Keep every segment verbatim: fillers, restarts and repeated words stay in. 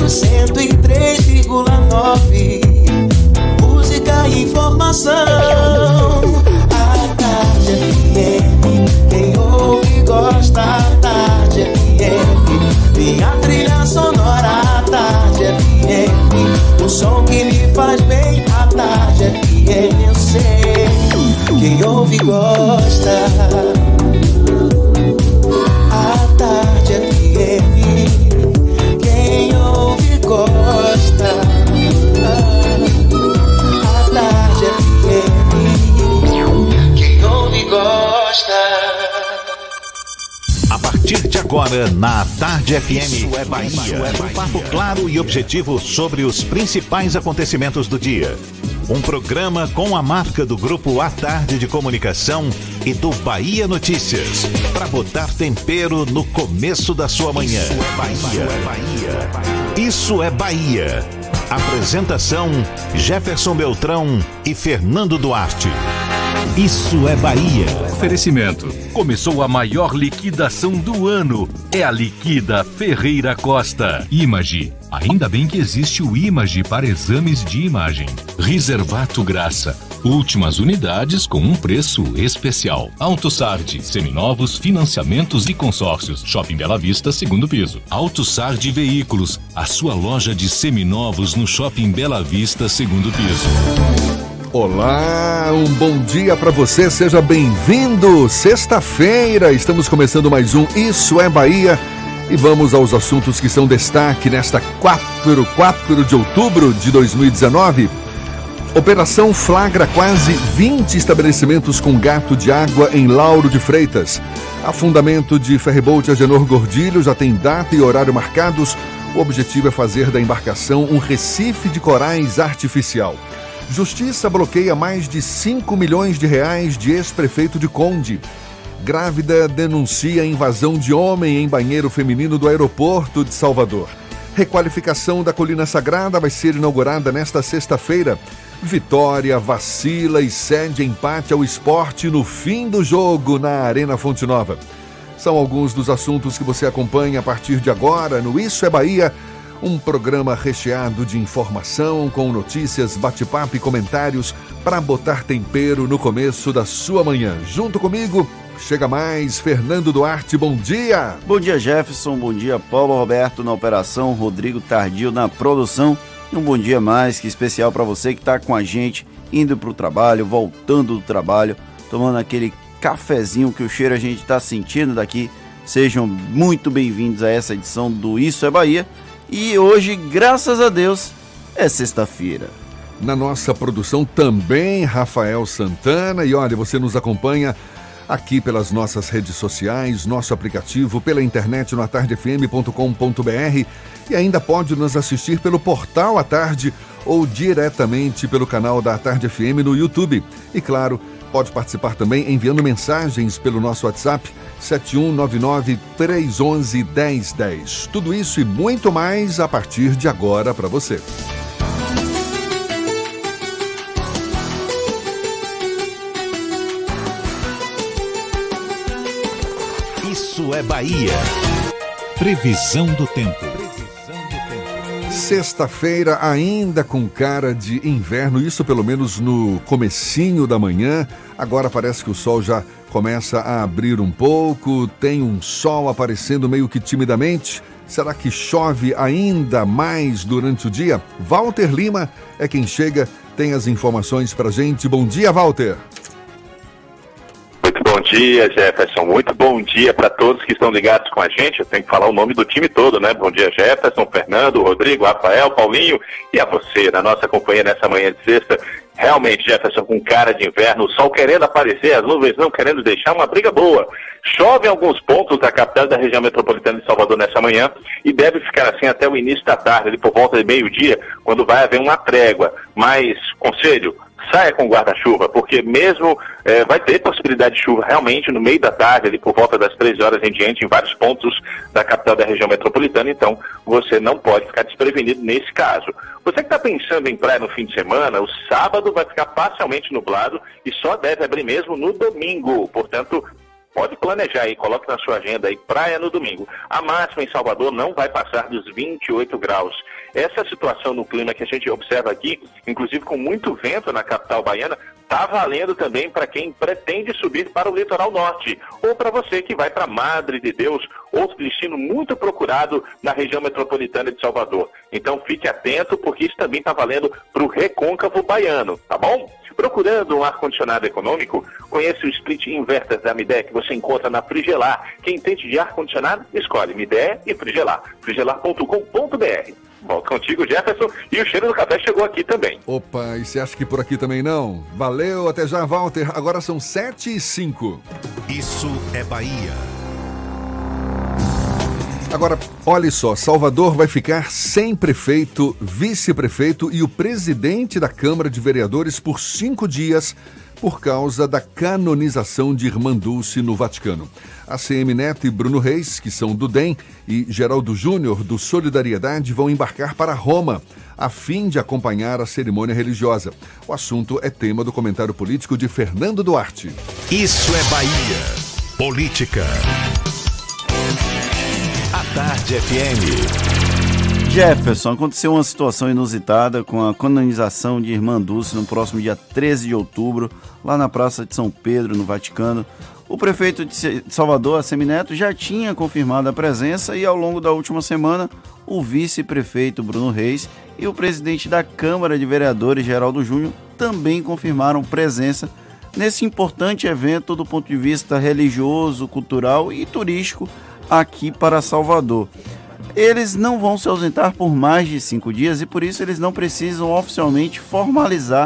cento e três vírgula nove. Música e informação. A Tarde F M, quem ouve gosta. A Tarde F M, minha trilha sonora. A Tarde F M, o som que me faz bem. A Tarde F M, eu sei, quem ouve gosta. A Tarde F M, quem ouve gosta. A Tarde F M, quem ouve gosta. A partir de agora, na Tarde F M, Isso é Bahia. Um papo claro e objetivo sobre os principais acontecimentos do dia. Um programa com a marca do Grupo A Tarde de Comunicação e do Bahia Notícias, para botar tempero no começo da sua manhã. Isso é Bahia. Isso é Bahia. Apresentação: Jefferson Beltrão e Fernando Duarte. Isso é Bahia. Oferecimento. Começou a maior liquidação do ano. É a Liquida Ferreira Costa. Image. Ainda bem que existe o Image para exames de imagem. Reservato Graça. Últimas unidades com um preço especial. AutoSard. Seminovos, financiamentos e consórcios. Shopping Bela Vista, segundo piso. AutoSard Veículos. A sua loja de seminovos no Shopping Bela Vista, segundo piso. Olá, um bom dia para você, seja bem-vindo. Sexta-feira, estamos começando mais um Isso é Bahia e vamos aos assuntos que são destaque nesta quatro de outubro de dois mil e dezenove. Operação flagra quase vinte estabelecimentos com gato de água em Lauro de Freitas. Afundamento de ferryboat Agenor Gordilho já tem data e horário marcados. O objetivo é fazer da embarcação um recife de corais artificial. Justiça bloqueia mais de cinco milhões de reais de ex-prefeito de Conde. Grávida denuncia invasão de homem em banheiro feminino do aeroporto de Salvador. Requalificação da Colina Sagrada vai ser inaugurada nesta sexta-feira. Vitória vacila e cede empate ao Sport no fim do jogo na Arena Fonte Nova. São alguns dos assuntos que você acompanha a partir de agora no Isso é Bahia. Um programa recheado de informação, com notícias, bate-papo e comentários para botar tempero no começo da sua manhã. Junto comigo, chega mais Fernando Duarte, bom dia! Bom dia, Jefferson, bom dia, Paulo Roberto na operação, Rodrigo Tardio na produção. E um bom dia mais que especial para você que está com a gente, indo para o trabalho, voltando do trabalho, tomando aquele cafezinho que o cheiro a gente está sentindo daqui. Sejam muito bem-vindos a essa edição do Isso é Bahia. E hoje, graças a Deus, é sexta-feira. Na nossa produção também, Rafael Santana. E olha, você nos acompanha aqui pelas nossas redes sociais, nosso aplicativo, pela internet no a tarde f m ponto com ponto b r e ainda pode nos assistir pelo portal A Tarde ou diretamente pelo canal da A Tarde F M no YouTube. E claro, pode participar também enviando mensagens pelo nosso WhatsApp sete um nove nove, três um um, um zero um zero. Tudo isso e muito mais a partir de agora para você. Isso é Bahia. Previsão do tempo. Sexta-feira ainda com cara de inverno, isso pelo menos no comecinho da manhã. Agora parece que o sol já começa a abrir um pouco, tem um sol aparecendo meio que timidamente. Será que chove ainda mais durante o dia? Walter Lima é quem chega, tem as informações pra gente. Bom dia, Walter! Muito bom dia, Jefferson. Muito bom dia para todos que estão ligados com a gente. Eu tenho que falar o nome do time todo, né? Bom dia, Jefferson, Fernando, Rodrigo, Rafael, Paulinho e a você, na nossa companhia nessa manhã de sexta. Realmente, Jefferson, com cara de inverno, o sol querendo aparecer, as nuvens não querendo deixar, uma briga boa. Chove em alguns pontos da capital da região metropolitana de Salvador nessa manhã e deve ficar assim até o início da tarde, ali por volta de meio-dia, quando vai haver uma trégua. Mas, conselho, saia com guarda-chuva, porque mesmo é, vai ter possibilidade de chuva realmente no meio da tarde, ali por volta das três horas em diante, em vários pontos da capital da região metropolitana, então você não pode ficar desprevenido nesse caso. Você que está pensando em praia no fim de semana, o sábado vai ficar parcialmente nublado e só deve abrir mesmo no domingo, portanto, Pode planejar aí, coloque na sua agenda aí, praia no domingo. A máxima em Salvador não vai passar dos vinte e oito graus. Essa situação no clima que a gente observa aqui, inclusive com muito vento na capital baiana, está valendo também para quem pretende subir para o litoral norte, ou para você que vai para Madre de Deus, outro destino muito procurado na região metropolitana de Salvador. Então fique atento, porque isso também está valendo para o recôncavo baiano, tá bom? Procurando um ar-condicionado econômico, conheça o split inverter da Midea, que você encontra na Frigelar. Quem entende de ar-condicionado, escolhe Midea e Frigelar. frigelar ponto com ponto b r. Volto contigo, Jefferson, e o cheiro do café chegou aqui também. Opa, e você acha que por aqui também não? Valeu, até já, Walter. Agora são sete e cinco. Isso é Bahia. Agora, olha só, Salvador vai ficar sem prefeito, vice-prefeito e o presidente da Câmara de Vereadores por cinco dias por causa da canonização de Irmã Dulce no Vaticano. A C M Neto e Bruno Reis, que são do D E M, e Geraldo Júnior, do Solidariedade, vão embarcar para Roma, a fim de acompanhar a cerimônia religiosa. O assunto é tema do comentário político de Fernando Duarte. Isso é Bahia. Política. A Tarde F M. Jefferson, aconteceu uma situação inusitada com a canonização de Irmã Dulce no próximo dia treze de outubro, lá na Praça de São Pedro, no Vaticano. O prefeito de Salvador, Assemineto, já tinha confirmado a presença e, ao longo da última semana, o vice-prefeito Bruno Reis e o presidente da Câmara de Vereadores, Geraldo Júnior, também confirmaram presença nesse importante evento do ponto de vista religioso, cultural e turístico aqui para Salvador. Eles não vão se ausentar por mais de cinco dias e, por isso, eles não precisam oficialmente formalizar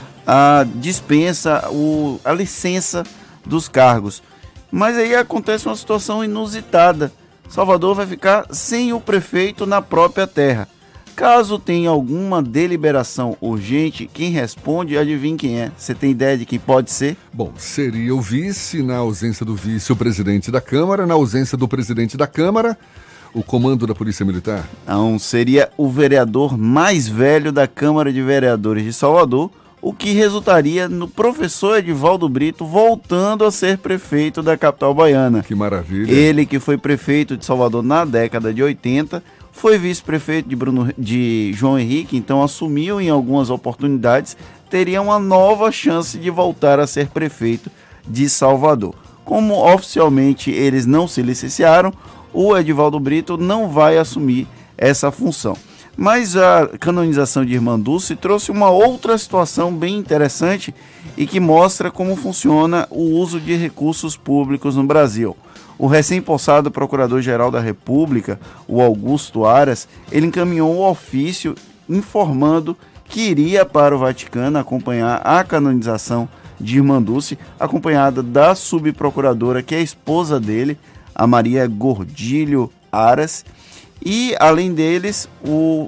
a dispensa, o, a licença dos cargos. Mas aí acontece uma situação inusitada. Salvador vai ficar sem o prefeito na própria terra. Caso tenha alguma deliberação urgente, quem responde, adivinha quem é? Você tem ideia de quem pode ser? Bom, seria o vice, na ausência do vice, o presidente da Câmara, na ausência do presidente da Câmara, o comando da Polícia Militar? Não, seria o vereador mais velho da Câmara de Vereadores de Salvador, o que resultaria no professor Edivaldo Brito voltando a ser prefeito da capital baiana. Que maravilha. Ele que foi prefeito de Salvador na década de oitenta, foi vice-prefeito de, Bruno, de João Henrique, então assumiu em algumas oportunidades, teria uma nova chance de voltar a ser prefeito de Salvador. Como oficialmente eles não se licenciaram, o Edivaldo Brito não vai assumir essa função. Mas a canonização de Irmã Dulce trouxe uma outra situação bem interessante e que mostra como funciona o uso de recursos públicos no Brasil. O recém-possado Procurador-Geral da República, o Augusto Aras, ele encaminhou um ofício informando que iria para o Vaticano acompanhar a canonização de Irmã Dulce, acompanhada da subprocuradora, que é a esposa dele, a Maria Gordilho Aras, e, além deles, o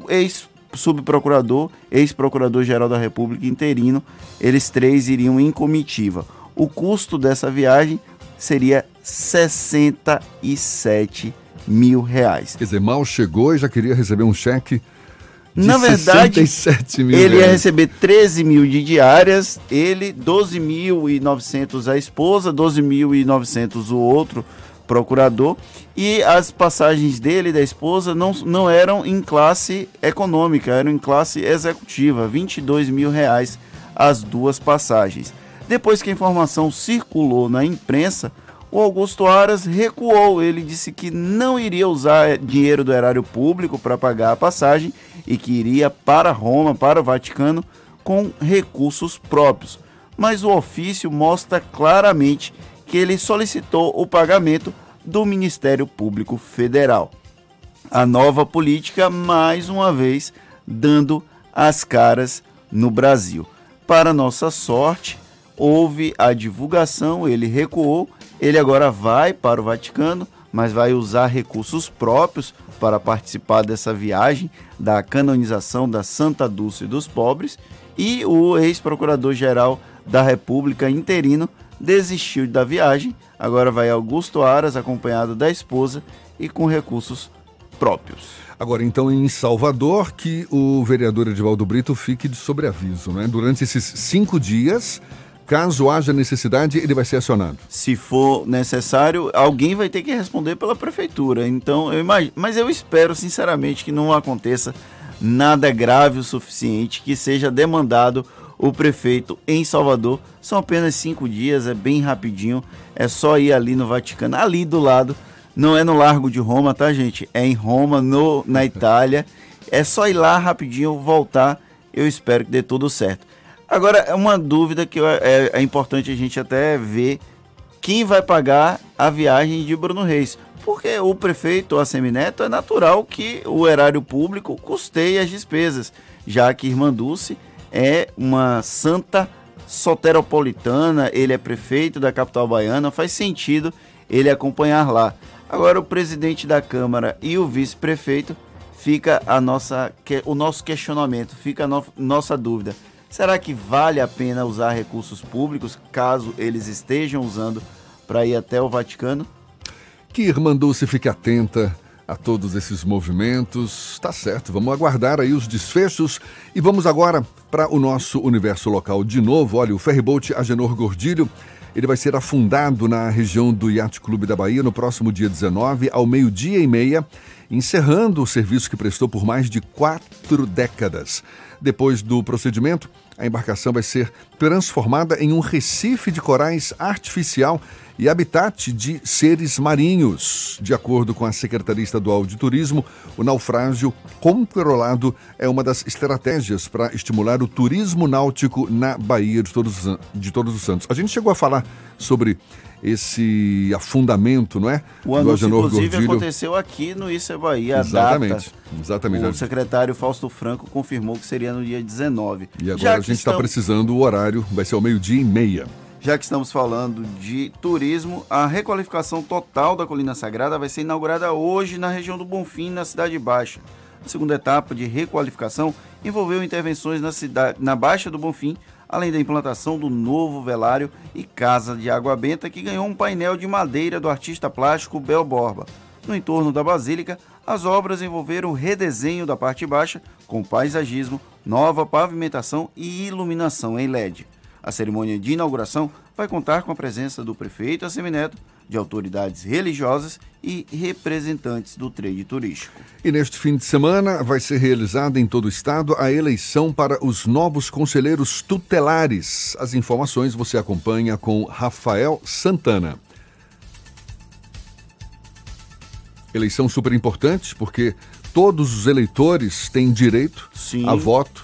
ex-subprocurador, ex-procurador-geral da República interino, eles três iriam em comitiva. O custo dessa viagem seria sessenta e sete mil reais. Quer dizer, mal chegou e já queria receber um cheque de Na verdade, sessenta e sete mil ele reais. ia receber treze mil de diárias, ele, doze mil e novecentos a esposa, doze mil e novecentos o outro procurador, e as passagens dele e da esposa não, não eram em classe econômica, eram em classe executiva, vinte e dois mil reais as duas passagens. Depois que a informação circulou na imprensa, o Augusto Aras recuou. Ele disse que não iria usar dinheiro do erário público para pagar a passagem e que iria para Roma, para o Vaticano, com recursos próprios. Mas o ofício mostra claramente que ele solicitou o pagamento do Ministério Público Federal. A nova política, mais uma vez, dando as caras no Brasil. Para nossa sorte, houve a divulgação, ele recuou, ele agora vai para o Vaticano, mas vai usar recursos próprios para participar dessa viagem da canonização da Santa Dulce dos Pobres, e o ex-procurador-geral da República interino desistiu da viagem, agora vai Augusto Aras, acompanhado da esposa e com recursos próprios. Agora, então, em Salvador, que o vereador Edivaldo Brito fique de sobreaviso, né? Durante esses cinco dias, caso haja necessidade, ele vai ser acionado. Se for necessário, alguém vai ter que responder pela prefeitura. Então, eu imagino, mas eu espero sinceramente que não aconteça nada grave o suficiente, que seja demandado o prefeito em Salvador. São apenas cinco dias, é bem rapidinho, é só ir ali no Vaticano, ali do lado, não é no Largo de Roma, tá, gente? É em Roma, no, na Itália, é só ir lá rapidinho, voltar, eu espero que dê tudo certo. Agora, é uma dúvida que é, é importante a gente até ver quem vai pagar a viagem de Bruno Reis, porque o prefeito, o Assemineto, é natural que o erário público custeie as despesas, já que Irmã Dulce é uma santa soteropolitana, ele é prefeito da capital baiana, faz sentido ele acompanhar lá. Agora, o presidente da Câmara e o vice-prefeito, fica a nossa, o nosso questionamento, fica a no, nossa dúvida. Será que vale a pena usar recursos públicos, caso eles estejam usando para ir até o Vaticano? Que Irmã Dulce fique atenta a todos esses movimentos. Tá certo, vamos aguardar aí os desfechos e vamos agora para o nosso universo local de novo. Olha, o ferryboat Agenor Gordilho, ele vai ser afundado na região do Yacht Clube da Bahia no próximo dia dezenove, ao meio-dia e meia, encerrando o serviço que prestou por mais de quatro décadas. Depois do procedimento, a embarcação vai ser transformada em um recife de corais artificial e habitat de seres marinhos. De acordo com a Secretaria Estadual de Turismo, o naufrágio controlado é uma das estratégias para estimular o turismo náutico na Baía de Todos, de Todos os Santos. A gente chegou a falar sobre esse afundamento, não é? O anúncio, inclusive, Gordilho. Aconteceu aqui no Isso é Bahia. Exatamente, a data, exatamente. O secretário Fausto Franco confirmou que seria no dia dezenove. E agora Já a gente está estamos... precisando, o horário vai ser ao meio-dia e meia. Já que estamos falando de turismo, a requalificação total da Colina Sagrada vai ser inaugurada hoje na região do Bonfim, na Cidade Baixa. A segunda etapa de requalificação envolveu intervenções na, cidade, na Baixa do Bonfim, além da implantação do novo velário e casa de água benta, que ganhou um painel de madeira do artista plástico Bel Borba. No entorno da Basílica, as obras envolveram o redesenho da parte baixa, com paisagismo, nova pavimentação e iluminação em L E D. A cerimônia de inauguração vai contar com a presença do prefeito Assemineto, de autoridades religiosas e representantes do trade turístico. E neste fim de semana vai ser realizada em todo o estado a eleição para os novos conselheiros tutelares. As informações você acompanha com Rafael Santana. Eleição super importante porque todos os eleitores têm direito Sim. a voto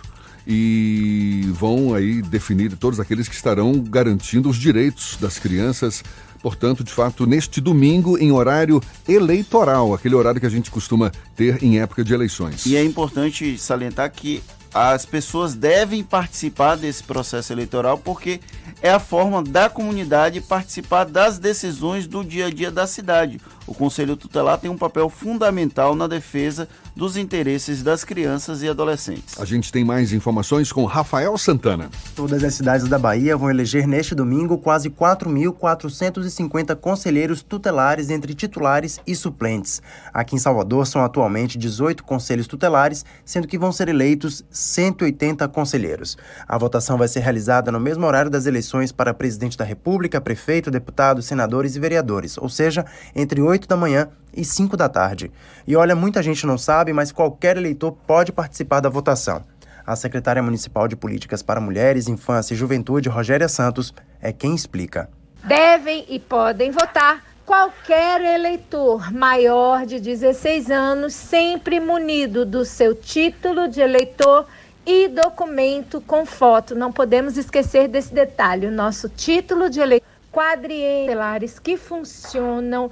e vão aí definir todos aqueles que estarão garantindo os direitos das crianças. Portanto, de fato, neste domingo, em horário eleitoral, aquele horário que a gente costuma ter em época de eleições. E é importante salientar que as pessoas devem participar desse processo eleitoral porque é a forma da comunidade participar das decisões do dia a dia da cidade. O Conselho Tutelar tem um papel fundamental na defesa dos interesses das crianças e adolescentes. A gente tem mais informações com Rafael Santana. Todas as cidades da Bahia vão eleger neste domingo quase quatro mil quatrocentos e cinquenta conselheiros tutelares entre titulares e suplentes. Aqui em Salvador são atualmente dezoito conselhos tutelares, sendo que vão ser eleitos cento e oitenta conselheiros. A votação vai ser realizada no mesmo horário das eleições para presidente da República, prefeito, deputados, senadores e vereadores, ou seja, entre oito da manhã e cinco da tarde. E olha, muita gente não sabe, mas qualquer eleitor pode participar da votação. A secretária municipal de Políticas para Mulheres, Infância e Juventude, Rogéria Santos, é quem explica. Devem e podem votar qualquer eleitor maior de dezesseis anos, sempre munido do seu título de eleitor e documento com foto. Não podemos esquecer desse detalhe, o nosso título de eleitor. Quadrielares que funcionam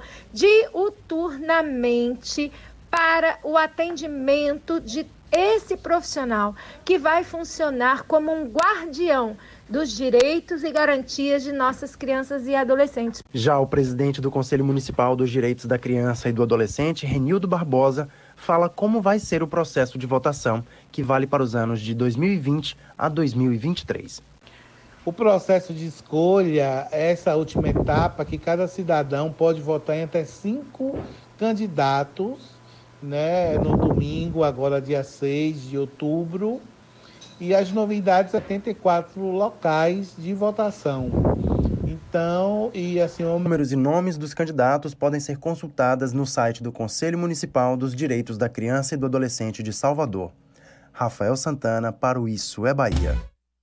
diuturnamente para o atendimento de esse profissional, que vai funcionar como um guardião dos direitos e garantias de nossas crianças e adolescentes. Já o presidente do Conselho Municipal dos Direitos da Criança e do Adolescente, Renildo Barbosa, fala como vai ser o processo de votação, que vale para os anos de dois mil e vinte a dois mil e vinte e três. O processo de escolha é essa última etapa que cada cidadão pode votar em até cinco candidatos, né, no domingo, agora dia seis de outubro. e as novidades, setenta e quatro locais de votação. Então, e assim... O... Números e nomes dos candidatos podem ser consultadas no site do Conselho Municipal dos Direitos da Criança e do Adolescente de Salvador. Rafael Santana para o Isso é Bahia.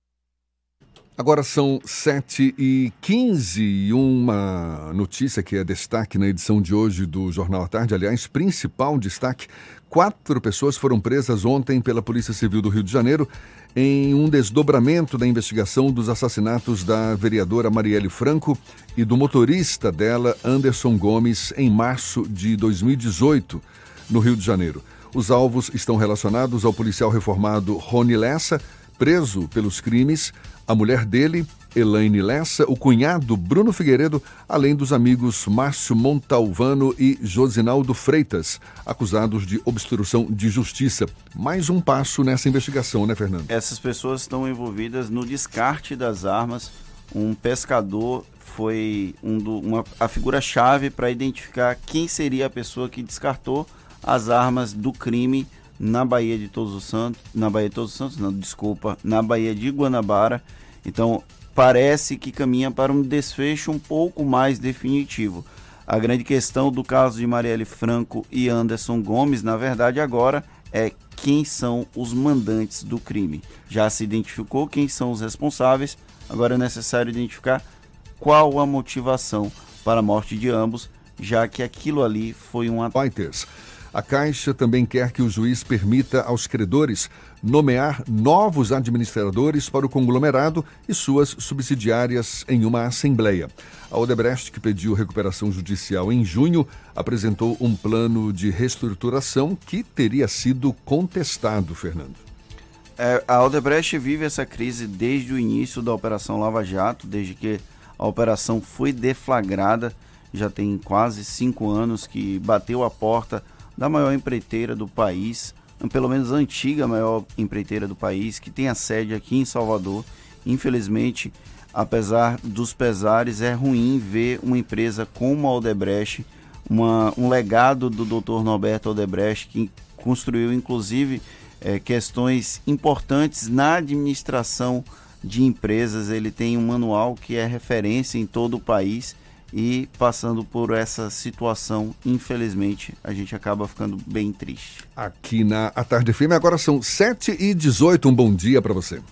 Agora são sete e quinze e uma notícia que é destaque na edição de hoje do Jornal à Tarde. Aliás, principal destaque: quatro pessoas foram presas ontem pela Polícia Civil do Rio de Janeiro em um desdobramento da investigação dos assassinatos da vereadora Marielle Franco e do motorista dela, Anderson Gomes, em março de dois mil e dezoito, no Rio de Janeiro. Os alvos estão relacionados ao policial reformado Rony Lessa, preso pelos crimes, a mulher dele, Elaine Lessa, o cunhado Bruno Figueiredo, além dos amigos Márcio Montalvano e Josinaldo Freitas, acusados de obstrução de justiça. Mais um passo nessa investigação, né, Fernando? Essas pessoas estão envolvidas no descarte das armas. Um pescador foi um do, uma, a figura-chave para identificar quem seria a pessoa que descartou as armas do crime na Baía de Todos os Santos, na Baía de Todos os Santos, não, desculpa, na Baía de Guanabara. Então, parece que caminha para um desfecho um pouco mais definitivo. A grande questão do caso de Marielle Franco e Anderson Gomes, na verdade, agora é quem são os mandantes do crime. Já se identificou quem são os responsáveis, agora é necessário identificar qual a motivação para a morte de ambos, já que aquilo ali foi um ataque. A Caixa também quer que o juiz permita aos credores nomear novos administradores para o conglomerado e suas subsidiárias em uma assembleia. A Odebrecht, que pediu recuperação judicial em junho, apresentou um plano de reestruturação que teria sido contestado, Fernando. É, a Odebrecht vive essa crise desde o início da Operação Lava Jato, desde que a operação foi deflagrada. Já tem quase cinco anos que bateu a porta da maior empreiteira do país, pelo menos a antiga maior empreiteira do país, que tem a sede aqui em Salvador. Infelizmente, apesar dos pesares, é ruim ver uma empresa como a Odebrecht, uma, um legado do doutor Norberto Odebrecht, que construiu inclusive é, questões importantes na administração de empresas. Ele tem um manual que é referência em todo o país. E passando por essa situação, infelizmente, a gente acaba ficando bem triste. Aqui na A Tarde F M, agora são sete e dezoito. Um bom dia para você.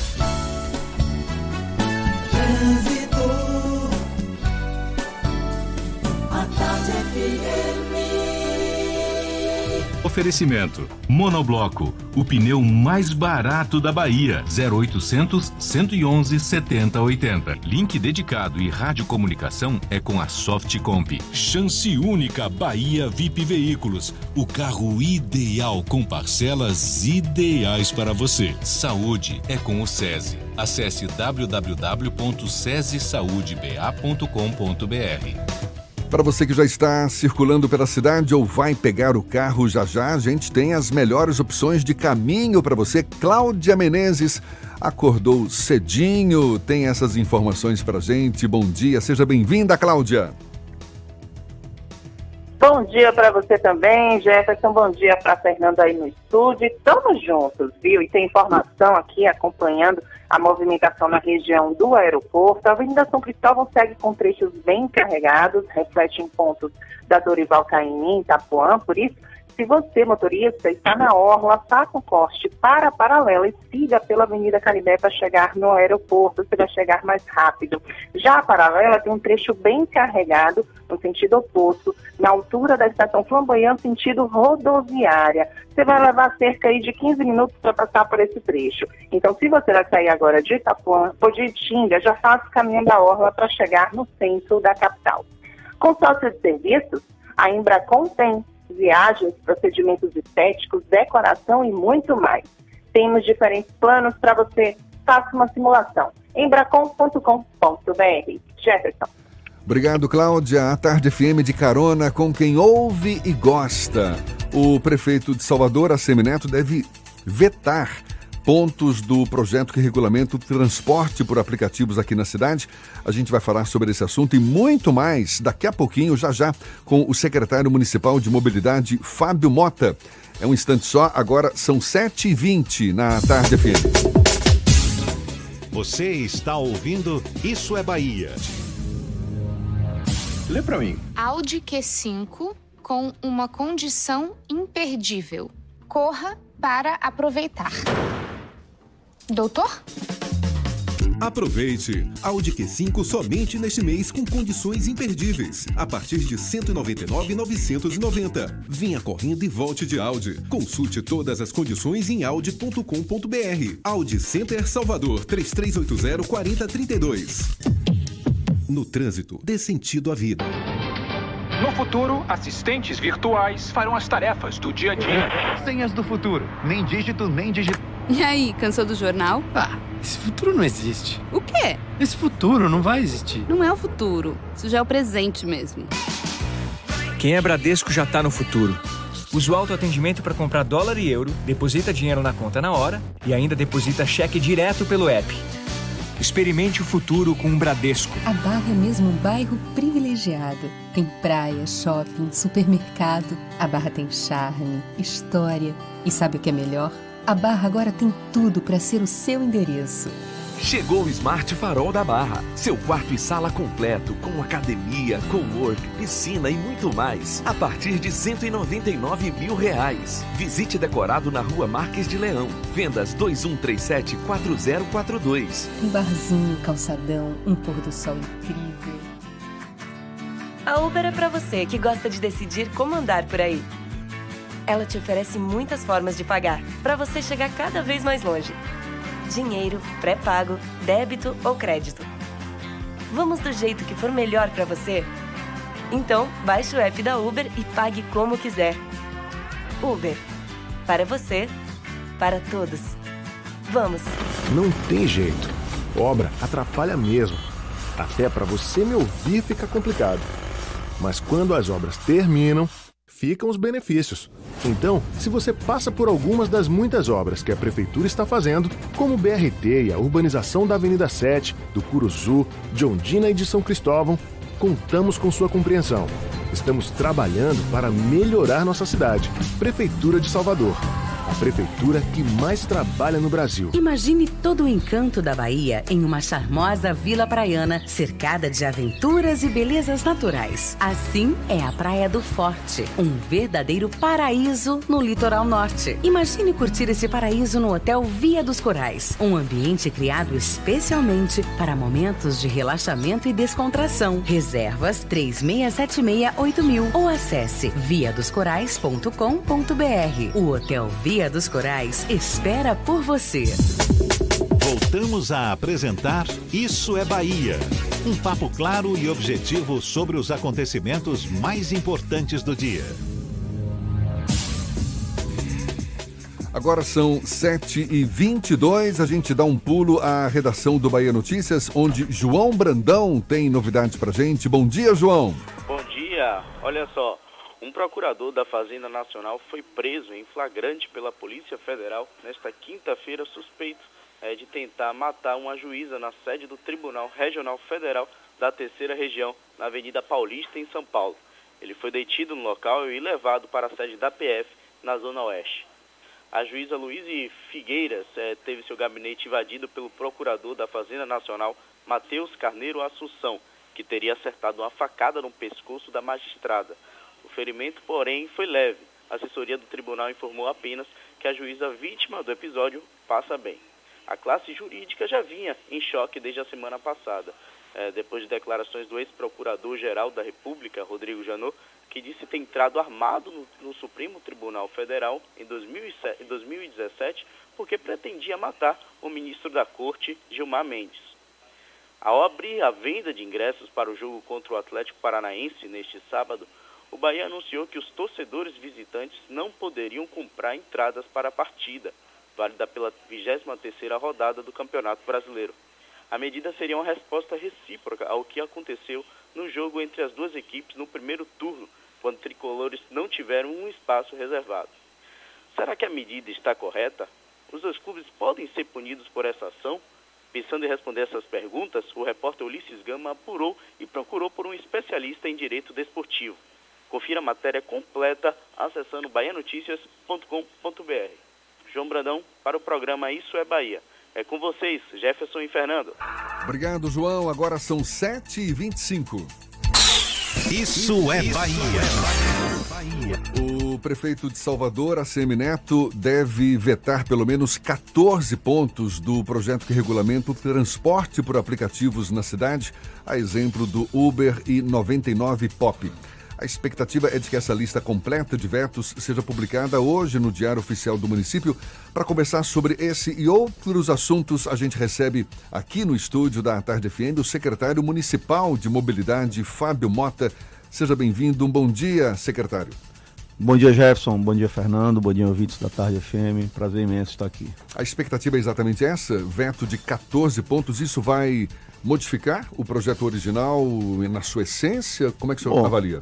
Oferecimento: Monobloco, o pneu mais barato da Bahia. zero oitocentos, cento e onze, setenta, oitenta. Link dedicado e radiocomunicação é com a Softcomp. Chance única Bahia V I P Veículos. O carro ideal com parcelas ideais para você. Saúde é com o SESI. Acesse w w w ponto sesi saúde b a ponto com ponto b r. Para você que já está circulando pela cidade ou vai pegar o carro já já, a gente tem as melhores opções de caminho para você. Cláudia Menezes acordou cedinho, tem essas informações para a gente. Bom dia, seja bem-vinda, Cláudia. Bom dia para você também, Jefferson. Bom dia para Fernando aí no estúdio. Estamos juntos, viu? E tem informação aqui acompanhando a movimentação na região do aeroporto. A Avenida São Cristóvão segue com trechos bem carregados, reflete em pontos da Dorival Caymmi, em Itapuã. Por isso, se você, motorista, está na orla, faça um corte para a paralela e siga pela Avenida Canindé para chegar no aeroporto, você vai chegar mais rápido. Já a paralela tem um trecho bem carregado, no sentido oposto, na altura da estação Flamboyant, sentido rodoviária. Você vai levar cerca aí de quinze minutos para passar por esse trecho. Então, se você vai sair agora de Itapuã ou de Itinga, já faça o caminho da orla para chegar no centro da capital. Consórcio de serviços, a Embracon tem viagens, procedimentos estéticos, decoração e muito mais. Temos diferentes planos para você. Faça uma simulação. embracon ponto com ponto b r. Jefferson. Obrigado, Cláudia. A Tarde F M de carona com quem ouve e gosta. O prefeito de Salvador, Assemineto, deve vetar pontos do projeto que regulamenta o transporte por aplicativos aqui na cidade. A gente vai falar sobre esse assunto e muito mais daqui a pouquinho, já já, com o secretário municipal de mobilidade, Fábio Mota. É um instante só, agora são sete e vinte na Tarde F M. Você está ouvindo Isso é Bahia. Lê pra mim. Audi Q cinco com uma condição imperdível. Corra para aproveitar. Doutor? Aproveite! Audi Q cinco somente neste mês com condições imperdíveis. A partir de cento e noventa e nove mil novecentos e noventa. Venha correndo e volte de Audi. Consulte todas as condições em audi ponto com ponto br. Audi Center Salvador, três três oito zero, quatro zero três dois. No trânsito, dê sentido à vida. No futuro, assistentes virtuais farão as tarefas do dia a dia. Senhas do futuro. Nem dígito, nem dígito. E aí, cansou do jornal? Ah, esse futuro não existe. O quê? Esse futuro não vai existir. Não é o futuro. Isso já é o presente mesmo. Quem é Bradesco já tá no futuro. Usa o autoatendimento para comprar dólar e euro, deposita dinheiro na conta na hora e ainda deposita cheque direto pelo app. Experimente o futuro com o Bradesco. A Barra é mesmo um bairro privilegiado. Tem praia, shopping, supermercado. A Barra tem charme, história. E sabe o que é melhor? A Barra agora tem tudo para ser o seu endereço. Chegou o Smart Farol da Barra. Seu quarto e sala completo, com academia, cowork, piscina e muito mais. A partir de cento e noventa e nove mil reais. Visite decorado na Rua Marques de Leão. Vendas dois um três sete, quatro zero quatro dois. Um barzinho, calçadão, um pôr do sol incrível. A Uber é pra você que gosta de decidir como andar por aí. Ela te oferece muitas formas de pagar, para você chegar cada vez mais longe. Dinheiro, pré-pago, débito ou crédito. Vamos do jeito que for melhor para você? Então, baixe o app da Uber e pague como quiser. Uber. Para você, para todos. Vamos! Não tem jeito. Obra atrapalha mesmo. Até para você me ouvir fica complicado. Mas quando as obras terminam, ficam os benefícios. Então, se você passa por algumas das muitas obras que a Prefeitura está fazendo, como o B R T e a urbanização da Avenida sete, do Curuzu, de Ondina e de São Cristóvão, contamos com sua compreensão. Estamos trabalhando para melhorar nossa cidade. Prefeitura de Salvador. A prefeitura que mais trabalha no Brasil. Imagine todo o encanto da Bahia em uma charmosa vila praiana, cercada de aventuras e belezas naturais. Assim é a Praia do Forte, um verdadeiro paraíso no litoral norte. Imagine curtir esse paraíso no Hotel Via dos Corais, um ambiente criado especialmente para momentos de relaxamento e descontração. Reservas três seis sete seis oito mil ou acesse via dos corais ponto com ponto br. O Hotel Via Via dos Corais espera por você. Voltamos a apresentar Isso é Bahia. Um papo claro e objetivo sobre os acontecimentos mais importantes do dia. Agora são sete e vinte e dois, a gente dá um pulo à redação do Bahia Notícias, onde João Brandão tem novidades pra gente. Bom dia, João. Bom dia. Olha só. Um procurador da Fazenda Nacional foi preso em flagrante pela Polícia Federal nesta quinta-feira, suspeito é, de tentar matar uma juíza na sede do Tribunal Regional Federal da Terceira Região, na Avenida Paulista, em São Paulo. Ele foi detido no local e levado para a sede da P F, na Zona Oeste. A juíza Luíse Figueiras é, teve seu gabinete invadido pelo procurador da Fazenda Nacional, Matheus Carneiro Assunção, que teria acertado uma facada no pescoço da magistrada. O ferimento, porém, foi leve. A assessoria do tribunal informou apenas que a juíza vítima do episódio passa bem. A classe jurídica já vinha em choque desde a semana passada, é, depois de declarações do ex-procurador-geral da República, Rodrigo Janot, que disse ter entrado armado no, no Supremo Tribunal Federal em dois mil e dezessete porque pretendia matar o ministro da Corte, Gilmar Mendes. Ao abrir a venda de ingressos para o jogo contra o Atlético Paranaense neste sábado, o Bahia anunciou que os torcedores visitantes não poderiam comprar entradas para a partida, válida pela vigésima terceira rodada do Campeonato Brasileiro. A medida seria uma resposta recíproca ao que aconteceu no jogo entre as duas equipes no primeiro turno, quando tricolores não tiveram um espaço reservado. Será que a medida está correta? Os dois clubes podem ser punidos por essa ação? Pensando em responder essas perguntas, o repórter Ulisses Gama apurou e procurou por um especialista em direito desportivo. Confira a matéria completa acessando bahia noticias ponto com ponto br. João Brandão para o programa Isso é Bahia. É com vocês, Jefferson e Fernando. Obrigado, João. Agora são sete e vinte e cinco. Isso é Bahia. O prefeito de Salvador, A C M Neto, deve vetar pelo menos quatorze pontos do projeto que regulamenta o transporte por aplicativos na cidade, a exemplo do Uber e noventa e nove Pop. A expectativa é de que essa lista completa de vetos seja publicada hoje no Diário Oficial do município. Para conversar sobre esse e outros assuntos, a gente recebe aqui no estúdio da Tarde F M o secretário municipal de mobilidade, Fábio Mota. Seja bem-vindo. Um bom dia, secretário. Bom dia, Jefferson. Bom dia, Fernando. Bom dia, ouvintes da Tarde F M. Prazer imenso estar aqui. A expectativa é exatamente essa? Veto de quatorze pontos. Isso vai modificar o projeto original na sua essência? Como é que o senhor Bom, avalia?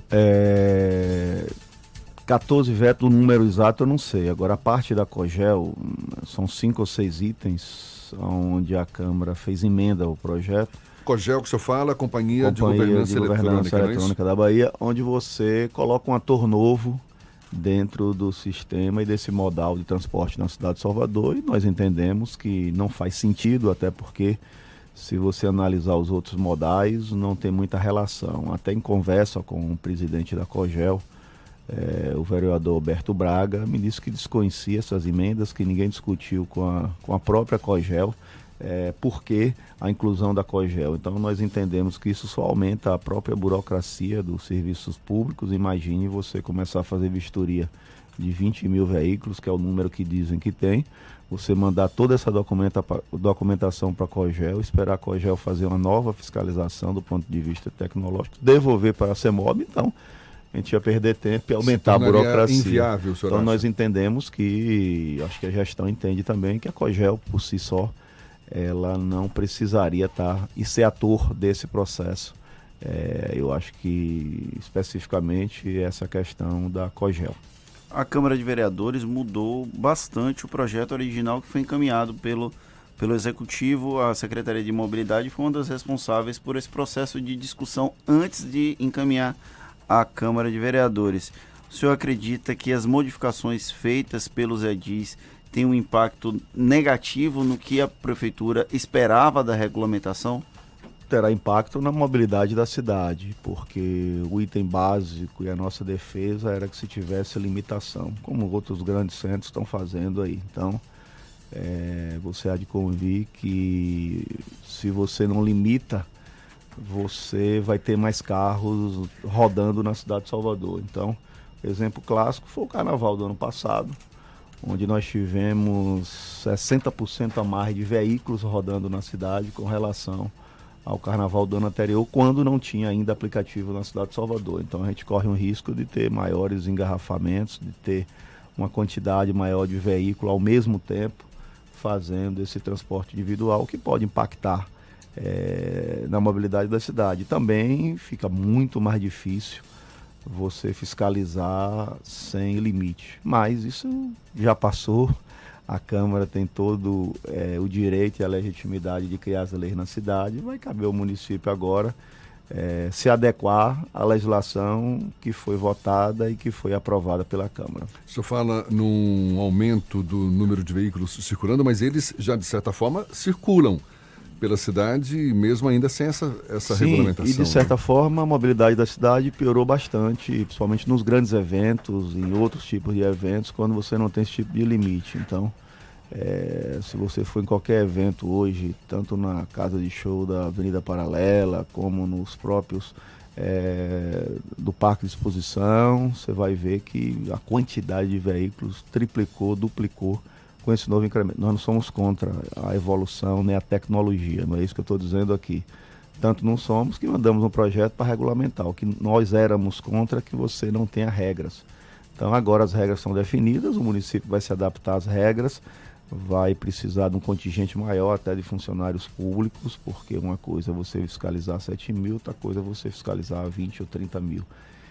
É... quatorze vetos, o número exato eu não sei. Agora, a parte da Cogel, são cinco ou seis itens onde a Câmara fez emenda ao projeto. Cogel, que o senhor fala, Companhia, Companhia de Governança, de Governança Eletrônica, Eletrônica da Bahia, onde você coloca um ator novo dentro do sistema e desse modal de transporte na cidade de Salvador, e nós entendemos que não faz sentido, até porque se você analisar os outros modais, não tem muita relação. Até em conversa com o presidente da Cogel, é, o vereador Alberto Braga, me disse que desconhecia essas emendas, que ninguém discutiu com a, com a própria Cogel, é, por que a inclusão da Cogel. Então nós entendemos que isso só aumenta a própria burocracia dos serviços públicos. Imagine você começar a fazer vistoria de vinte mil veículos, que é o número que dizem que tem, você mandar toda essa documenta, documentação para a Cogel, esperar a Cogel fazer uma nova fiscalização do ponto de vista tecnológico, devolver para a CEMOB, então a gente ia perder tempo e aumentar a burocracia. Inviável, senhor. Então acha? Nós entendemos que, acho que a gestão entende também que a Cogel, por si só, ela não precisaria estar e ser ator desse processo. É, eu acho que especificamente essa questão da Cogel. A Câmara de Vereadores mudou bastante o projeto original que foi encaminhado pelo, pelo Executivo. A Secretaria de Mobilidade foi uma das responsáveis por esse processo de discussão antes de encaminhar à Câmara de Vereadores. O senhor acredita que as modificações feitas pelos edis têm um impacto negativo no que a Prefeitura esperava da regulamentação? Terá impacto na mobilidade da cidade, porque o item básico e a nossa defesa era que se tivesse limitação, como outros grandes centros estão fazendo aí. Então, é, você há de convir que se você não limita, você vai ter mais carros rodando na cidade de Salvador. Então, exemplo clássico foi o Carnaval do ano passado, onde nós tivemos sessenta por cento a mais de veículos rodando na cidade com relação ao Carnaval do ano anterior, quando não tinha ainda aplicativo na cidade de Salvador. Então a gente corre um risco de ter maiores engarrafamentos, de ter uma quantidade maior de veículo ao mesmo tempo fazendo esse transporte individual, que pode impactar é, na mobilidade da cidade. Também fica muito mais difícil você fiscalizar sem limite, mas isso já passou. A Câmara tem todo é, o direito e a legitimidade de criar as leis na cidade. Vai caber ao município agora é, se adequar à legislação que foi votada e que foi aprovada pela Câmara. O senhor fala num aumento do número de veículos circulando, mas eles já, de certa forma, circulam pela cidade, mesmo ainda sem essa, essa Sim, regulamentação. E, de certa né? forma, a mobilidade da cidade piorou bastante, principalmente nos grandes eventos e em outros tipos de eventos, quando você não tem esse tipo de limite. Então, é, se você for em qualquer evento hoje, tanto na casa de show da Avenida Paralela, como nos próprios é, do Parque de Exposição, você vai ver que a quantidade de veículos triplicou, duplicou com esse novo incremento. Nós não somos contra a evolução nem a tecnologia, não é isso que eu estou dizendo aqui. Tanto não somos que mandamos um projeto para regulamentar. O que nós éramos contra é que você não tenha regras. Então agora as regras são definidas, o município vai se adaptar às regras, vai precisar de um contingente maior até de funcionários públicos, porque uma coisa é você fiscalizar sete mil, outra coisa é você fiscalizar vinte ou trinta mil.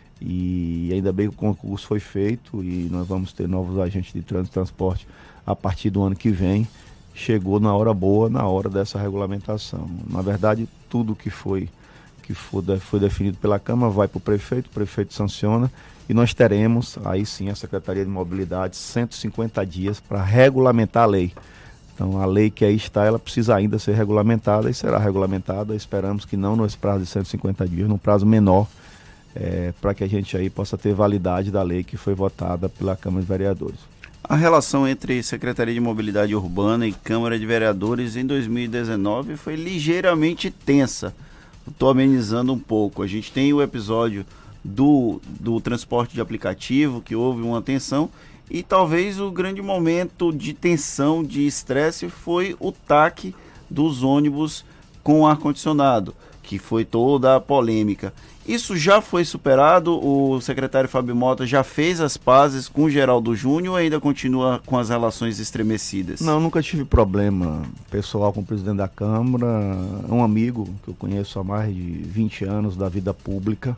E ainda bem que o concurso foi feito e nós vamos ter novos agentes de trânsito e transporte a partir do ano que vem. Chegou na hora boa, na hora dessa regulamentação. Na verdade, tudo que foi, que foi, foi definido pela Câmara vai para o prefeito, o prefeito sanciona e nós teremos, aí sim, a Secretaria de Mobilidade, cento e cinquenta dias para regulamentar a lei. Então a lei que aí está, ela precisa ainda ser regulamentada e será regulamentada, esperamos que não nesse prazo de cento e cinquenta dias, num prazo menor, é, para que a gente aí possa ter validade da lei que foi votada pela Câmara de Vereadores. A relação entre Secretaria de Mobilidade Urbana e Câmara de Vereadores em dois mil e dezenove foi ligeiramente tensa. Estou amenizando um pouco. A gente tem o episódio do, do transporte de aplicativo, que houve uma tensão, e talvez o grande momento de tensão, de estresse, foi o T A C dos ônibus com ar-condicionado, que foi toda a polêmica. Isso já foi superado? O secretário Fábio Mota já fez as pazes com o Geraldo Júnior ou ainda continua com as relações estremecidas? Não, nunca tive problema pessoal com o presidente da Câmara, um amigo que eu conheço há mais de vinte anos da vida pública.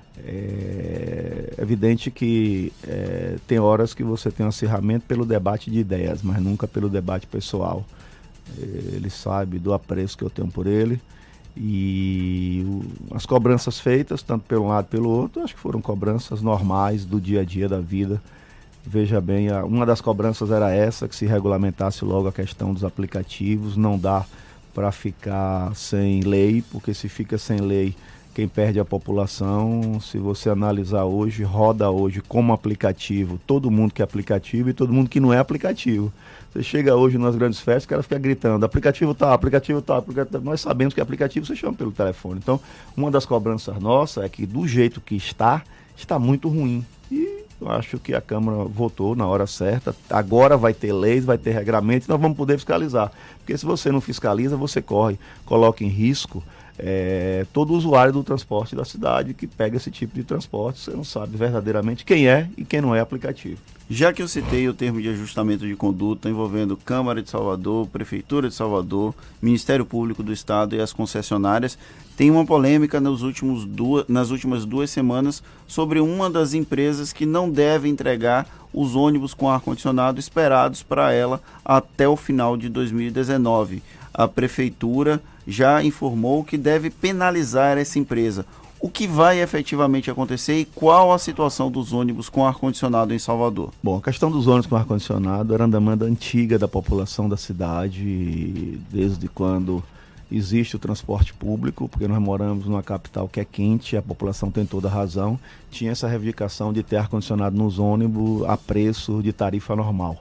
É evidente que é, tem horas que você tem um acirramento pelo debate de ideias, mas nunca pelo debate pessoal. Ele sabe do apreço que eu tenho por ele. E o, as cobranças feitas, tanto pelo um lado pelo outro, acho que foram cobranças normais do dia a dia da vida. Veja bem, a, uma das cobranças era essa, que se regulamentasse logo a questão dos aplicativos. Não dá para ficar sem lei, porque se fica sem lei, quem perde é a população. Se você analisar hoje, roda hoje como aplicativo, todo mundo que é aplicativo e todo mundo que não é aplicativo. Você chega hoje nas grandes festas, o cara fica gritando, aplicativo tá, aplicativo tá, aplicativo... Nós sabemos que aplicativo você chama pelo telefone. Então, uma das cobranças nossas é que do jeito que está, está muito ruim. E eu acho que a Câmara votou na hora certa. Agora vai ter leis, vai ter regramentos, nós vamos poder fiscalizar. Porque se você não fiscaliza, você corre, coloca em risco É, todo usuário do transporte da cidade que pega esse tipo de transporte. Você não sabe verdadeiramente quem é e quem não é aplicativo. Já que eu citei o termo de ajustamento de conduta envolvendo Câmara de Salvador, Prefeitura de Salvador, Ministério Público do Estado e as concessionárias, tem uma polêmica nos últimos duas, nas últimas duas semanas sobre uma das empresas que não deve entregar os ônibus com ar-condicionado esperados para ela até o final de dois mil e dezenove. A Prefeitura já informou que deve penalizar essa empresa. O que vai efetivamente acontecer e qual a situação dos ônibus com ar-condicionado em Salvador? Bom, a questão dos ônibus com ar-condicionado era uma demanda antiga da população da cidade, desde quando existe o transporte público, porque nós moramos numa capital que é quente, a população tem toda a razão. Tinha essa reivindicação de ter ar-condicionado nos ônibus a preço de tarifa normal.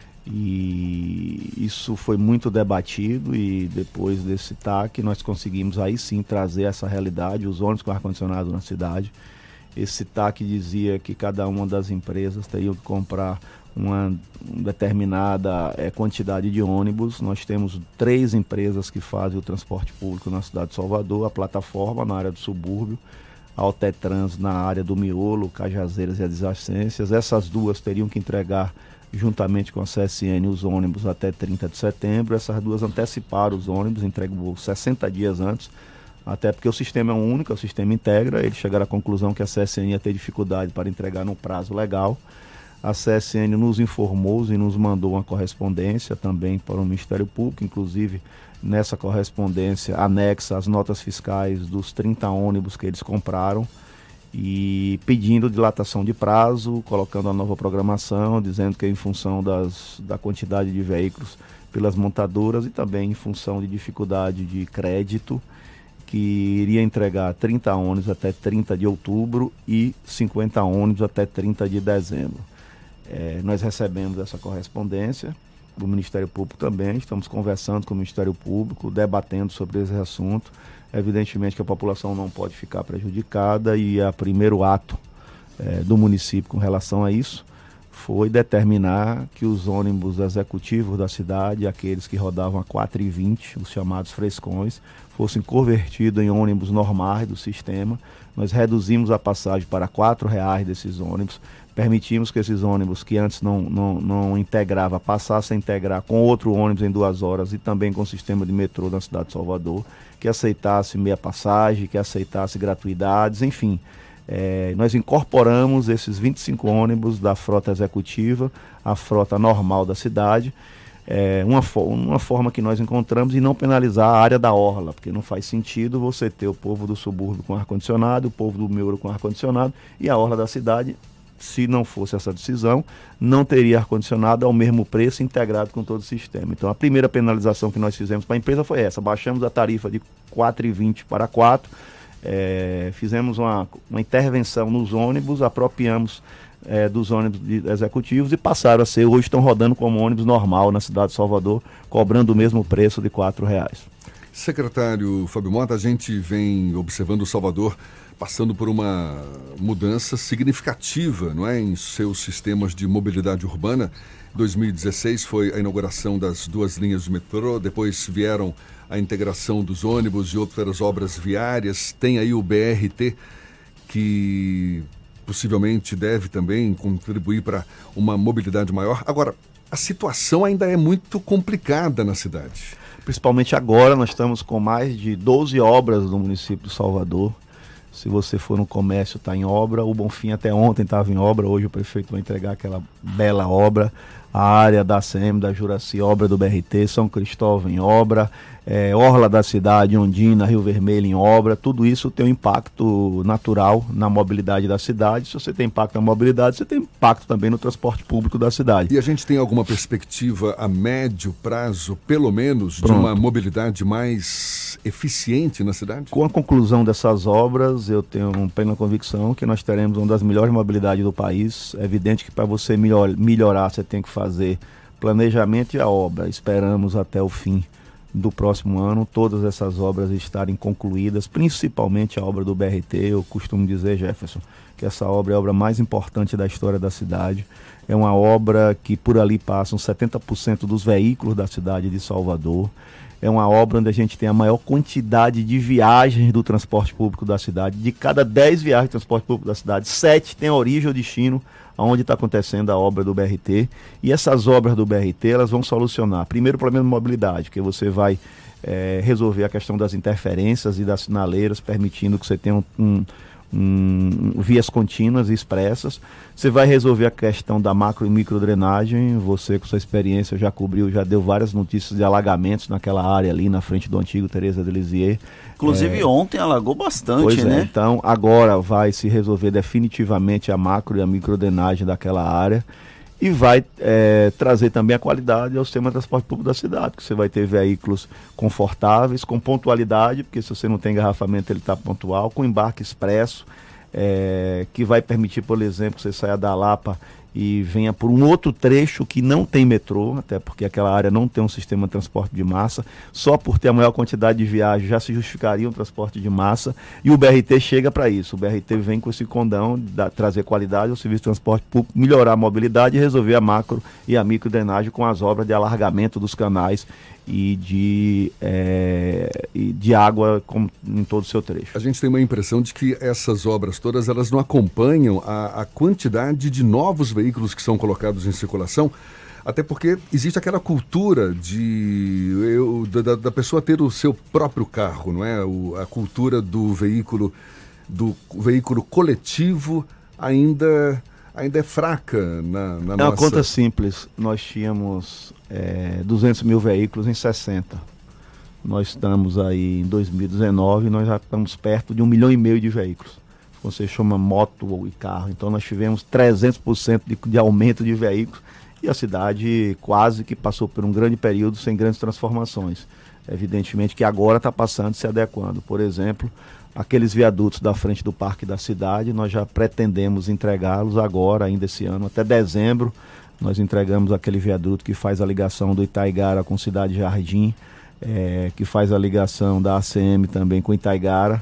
E isso foi muito debatido e depois desse T A C nós conseguimos aí sim trazer essa realidade, os ônibus com ar-condicionado na cidade. Esse T A C dizia que cada uma das empresas teria que comprar uma determinada é, quantidade de ônibus. Nós temos três empresas que fazem o transporte público na cidade de Salvador, a Plataforma na área do subúrbio, a Altetrans na área do miolo, Cajazeiras e Adjacências. Essas duas teriam que entregar juntamente com a C S N os ônibus até trinta de setembro. Essas duas anteciparam os ônibus, entregou sessenta dias antes, até porque o sistema é um único, o sistema integra. Eles chegaram à conclusão que a C S N ia ter dificuldade para entregar no prazo legal. A C S N nos informou e nos mandou uma correspondência também para o Ministério Público, inclusive nessa correspondência anexa as notas fiscais dos trinta ônibus que eles compraram, e pedindo dilatação de prazo, colocando a nova programação, dizendo que é em função das, da quantidade de veículos pelas montadoras e também em função de dificuldade de crédito, que iria entregar trinta ônibus até trinta de outubro e cinquenta ônibus até trinta de dezembro. É, nós recebemos essa correspondência do Ministério Público também, estamos conversando com o Ministério Público, debatendo sobre esse assunto. Evidentemente que a população não pode ficar prejudicada e o primeiro ato é, do município com relação a isso foi determinar que os ônibus executivos da cidade, aqueles que rodavam a quatro e vinte, os chamados frescões, fossem convertidos em ônibus normais do sistema. Nós reduzimos a passagem para quatro reais desses ônibus, permitimos que esses ônibus que antes não, não, não integrava, passassem a integrar com outro ônibus em duas horas e também com o sistema de metrô na cidade de Salvador, que aceitasse meia passagem, que aceitasse gratuidades, enfim. É, nós incorporamos esses vinte e cinco ônibus da frota executiva à frota normal da cidade, é, uma, uma forma que nós encontramos e não penalizar a área da orla, porque não faz sentido você ter o povo do subúrbio com ar-condicionado, o povo do miolo com ar-condicionado e a orla da cidade se não fosse essa decisão, não teria ar-condicionado ao mesmo preço integrado com todo o sistema. Então a primeira penalização que nós fizemos para a empresa foi essa, baixamos a tarifa de quatro reais e vinte centavos para quatro reais, é, fizemos uma, uma intervenção nos ônibus, apropriamos é, dos ônibus de executivos e passaram a ser, hoje estão rodando como ônibus normal na cidade de Salvador, cobrando o mesmo preço de quatro reais. Secretário Fábio Mota, a gente vem observando o Salvador passando por uma mudança significativa, não é, em seus sistemas de mobilidade urbana. dois mil e dezesseis foi a inauguração das duas linhas de metrô, depois vieram a integração dos ônibus e outras obras viárias. Tem aí o B R T, que possivelmente deve também contribuir para uma mobilidade maior. Agora, a situação ainda é muito complicada na cidade. Principalmente agora, nós estamos com mais de doze obras no município de Salvador. Se você for no comércio, está em obra. O Bonfim até ontem estava em obra, hoje o prefeito vai entregar aquela bela obra. A área da A C M, da Juraci, obra do B R T, São Cristóvão em obra, é, Orla da cidade, Ondina, Rio Vermelho em obra. Tudo isso tem um impacto natural na mobilidade da cidade. Se você tem impacto na mobilidade, você tem impacto também no transporte público da cidade. E a gente tem alguma perspectiva a médio prazo, pelo menos, Pronto. de uma mobilidade mais eficiente na cidade? Com a conclusão dessas obras, eu tenho plena convicção que nós teremos uma das melhores mobilidades do país. É evidente que para você melhor, melhorar, você tem que fazer planejamento e a obra. Esperamos até o fim do próximo ano todas essas obras estarem concluídas, principalmente a obra do B R T. Eu costumo dizer, Jefferson, que essa obra é a obra mais importante da história da cidade. É uma obra que por ali passam setenta por cento dos veículos da cidade de Salvador. É uma obra onde a gente tem a maior quantidade de viagens do transporte público da cidade. De cada dez viagens do transporte público da cidade, sete têm origem ou destino onde está acontecendo a obra do B R T. E essas obras do B R T, elas vão solucionar, primeiro, o problema de mobilidade, que você vai é, resolver a questão das interferências e das sinaleiras, permitindo que você tenha um, um, um, vias contínuas e expressas. Você vai resolver a questão da macro e micro drenagem. Você, com sua experiência, já cobriu, já deu várias notícias de alagamentos naquela área ali na frente do antigo Teresa de Lisieux. Inclusive é, ontem alagou bastante, pois né? É, então agora vai se resolver definitivamente a macro e a micro drenagem daquela área e vai é, trazer também a qualidade ao sistema de transporte público da cidade, que você vai ter veículos confortáveis, com pontualidade, porque se você não tem engarrafamento ele está pontual, com embarque expresso, é, que vai permitir, por exemplo, que você saia da Lapa e venha por um outro trecho que não tem metrô, até porque aquela área não tem um sistema de transporte de massa. Só por ter a maior quantidade de viagens já se justificaria um transporte de massa, e o B R T chega para isso. O B R T vem com esse condão, da, trazer qualidade ao serviço de transporte público, melhorar a mobilidade e resolver a macro e a micro drenagem com as obras de alargamento dos canais e de, é, e de água com, em todo o seu trecho. A gente tem uma impressão de que essas obras todas, elas não acompanham a, a quantidade de novos veículos que são colocados em circulação, até porque existe aquela cultura de, eu, da, da pessoa ter o seu próprio carro, não é? O, a cultura do veículo, do veículo coletivo ainda... ainda é fraca na, na é nossa... É uma conta simples. Nós tínhamos é, duzentos mil veículos em sessenta. Nós estamos aí em dois mil e dezenove, nós já estamos perto de um milhão e meio de veículos. Você chama moto e carro. Então nós tivemos trezentos por cento de, de aumento de veículos e a cidade quase que passou por um grande período sem grandes transformações. Evidentemente que agora está passando e se adequando. Por exemplo, aqueles viadutos da frente do Parque da Cidade, nós já pretendemos entregá-los agora, ainda esse ano, até dezembro. Nós entregamos aquele viaduto que faz a ligação do Itaigara com Cidade Jardim, é, que faz a ligação da A C M também com Itaigara.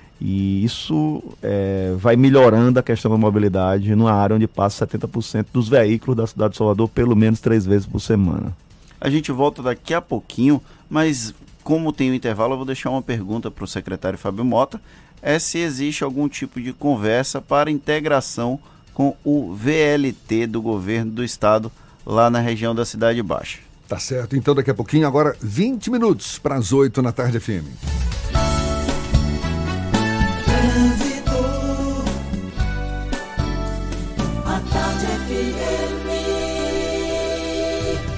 E isso é, vai melhorando a questão da mobilidade numa área onde passa setenta por cento dos veículos da cidade de Salvador, pelo menos três vezes por semana. A gente volta daqui a pouquinho, mas como tem o intervalo, eu vou deixar uma pergunta para o secretário Fábio Mota, é se existe algum tipo de conversa para integração com o V L T do governo do estado lá na região da Cidade Baixa. Tá certo, então daqui a pouquinho, agora vinte minutos para as oito na Tarde F M.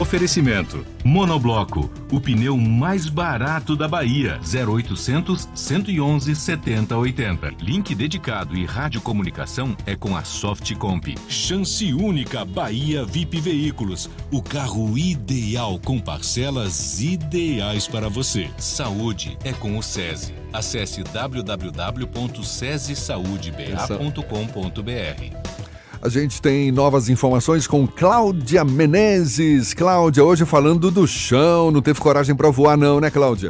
Oferecimento. Monobloco, o pneu mais barato da Bahia. zero oitocentos, cento e onze, setenta, oitenta. Link dedicado e radiocomunicação é com a Softcomp. Chance única Bahia V I P Veículos. O carro ideal com parcelas ideais para você. Saúde é com o SESI. Acesse w w w ponto sesi saúde b a ponto com ponto b r. A gente tem novas informações com Cláudia Menezes. Cláudia, hoje falando do chão, não teve coragem para voar não, né, Cláudia?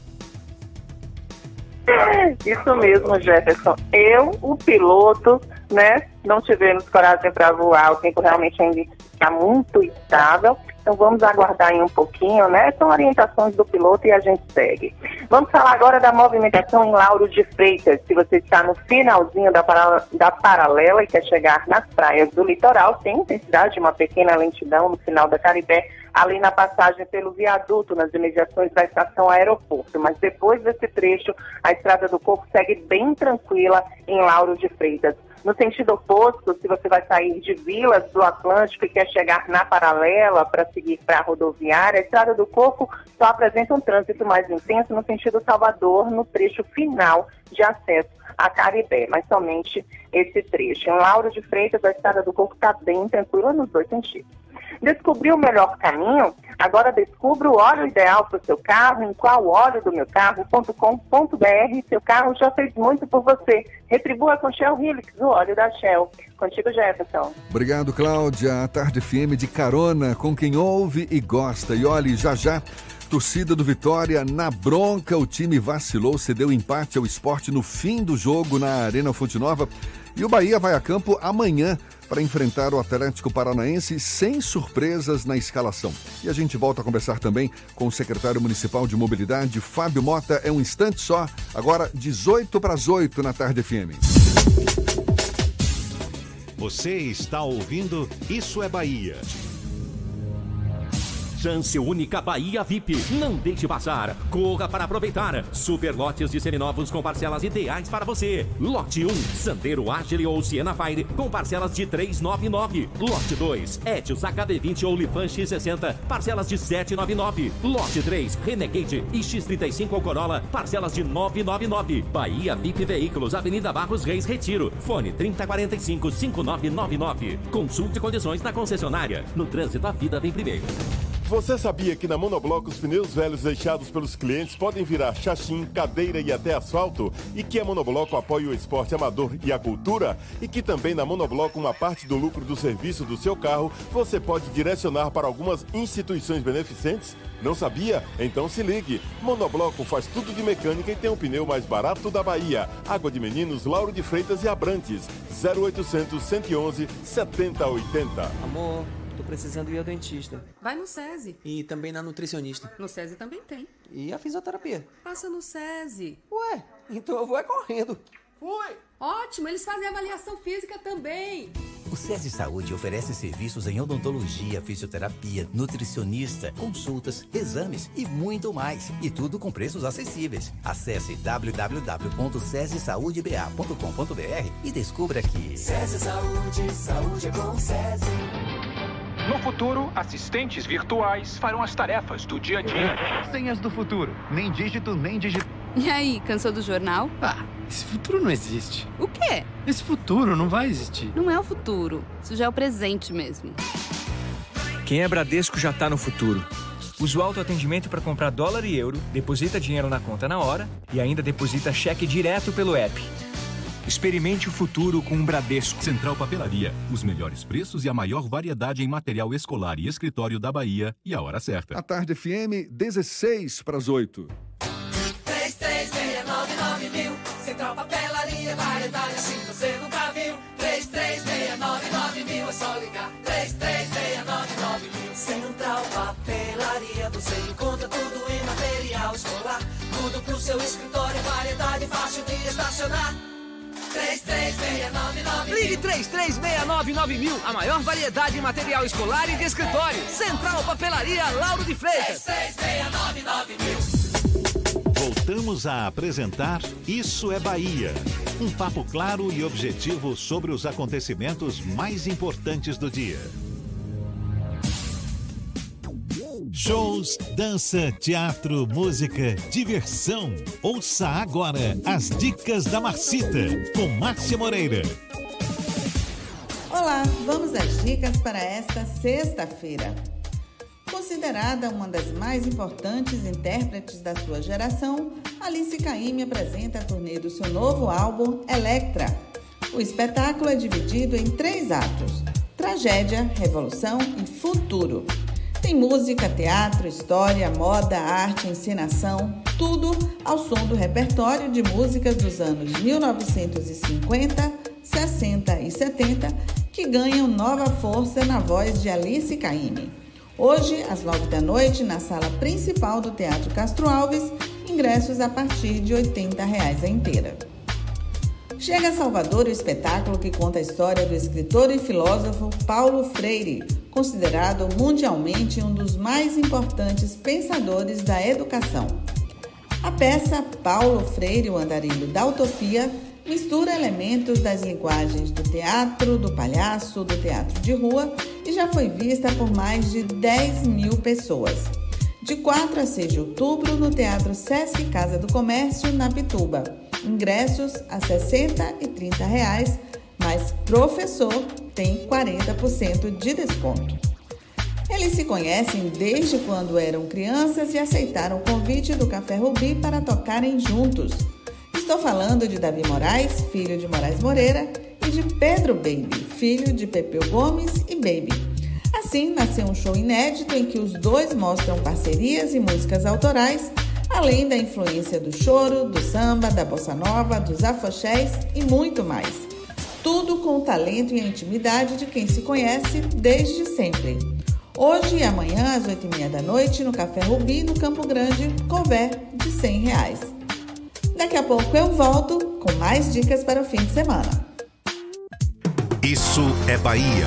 Isso mesmo, Jefferson. Eu, o piloto, né, não tivemos coragem para voar, o tempo realmente ainda está muito instável. Então vamos aguardar aí um pouquinho, né? São orientações do piloto e a gente segue. Vamos falar agora da movimentação em Lauro de Freitas. Se você está no finalzinho da, para... da paralela e quer chegar nas praias do litoral, tem intensidade de uma pequena lentidão no final da Caribé, ali na passagem pelo viaduto, nas imediações da estação aeroporto. Mas depois desse trecho, a Estrada do Coco segue bem tranquila em Lauro de Freitas. No sentido oposto, se você vai sair de Vilas do Atlântico e quer chegar na paralela para seguir para a rodoviária, a Estrada do Coco só apresenta um trânsito mais intenso no sentido Salvador, no trecho final de acesso a Caribé, mas somente esse trecho. Em Lauro de Freitas, a Estrada do Coco está bem tranquila nos dois sentidos. Descobriu o melhor caminho? Agora descubra o óleo ideal para o seu carro em qual óleo do meu carro ponto com ponto b r. Seu carro já fez muito por você. Retribua com Shell Helix, o óleo da Shell. Contigo, Jefferson. Obrigado, Cláudia. A Tarde F M de carona com quem ouve e gosta. E olhe, já já, torcida do Vitória na bronca. O time vacilou, cedeu empate ao Sport no fim do jogo na Arena Fonte Nova. E o Bahia vai a campo amanhã para enfrentar o Atlético Paranaense sem surpresas na escalação. E a gente volta a conversar também com o secretário municipal de mobilidade, Fábio Mota. É um instante só, agora dezoito para as oito na Tarde F M. Você está ouvindo Isso é Bahia. Chance única Bahia V I P. Não deixe passar. Corra para aproveitar. Super lotes de seminovos com parcelas ideais para você. Lote um, Sandero Agile ou Siena Fire com parcelas de trezentos e noventa e nove reais. Lote dois, Etios H D vinte ou Lifan X sessenta, parcelas de setecentos e noventa e nove reais. Lote três, Renegade e X trinta e cinco ou Corolla, parcelas de novecentos e noventa e nove reais. Bahia V I P Veículos, Avenida Barros Reis, Retiro. Fone trinta quarenta e cinco, cinquenta e nove noventa e nove. Consulte condições na concessionária. No trânsito, a vida vem primeiro. Você sabia que na Monobloco os pneus velhos deixados pelos clientes podem virar chachim, cadeira e até asfalto? E que a Monobloco apoia o esporte amador e a cultura? E que também na Monobloco uma parte do lucro do serviço do seu carro você pode direcionar para algumas instituições beneficentes? Não sabia? Então se ligue. Monobloco faz tudo de mecânica e tem o pneu mais barato da Bahia. Água de Meninos, Lauro de Freitas e Abrantes. zero oitocentos, cento e onze, setenta, oitenta. Amor, tô precisando ir ao dentista. Vai no SESI. E também na nutricionista. No SESI também tem. E a fisioterapia. Passa no SESI. Ué, então eu vou é correndo. Fui! Ótimo, eles fazem avaliação física também. O SESI Saúde oferece serviços em odontologia, fisioterapia, nutricionista, consultas, exames e muito mais. E tudo com preços acessíveis. Acesse w w w ponto sesi saúde b a ponto com ponto b r e descubra que... SESI Saúde, saúde é com SESI. No futuro, assistentes virtuais farão as tarefas do dia a dia. Senhas do futuro. Nem dígito, nem dígito. E aí, cansou do jornal? Ah, esse futuro não existe. O quê? Esse futuro não vai existir. Não é o futuro. Isso já é o presente mesmo. Quem é Bradesco já tá no futuro. Usa o autoatendimento para comprar dólar e euro, deposita dinheiro na conta na hora e ainda deposita cheque direto pelo app. Experimente o futuro com o Bradesco. Central Papelaria. Os melhores preços e a maior variedade em material escolar e escritório da Bahia. E a hora certa. A Tarde F M, dezesseis para as oito. três três seis nove nove mil. Central Papelaria, variedade assim você nunca viu. três três seis nove nove mil. É só ligar. três três seis nove nove mil. Central Papelaria, você encontra tudo em material escolar. Tudo pro seu escritório, variedade fácil de estacionar. três três seis nove nove mil. Ligue três três seis nove nove mil. A maior variedade em material escolar e de escritório. Central Papelaria Lauro de Freitas. três três seis nove nove mil. Voltamos a apresentar Isso é Bahia. Um papo claro e objetivo sobre os acontecimentos mais importantes do dia. Shows, dança, teatro, música, diversão. Ouça agora as dicas da Marcita, com Márcia Moreira. Olá, vamos às dicas para esta sexta-feira. Considerada uma das mais importantes intérpretes da sua geração, Alice Caymmi apresenta a turnê do seu novo álbum, Electra. O espetáculo é dividido em três atos: tragédia, revolução e futuro. Tem música, teatro, história, moda, arte, encenação, tudo ao som do repertório de músicas dos anos mil novecentos e cinquenta, sessenta e setenta, que ganham nova força na voz de Alice Caymmi. Hoje, às nove da noite, na sala principal do Teatro Castro Alves, ingressos a partir de oitenta reais a inteira. Chega a Salvador o espetáculo que conta a história do escritor e filósofo Paulo Freire, considerado mundialmente um dos mais importantes pensadores da educação. A peça Paulo Freire, o andarilho da utopia, mistura elementos das linguagens do teatro, do palhaço, do teatro de rua e já foi vista por mais de dez mil pessoas. De quatro a seis de outubro, no Teatro Sesc Casa do Comércio, na Pituba. Ingressos a sessenta e trinta reais, mas professor tem quarenta por cento de desconto. Eles se conhecem desde quando eram crianças e aceitaram o convite do Café Rubi para tocarem juntos. Estou falando de Davi Moraes, filho de Moraes Moreira, e de Pedro Baby, filho de Pepeu Gomes e Baby. Assim, nasceu um show inédito em que os dois mostram parcerias e músicas autorais, além da influência do choro, do samba, da bossa nova, dos afoxés e muito mais. Tudo com o talento e a intimidade de quem se conhece desde sempre. Hoje e amanhã, às oito e meia da noite, no Café Rubi, no Campo Grande, couvert de cem reais. Daqui a pouco eu volto com mais dicas para o fim de semana. Isso é Bahia.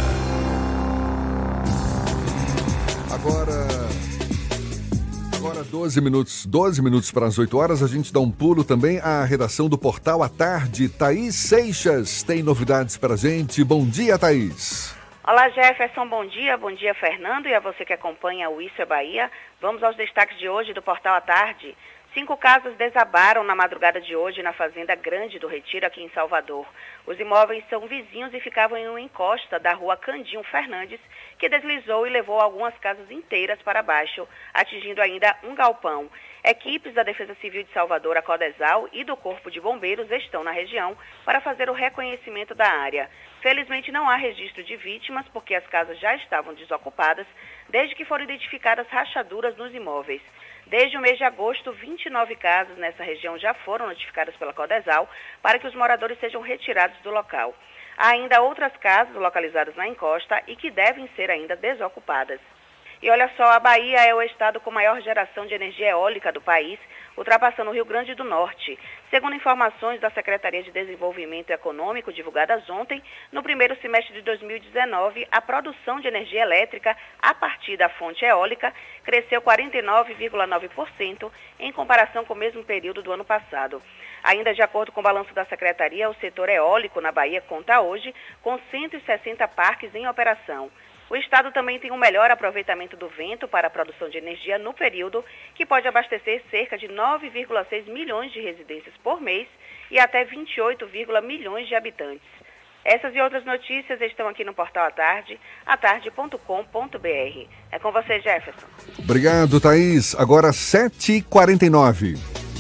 Agora, agora doze minutos, doze minutos para as oito horas, a gente dá um pulo também à redação do Portal à Tarde. Thaís Seixas tem novidades para a gente. Bom dia, Thaís. Olá, Jefferson, bom dia. Bom dia, Fernando, e a você que acompanha o Isso é Bahia. Vamos aos destaques de hoje do Portal à Tarde. Cinco casas desabaram na madrugada de hoje na Fazenda Grande do Retiro, aqui em Salvador. Os imóveis são vizinhos e ficavam em uma encosta da rua Candinho Fernandes, que deslizou e levou algumas casas inteiras para baixo, atingindo ainda um galpão. Equipes da Defesa Civil de Salvador, a Codesal, e do Corpo de Bombeiros estão na região para fazer o reconhecimento da área. Felizmente não há registro de vítimas, porque as casas já estavam desocupadas desde que foram identificadas rachaduras nos imóveis. Desde o mês de agosto, vinte e nove casas nessa região já foram notificadas pela Codesal para que os moradores sejam retirados do local. Há ainda outras casas localizadas na encosta e que devem ser ainda desocupadas. E olha só, a Bahia é o estado com maior geração de energia eólica do país, ultrapassando o Rio Grande do Norte. Segundo informações da Secretaria de Desenvolvimento Econômico divulgadas ontem, no primeiro semestre de dois mil e dezenove, a produção de energia elétrica a partir da fonte eólica cresceu quarenta e nove vírgula nove por cento em comparação com o mesmo período do ano passado. Ainda de acordo com o balanço da Secretaria, o setor eólico na Bahia conta hoje com cento e sessenta parques em operação. O estado também tem um melhor aproveitamento do vento para a produção de energia no período, que pode abastecer cerca de nove vírgula seis milhões de residências por mês e até vinte e oito milhões de habitantes. Essas e outras notícias estão aqui no Portal à Tarde, atarde ponto com ponto br. É com você, Jefferson. Obrigado, Thaís. Agora sete e quarenta e nove.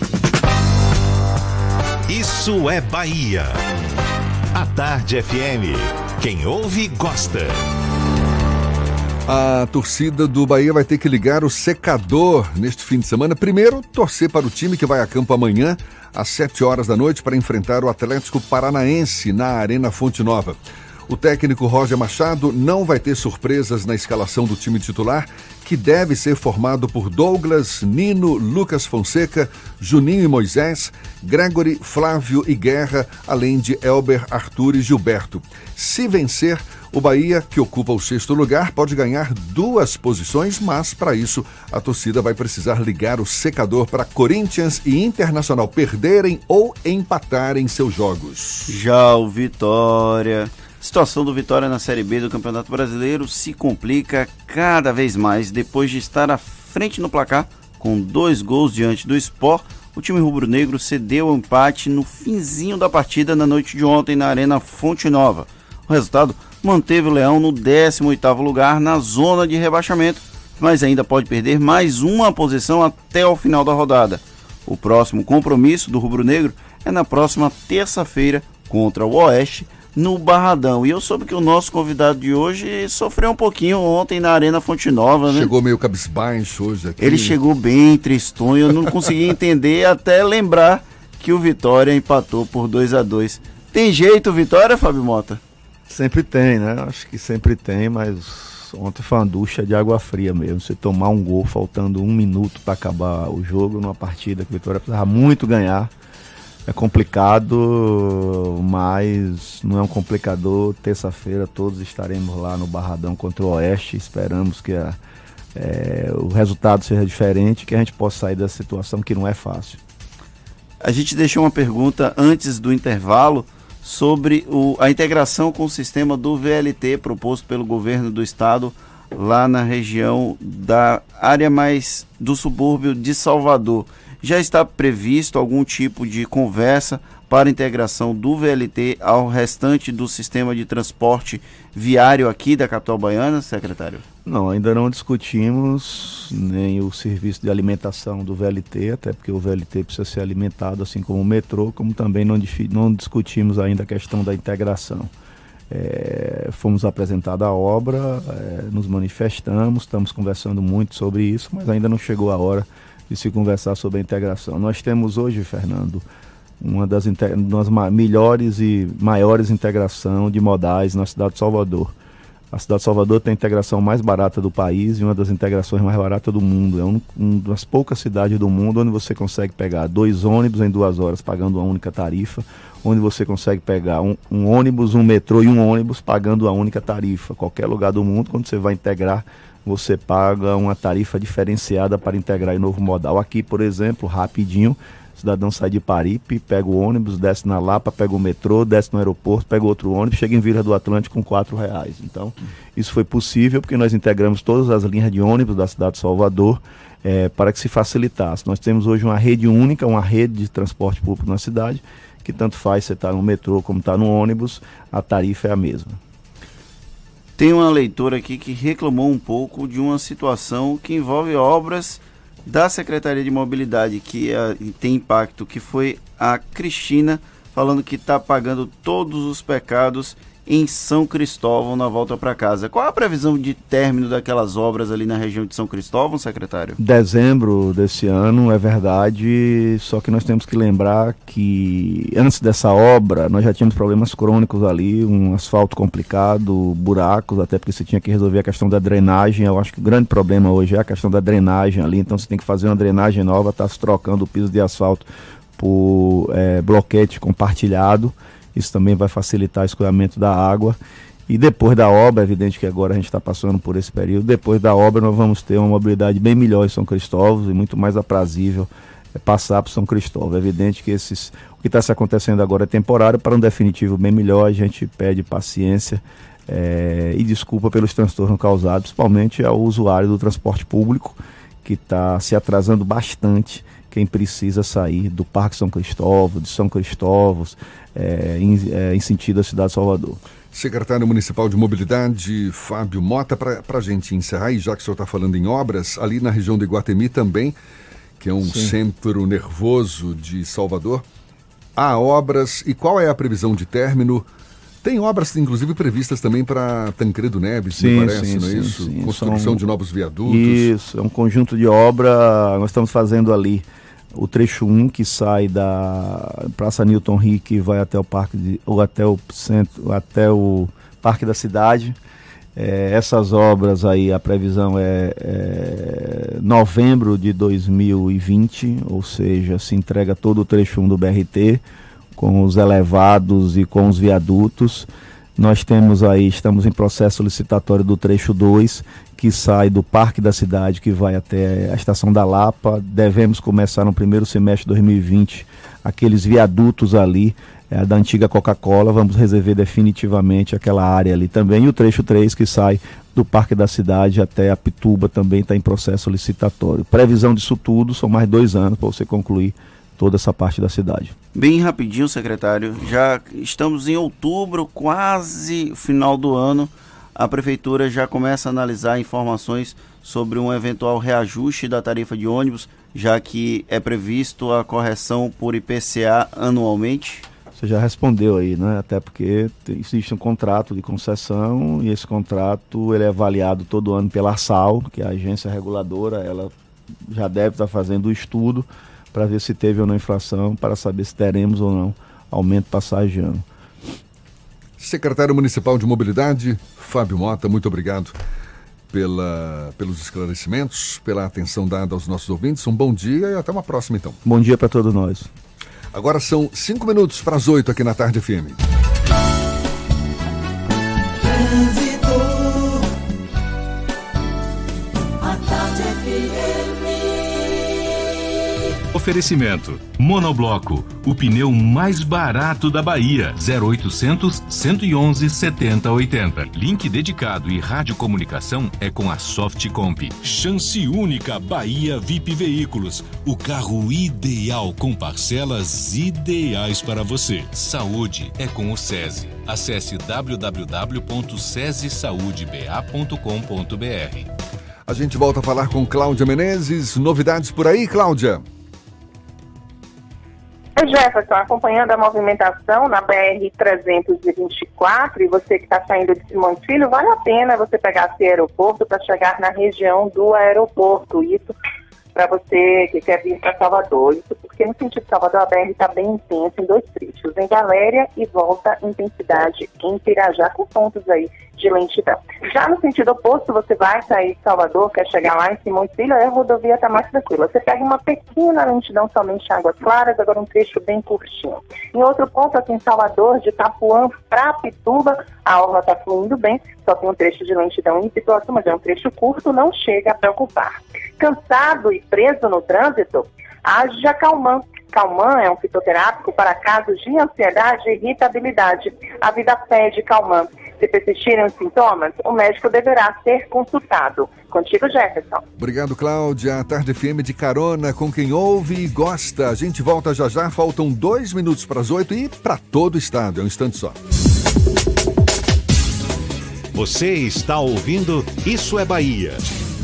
Isso é Bahia. A Tarde F M. Quem ouve, gosta. A torcida do Bahia vai ter que ligar o secador neste fim de semana. Primeiro, torcer para o time que vai a campo amanhã, às sete horas da noite, para enfrentar o Atlético Paranaense na Arena Fonte Nova. O técnico Roger Machado não vai ter surpresas na escalação do time titular, que deve ser formado por Douglas, Nino, Lucas Fonseca, Juninho e Moisés, Gregory, Flávio e Guerra, além de Elber, Arthur e Gilberto. Se vencer, o Bahia, que ocupa o sexto lugar, pode ganhar duas posições, mas para isso a torcida vai precisar ligar o secador para Corinthians e Internacional perderem ou empatarem seus jogos. Já o Vitória... A situação do Vitória na Série B do Campeonato Brasileiro se complica cada vez mais depois de estar à frente no placar com dois gols diante do Sport, o time rubro-negro cedeu o empate no finzinho da partida na noite de ontem na Arena Fonte Nova. O resultado manteve o Leão no décimo oitavo lugar na zona de rebaixamento, mas ainda pode perder mais uma posição até o final da rodada. O próximo compromisso do rubro-negro é na próxima terça-feira contra o Oeste, no Barradão. E eu soube que o nosso convidado de hoje sofreu um pouquinho ontem na Arena Fonte Nova, né? Chegou meio cabisbaixo hoje aqui. Ele chegou bem tristonho, eu não consegui entender até lembrar que o Vitória empatou por dois a dois. Tem jeito, Vitória, Fábio Mota? Sempre tem, né? Acho que sempre tem, mas ontem foi uma ducha de água fria mesmo. Você tomar um gol faltando um minuto para acabar o jogo numa partida que o Vitória precisava muito ganhar. É complicado, mas não é um complicador. Terça-feira todos estaremos lá no Barradão contra o Oeste. Esperamos que a, é, o resultado seja diferente, que a gente possa sair dessa situação que não é fácil. A gente deixou uma pergunta antes do intervalo sobre o, a integração com o sistema do V L T proposto pelo governo do estado lá na região da área mais do subúrbio de Salvador. Já está previsto algum tipo de conversa para a integração do V L T ao restante do sistema de transporte viário aqui da capital baiana, secretário? Não, ainda não discutimos nem o serviço de alimentação do V L T, até porque o V L T precisa ser alimentado assim como o metrô, como também não, não discutimos ainda a questão da integração. É, fomos apresentada a obra, é, nos manifestamos, estamos conversando muito sobre isso, mas ainda não chegou a hora de se conversar sobre a integração. Nós temos hoje, Fernando, uma das, das melhores e maiores integrações de modais na cidade de Salvador. A cidade de Salvador tem a integração mais barata do país e uma das integrações mais baratas do mundo. É um, uma das poucas cidades do mundo onde você consegue pegar dois ônibus em duas horas pagando uma única tarifa, onde você consegue pegar um, um ônibus, um metrô e um ônibus pagando a única tarifa. Qualquer lugar do mundo, quando você vai integrar, você paga uma tarifa diferenciada para integrar em novo modal. Aqui, por exemplo, rapidinho, o cidadão sai de Paripe, pega o ônibus, desce na Lapa, pega o metrô, desce no aeroporto, pega outro ônibus, chega em Vila do Atlântico com quatro reais. Então, isso foi possível porque nós integramos todas as linhas de ônibus da cidade de Salvador é, para que se facilitasse. Nós temos hoje uma rede única, uma rede de transporte público na cidade, que tanto faz você estar no metrô como estar no ônibus, a tarifa é a mesma. Tem uma leitora aqui que reclamou um pouco de uma situação que envolve obras da Secretaria de Mobilidade, que é, tem impacto, que foi a Cristina falando que está pagando todos os pecados em São Cristóvão na volta para casa. Qual a previsão de término daquelas obras ali na região de São Cristóvão, secretário? Dezembro desse ano, é verdade, só que nós temos que lembrar que antes dessa obra nós já tínhamos problemas crônicos ali, um asfalto complicado, buracos, até porque você tinha que resolver a questão da drenagem. Eu acho que o grande problema hoje é a questão da drenagem ali, então você tem que fazer uma drenagem nova, está se trocando o piso de asfalto por é, bloquete compartilhado. Isso também vai facilitar o escoamento da água. E depois da obra, é evidente que agora a gente está passando por esse período, depois da obra nós vamos ter uma mobilidade bem melhor em São Cristóvão e muito mais aprazível é, passar por São Cristóvão. É evidente que esses, o que está se acontecendo agora é temporário, para um definitivo bem melhor a gente pede paciência é, e desculpa pelos transtornos causados, principalmente ao usuário do transporte público, que está se atrasando bastante. Quem precisa sair do Parque São Cristóvão, de São Cristóvão, é, em, é, em sentido à cidade de Salvador. Secretário Municipal de Mobilidade, Fábio Mota, para a gente encerrar, e já que o senhor está falando em obras, ali na região de Iguatemi também, que é um Sim. centro nervoso de Salvador, há obras, e qual é a previsão de término? Tem obras, inclusive, previstas também para Tancredo Neves, sim, me parece, sim, não é sim, isso? Sim. Construção São... de novos viadutos. Isso, é um conjunto de obra. Nós estamos fazendo ali o trecho um, que sai da Praça Newton Rick e vai até o parque de, ou até o centro, até o Parque da Cidade. É, essas obras aí, a previsão é, é novembro de dois mil e vinte, ou seja, se entrega todo o trecho um do B R T, com os elevados e com os viadutos. Nós temos aí, estamos em processo licitatório do trecho dois, que sai do Parque da Cidade, que vai até a Estação da Lapa. Devemos começar no primeiro semestre de dois mil e vinte, aqueles viadutos ali, é, da antiga Coca-Cola. Vamos resolver definitivamente aquela área ali também. E o trecho três, que sai do Parque da Cidade até a Pituba também está em processo licitatório. Previsão disso tudo, são mais dois anos para você concluir toda essa parte da cidade. Bem rapidinho, secretário, já estamos em outubro, quase final do ano, a Prefeitura já começa a analisar informações sobre um eventual reajuste da tarifa de ônibus, já que é previsto a correção por I P C A anualmente? Você já respondeu aí, né? Até porque existe um contrato de concessão e esse contrato ele é avaliado todo ano pela ARSAL, que é a agência reguladora, ela já deve estar fazendo o estudo para ver se teve ou não inflação, para saber se teremos ou não aumento passagiano. Secretário Municipal de Mobilidade, Fábio Mota, muito obrigado pela, pelos esclarecimentos, pela atenção dada aos nossos ouvintes. Um bom dia e até uma próxima, então. Bom dia para todos nós. Agora são cinco minutos para as oito aqui na Tarde F M. Oferecimento. Monobloco, o pneu mais barato da Bahia. zero oitocentos, cento e onze, setenta, oitenta. Link dedicado e radiocomunicação é com a Softcomp. Chance única Bahia V I P Veículos. O carro ideal com parcelas ideais para você. Saúde é com o SESI. Acesse w w w ponto sesi saúde b a ponto com ponto b r. A gente volta a falar com Cláudia Menezes. Novidades por aí, Cláudia? Jefferson, acompanhando a movimentação na B R trezentos e vinte e quatro, e você que está saindo de Simões Filho, vale a pena você pegar esse aeroporto para chegar na região do aeroporto. Isso para você que quer vir para Salvador. Isso porque no sentido de Salvador a B R está bem intensa em dois trechos, em Galéria e volta intensidade em Pirajá, com pontos aí de lentidão. Já no sentido oposto, você vai sair de Salvador, quer chegar lá em Simões Filho, aí a rodovia está mais tranquila. Você pega uma pequena lentidão somente em Águas Claras, agora um trecho bem curtinho. Em outro ponto, aqui em Salvador, de Itapuã para Pituba, a orla está fluindo bem, só tem um trecho de lentidão em Pituaçu, mas é um trecho curto, não chega a preocupar. Cansado e preso no trânsito, haja Calman. Calman é um fitoterápico para casos de ansiedade e irritabilidade. A vida pede Calman. Se persistirem os sintomas, o médico deverá ser consultado. Contigo, Jefferson. Obrigado, Cláudia. A Tarde F M de carona com quem ouve e gosta. A gente volta já já. Faltam dois minutos para as oito e para todo o estado. É um instante só. Você está ouvindo Isso é Bahia.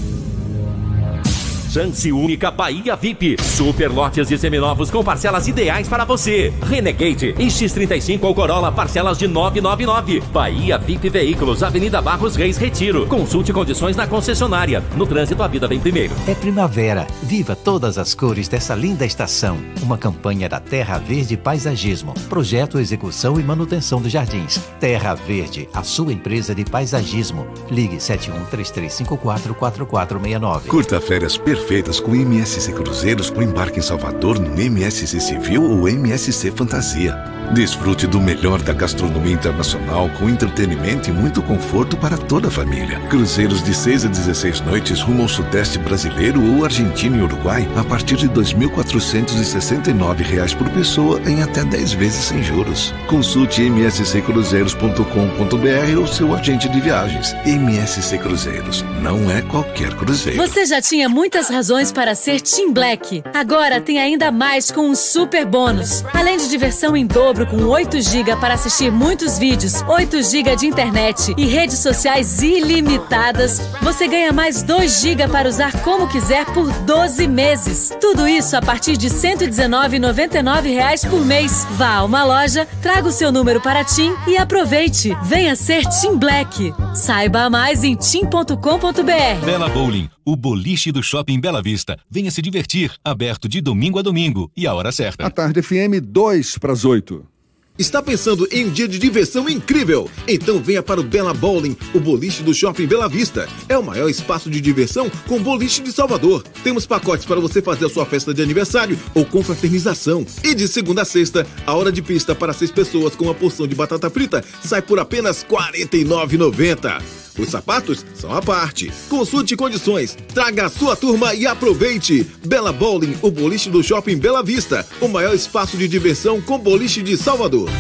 Chance única Bahia V I P. Super lotes de seminovos com parcelas ideais para você. Renegade e X trinta e cinco ou Corolla, parcelas de novecentos e noventa e nove. Bahia V I P Veículos, Avenida Barros Reis, Retiro. Consulte condições na concessionária. No trânsito, a vida vem primeiro. É primavera. Viva todas as cores dessa linda estação. Uma campanha da Terra Verde Paisagismo. Projeto, execução e manutenção dos jardins. Terra Verde, a sua empresa de paisagismo. Ligue sete um três três cinco quatro quatro quatro seis nove. Curta férias perfeitas com M S C Cruzeiros com embarque em Salvador no M S C Civil ou M S C Fantasia. Desfrute do melhor da gastronomia internacional com entretenimento e muito conforto para toda a família. Cruzeiros de seis a dezesseis noites rumo ao Sudeste brasileiro ou Argentina e Uruguai a partir de dois mil quatrocentos e sessenta e nove reais por pessoa em até dez vezes sem juros. Consulte m s c cruzeiros ponto com ponto b r ou seu agente de viagens. M S C Cruzeiros, não é qualquer cruzeiro. Você já tinha muitas razões para ser Team Black. Agora tem ainda mais com um super bônus. Além de diversão em dobro com oito gigas para assistir muitos vídeos, oito gigas de internet e redes sociais ilimitadas, você ganha mais dois gigas para usar como quiser por doze meses. Tudo isso a partir de cento e dezenove reais e noventa e nove centavos por mês. Vá a uma loja, traga o seu número para Tim e aproveite. Venha ser Team Black. Saiba mais em tim ponto com ponto b r. Bela Bowling, o boliche do Shopping Bela Vista. Venha se divertir, aberto de domingo a domingo e a hora certa. A Tarde F M, dois para as oito. Está pensando em um dia de diversão incrível? Então venha para o Bela Bowling, o boliche do Shopping Bela Vista. É o maior espaço de diversão com boliche de Salvador. Temos pacotes para você fazer a sua festa de aniversário ou confraternização. E de segunda a sexta, a hora de pista para seis pessoas com uma porção de batata frita sai por apenas quarenta e nove reais e noventa centavos. Os sapatos são à parte. Consulte condições, traga a sua turma e aproveite. Bela Bowling, o boliche do Shopping Bela Vista. O maior espaço de diversão com boliche de Salvador.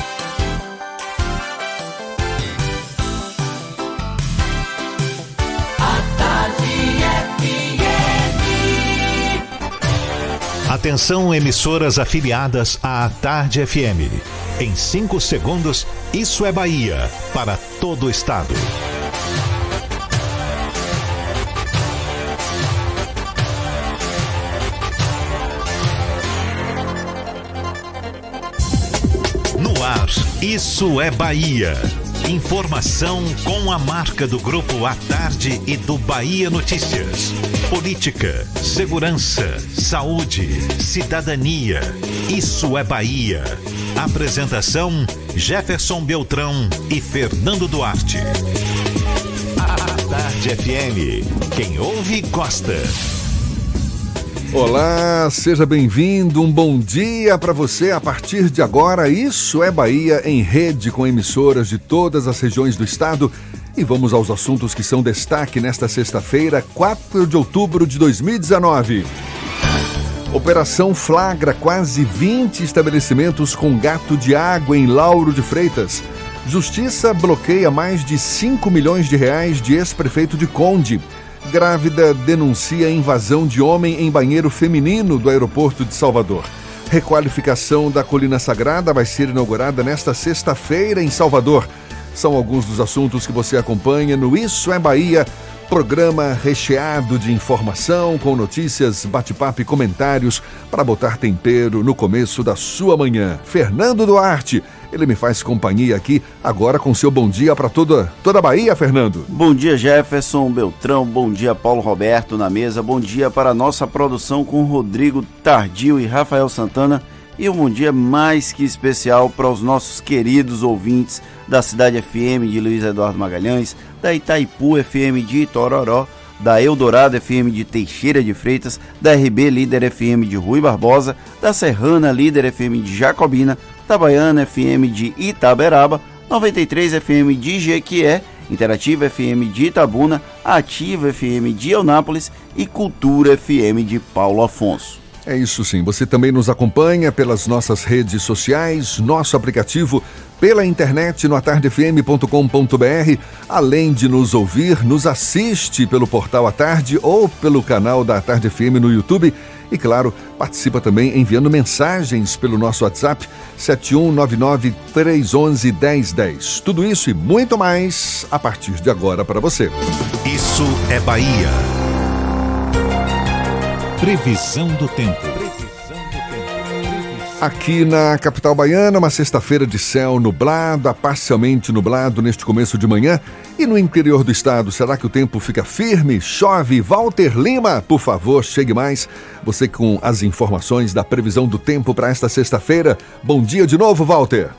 Atenção, emissoras afiliadas à Tarde F M. Em cinco segundos, Isso é Bahia, para todo o estado. No ar, Isso é Bahia. Informação com a marca do Grupo à Tarde e do Bahia Notícias. Política, segurança, saúde, cidadania. Isso é Bahia. Apresentação: Jefferson Beltrão e Fernando Duarte. À Tarde F M. Quem ouve, gosta. Olá, seja bem-vindo, um bom dia para você. A partir de agora, Isso é Bahia em rede com emissoras de todas as regiões do estado. E vamos aos assuntos que são destaque nesta sexta-feira, quatro de outubro de dois mil e dezenove. Operação flagra quase vinte estabelecimentos com gato de água em Lauro de Freitas. Justiça bloqueia mais de cinco milhões de reais de ex-prefeito de Conde. Grávida denuncia invasão de homem em banheiro feminino do aeroporto de Salvador. Requalificação da Colina Sagrada vai ser inaugurada nesta sexta-feira em Salvador. São alguns dos assuntos que você acompanha no Isso é Bahia, programa recheado de informação, com notícias, bate-papo e comentários para botar tempero no começo da sua manhã. Fernando Duarte, ele me faz companhia aqui agora com seu bom dia para toda, toda a Bahia, Fernando. Bom dia, Jefferson Beltrão, bom dia, Paulo Roberto na mesa, bom dia para a nossa produção com Rodrigo Tardio e Rafael Santana, e um bom dia mais que especial para os nossos queridos ouvintes da Cidade F M de Luiz Eduardo Magalhães, da Itaipu F M de Itororó, da Eldorado F M de Teixeira de Freitas, da R B Líder F M de Rui Barbosa, da Serrana Líder F M de Jacobina, da Baiana F M de Itaberaba, noventa e três F M de Jequié, Interativa F M de Itabuna, Ativa F M de Eunápolis e Cultura F M de Paulo Afonso. É isso sim, você também nos acompanha pelas nossas redes sociais, nosso aplicativo, pela internet no a tarde f m ponto com ponto b r, além de nos ouvir, nos assiste pelo portal A Tarde ou pelo canal da A Tarde F M no YouTube e, claro, participa também enviando mensagens pelo nosso WhatsApp sete um nove nove, três um um, um zero um zero. Tudo isso e muito mais a partir de agora para você. Isso é Bahia. Previsão do tempo. Aqui na capital baiana, uma sexta-feira de céu nublado, a parcialmente nublado neste começo de manhã. E no interior do estado, será que o tempo fica firme? Chove? Walter Lima, por favor, chegue mais. Você com as informações da previsão do tempo para esta sexta-feira. Bom dia de novo, Walter.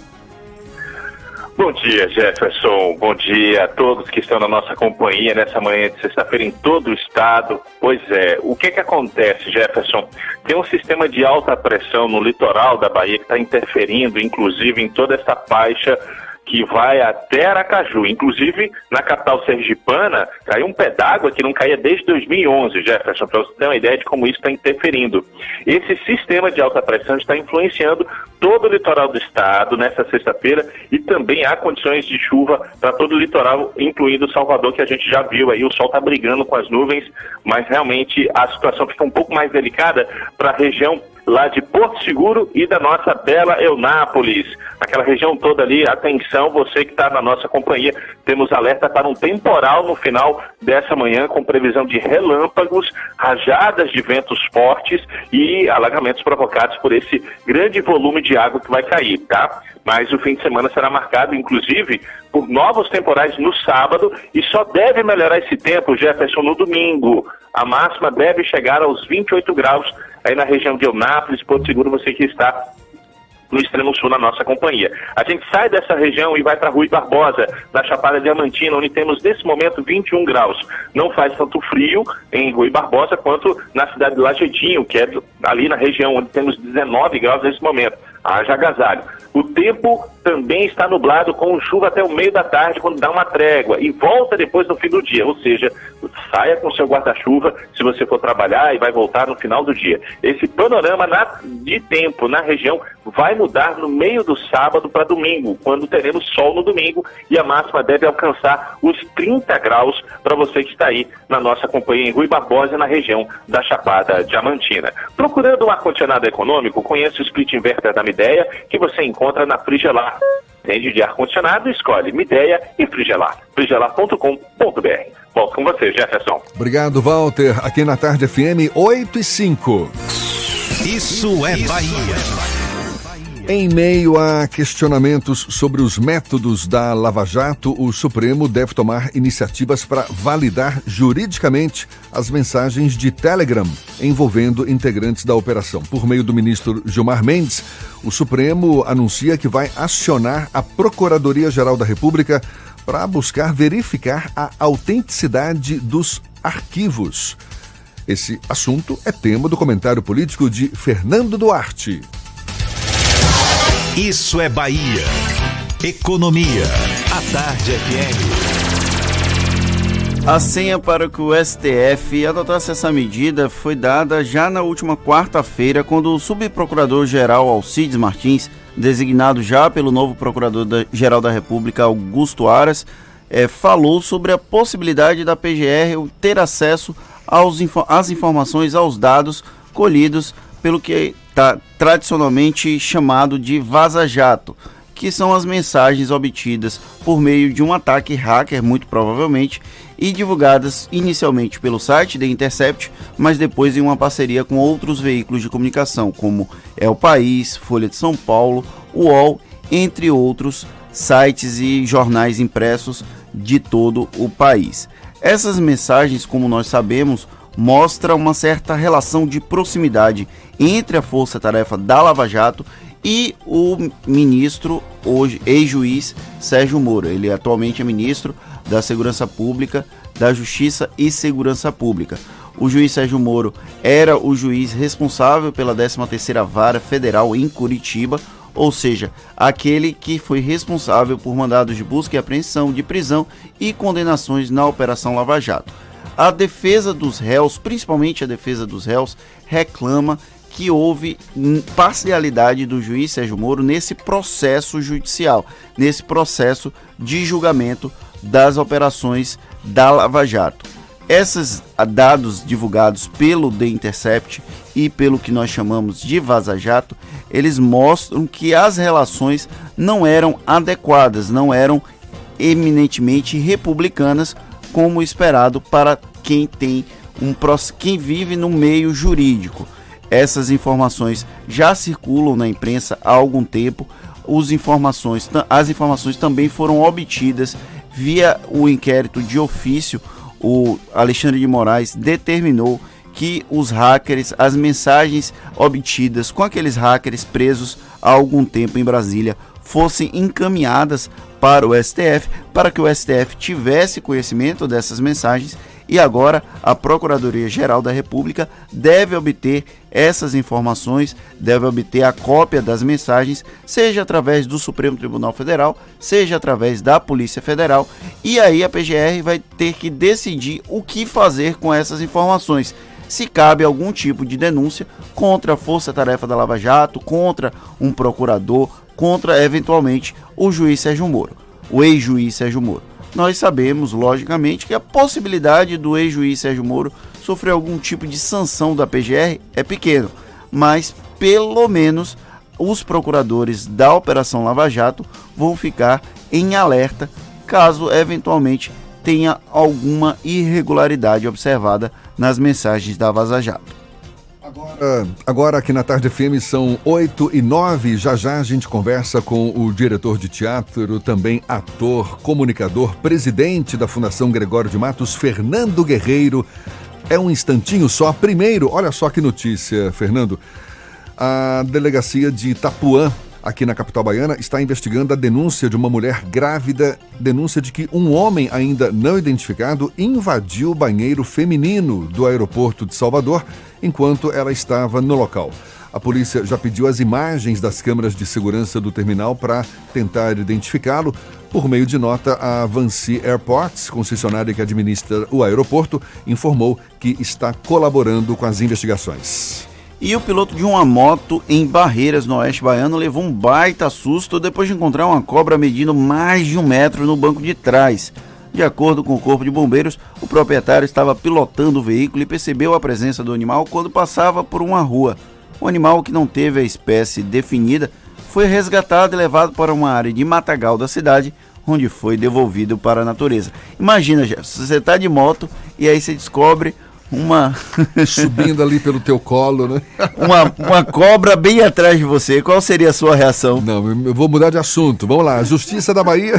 Bom dia, Jefferson. Bom dia a todos que estão na nossa companhia nessa manhã de sexta-feira em todo o estado. Pois é, o que que acontece, Jefferson? Tem um sistema de alta pressão no litoral da Bahia que está interferindo, inclusive, em toda essa faixa que vai até Aracaju. Inclusive, na capital sergipana, caiu um pé d'água que não caía desde dois mil e onze, Jefferson, para você ter uma ideia de como isso está interferindo. Esse sistema de alta pressão está influenciando todo o litoral do estado nessa sexta-feira e também há condições de chuva para todo o litoral, incluindo Salvador, que a gente já viu aí, o sol está brigando com as nuvens, mas realmente a situação fica um pouco mais delicada para a região lá de Porto Seguro e da nossa bela Eunápolis, aquela região toda ali. Atenção, você que está na nossa companhia, temos alerta para um temporal no final dessa manhã, com previsão de relâmpagos, rajadas de ventos fortes e alagamentos provocados por esse grande volume de água que vai cair, tá? Mas o fim de semana será marcado, inclusive, por novos temporais no sábado e só deve melhorar esse tempo, Jefferson, no domingo. A máxima deve chegar aos vinte e oito graus aí na região de Eunápolis, Porto Seguro, você que está no extremo sul na nossa companhia. A gente sai dessa região e vai para Rui Barbosa, na Chapada Diamantina, onde temos nesse momento vinte e um graus. Não faz tanto frio em Rui Barbosa quanto na cidade de Lagedinho, que é ali na região onde temos dezenove graus nesse momento. Haja agasalho. O tempo também está nublado com chuva até o meio da tarde, quando dá uma trégua, e volta depois no fim do dia, ou seja, saia com seu guarda-chuva se você for trabalhar e vai voltar no final do dia. Esse panorama na, de tempo na região vai mudar no meio do sábado para domingo, quando teremos sol no domingo, e a máxima deve alcançar os trinta graus para você que está aí na nossa companhia em Rui Barbosa, na região da Chapada Diamantina. Procurando um ar-condicionado econômico, conheça o split inverter da Midea, que você encontra na Frigelar. Entende de ar-condicionado? Escolhe Midea e Frigelar. frigelar ponto com ponto b r. Volto com você, Jefferson. Obrigado, Walter. Aqui na Tarde F M, oito e cinco. Isso é Bahia. Em meio a questionamentos sobre os métodos da Lava Jato, o Supremo deve tomar iniciativas para validar juridicamente as mensagens de Telegram envolvendo integrantes da operação. Por meio do ministro Gilmar Mendes, o Supremo anuncia que vai acionar a Procuradoria-Geral da República para buscar verificar a autenticidade dos arquivos. Esse assunto é tema do comentário político de Fernando Duarte. Isso é Bahia. Economia. A Tarde F M. A senha para que o S T F adotasse essa medida foi dada já na última quarta-feira, quando o subprocurador-geral Alcides Martins, designado já pelo novo procurador-geral da República, Augusto Aras, é, falou sobre a possibilidade da P G R ter acesso aos, às informações, aos dados colhidos pelo que está tradicionalmente chamado de vaza-jato, que são as mensagens obtidas por meio de um ataque hacker, muito provavelmente, e divulgadas inicialmente pelo site The Intercept, mas depois em uma parceria com outros veículos de comunicação, como É o País, Folha de São Paulo, U O L, entre outros sites e jornais impressos de todo o país. Essas mensagens, como nós sabemos, mostram uma certa relação de proximidade entre a força-tarefa da Lava Jato e o ministro, hoje ex-juiz, Sérgio Moro. Ele atualmente é ministro da Segurança Pública, da Justiça e Segurança Pública. O juiz Sérgio Moro era o juiz responsável pela décima terceira Vara Federal em Curitiba, ou seja, aquele que foi responsável por mandados de busca e apreensão, de prisão e condenações na Operação Lava Jato. A defesa dos réus, principalmente a defesa dos réus, reclama que houve parcialidade do juiz Sérgio Moro nesse processo judicial, nesse processo de julgamento das operações da Lava Jato. Esses dados divulgados pelo The Intercept e pelo que nós chamamos de vaza-jato, eles mostram que as relações não eram adequadas, não eram eminentemente republicanas, como esperado para quem tem um quem vive no meio jurídico. Essas informações já circulam na imprensa há algum tempo. Os informações, as informações também foram obtidas via o inquérito de ofício. O Alexandre de Moraes determinou que os hackers, as mensagens obtidas com aqueles hackers presos há algum tempo em Brasília, fossem encaminhadas para o S T F, para que o S T F tivesse conhecimento dessas mensagens, e agora a Procuradoria-Geral da República deve obter essas informações, deve obter a cópia das mensagens, seja através do Supremo Tribunal Federal, seja através da Polícia Federal, e aí a P G R vai ter que decidir o que fazer com essas informações. Se cabe algum tipo de denúncia contra a Força-Tarefa da Lava Jato, contra um procurador, contra, eventualmente, o juiz Sérgio Moro, o ex-juiz Sérgio Moro. Nós sabemos, logicamente, que a possibilidade do ex-juiz Sérgio Moro sofrer algum tipo de sanção da P G R é pequeno, mas, pelo menos, os procuradores da Operação Lava Jato vão ficar em alerta caso, eventualmente, tenha alguma irregularidade observada nas mensagens da Vaza Jato. Agora, agora aqui na Tarde F M são oito e nove, já já a gente conversa com o diretor de teatro, também ator, comunicador, presidente da Fundação Gregório de Matos, Fernando Guerreiro. É um instantinho só. Primeiro, olha só que notícia, Fernando. A delegacia de Itapuã aqui na capital baiana, está investigando a denúncia de uma mulher grávida, denúncia de que um homem ainda não identificado invadiu o banheiro feminino do aeroporto de Salvador enquanto ela estava no local. A polícia já pediu as imagens das câmeras de segurança do terminal para tentar identificá-lo. Por meio de nota, a Vancy Airports, concessionária que administra o aeroporto, informou que está colaborando com as investigações. E o piloto de uma moto em Barreiras, no Oeste Baiano, levou um baita susto depois de encontrar uma cobra medindo mais de um metro no banco de trás. De acordo com o Corpo de Bombeiros, o proprietário estava pilotando o veículo e percebeu a presença do animal quando passava por uma rua. O animal, que não teve a espécie definida, foi resgatado e levado para uma área de matagal da cidade, onde foi devolvido para a natureza. Imagina, Jefferson, você está de moto e aí você descobre uma... subindo ali pelo teu colo, né? uma, uma cobra bem atrás de você. Qual seria a sua reação? Não, eu vou mudar de assunto. Vamos lá. A Justiça da Bahia...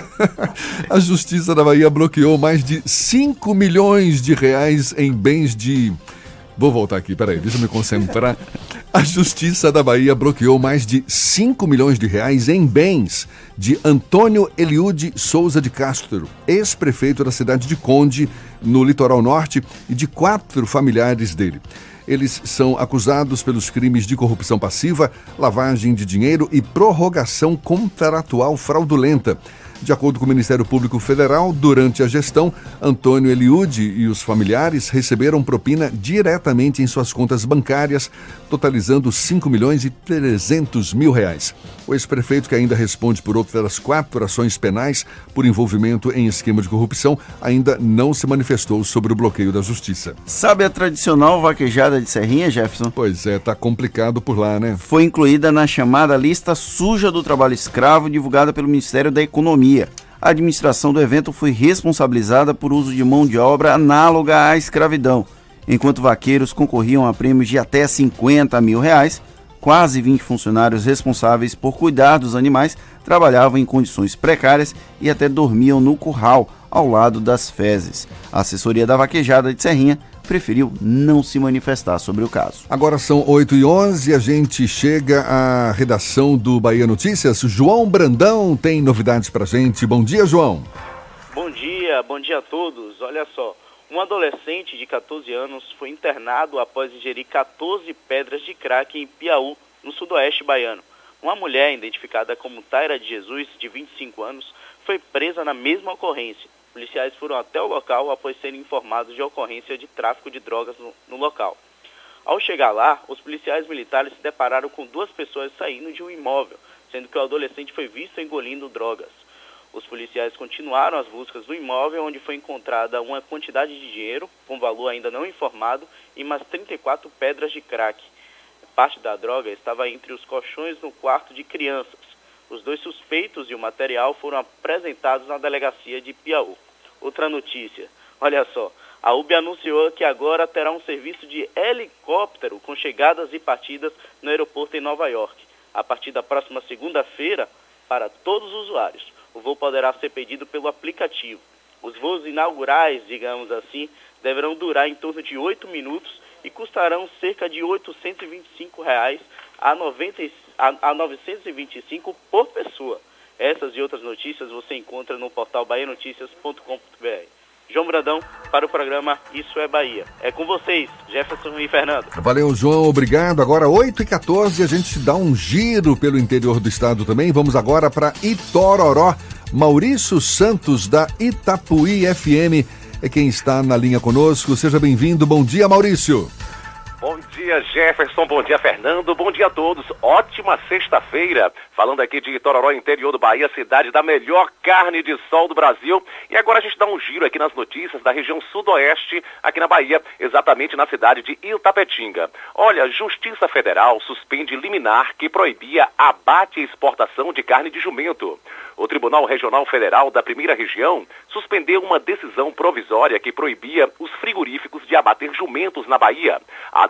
a Justiça da Bahia bloqueou mais de cinco milhões de reais em bens de... Vou voltar aqui, peraí, deixa eu me concentrar. A Justiça da Bahia bloqueou mais de cinco milhões de reais em bens de Antônio Eliude Souza de Castro, ex-prefeito da cidade de Conde, no litoral norte, e de quatro familiares dele. Eles são acusados pelos crimes de corrupção passiva, lavagem de dinheiro e prorrogação contratual fraudulenta. De acordo com o Ministério Público Federal, durante a gestão, Antônio Eliude e os familiares receberam propina diretamente em suas contas bancárias, totalizando cinco milhões e trezentos mil reais. O ex-prefeito, que ainda responde por outras quatro ações penais por envolvimento em esquema de corrupção, ainda não se manifestou sobre o bloqueio da Justiça. Sabe a tradicional vaquejada de Serrinha, Jefferson? Pois é, tá complicado por lá, né? Foi incluída na chamada lista suja do trabalho escravo, divulgada pelo Ministério da Economia. A administração do evento foi responsabilizada por uso de mão de obra análoga à escravidão. Enquanto vaqueiros concorriam a prêmios de até cinquenta mil reais, quase vinte funcionários responsáveis por cuidar dos animais trabalhavam em condições precárias e até dormiam no curral, ao lado das fezes. A assessoria da vaquejada de Serrinha preferiu não se manifestar sobre o caso. Agora são oito e onze, a gente chega à redação do Bahia Notícias. João Brandão tem novidades pra gente. Bom dia, João. Bom dia, bom dia a todos. Olha só, um adolescente de catorze anos foi internado após ingerir catorze pedras de crack em Piauí, no sudoeste baiano. Uma mulher, identificada como Taira de Jesus, de vinte e cinco anos, foi presa na mesma ocorrência. Policiais foram até o local após serem informados de ocorrência de tráfico de drogas no, no local. Ao chegar lá, os policiais militares se depararam com duas pessoas saindo de um imóvel, sendo que o adolescente foi visto engolindo drogas. Os policiais continuaram as buscas do imóvel, onde foi encontrada uma quantidade de dinheiro, com valor ainda não informado, e mais trinta e quatro pedras de crack. Parte da droga estava entre os colchões no quarto de crianças. Os dois suspeitos e o material foram apresentados na delegacia de Piauí. Outra notícia, olha só, a U B anunciou que agora terá um serviço de helicóptero com chegadas e partidas no aeroporto em Nova York. A partir da próxima segunda-feira, para todos os usuários, o voo poderá ser pedido pelo aplicativo. Os voos inaugurais, digamos assim, deverão durar em torno de oito minutos e custarão cerca de oitocentos e vinte e cinco reais a, noventa, a, a novecentos e vinte e cinco por pessoa. Essas e outras notícias você encontra no portal bahia noticias ponto com ponto b r. João Brandão, para o programa Isso é Bahia. É com vocês, Jefferson e Fernando. Valeu, João, obrigado. Agora oito e quatorze, a gente dá um giro pelo interior do estado também. Vamos agora para Itororó. Maurício Santos, da Itapuí F M, é quem está na linha conosco. Seja bem-vindo. Bom dia, Maurício. Bom dia, Jefferson, bom dia, Fernando, bom dia a todos. Ótima sexta-feira, falando aqui de Itororó, interior do Bahia, cidade da melhor carne de sol do Brasil. E agora a gente dá um giro aqui nas notícias da região sudoeste, aqui na Bahia, exatamente na cidade de Itapetinga. Olha, Justiça Federal suspende liminar que proibia abate e exportação de carne de jumento. O Tribunal Regional Federal da Primeira Região suspendeu uma decisão provisória que proibia os frigoríficos de abater jumentos na Bahia. A decisão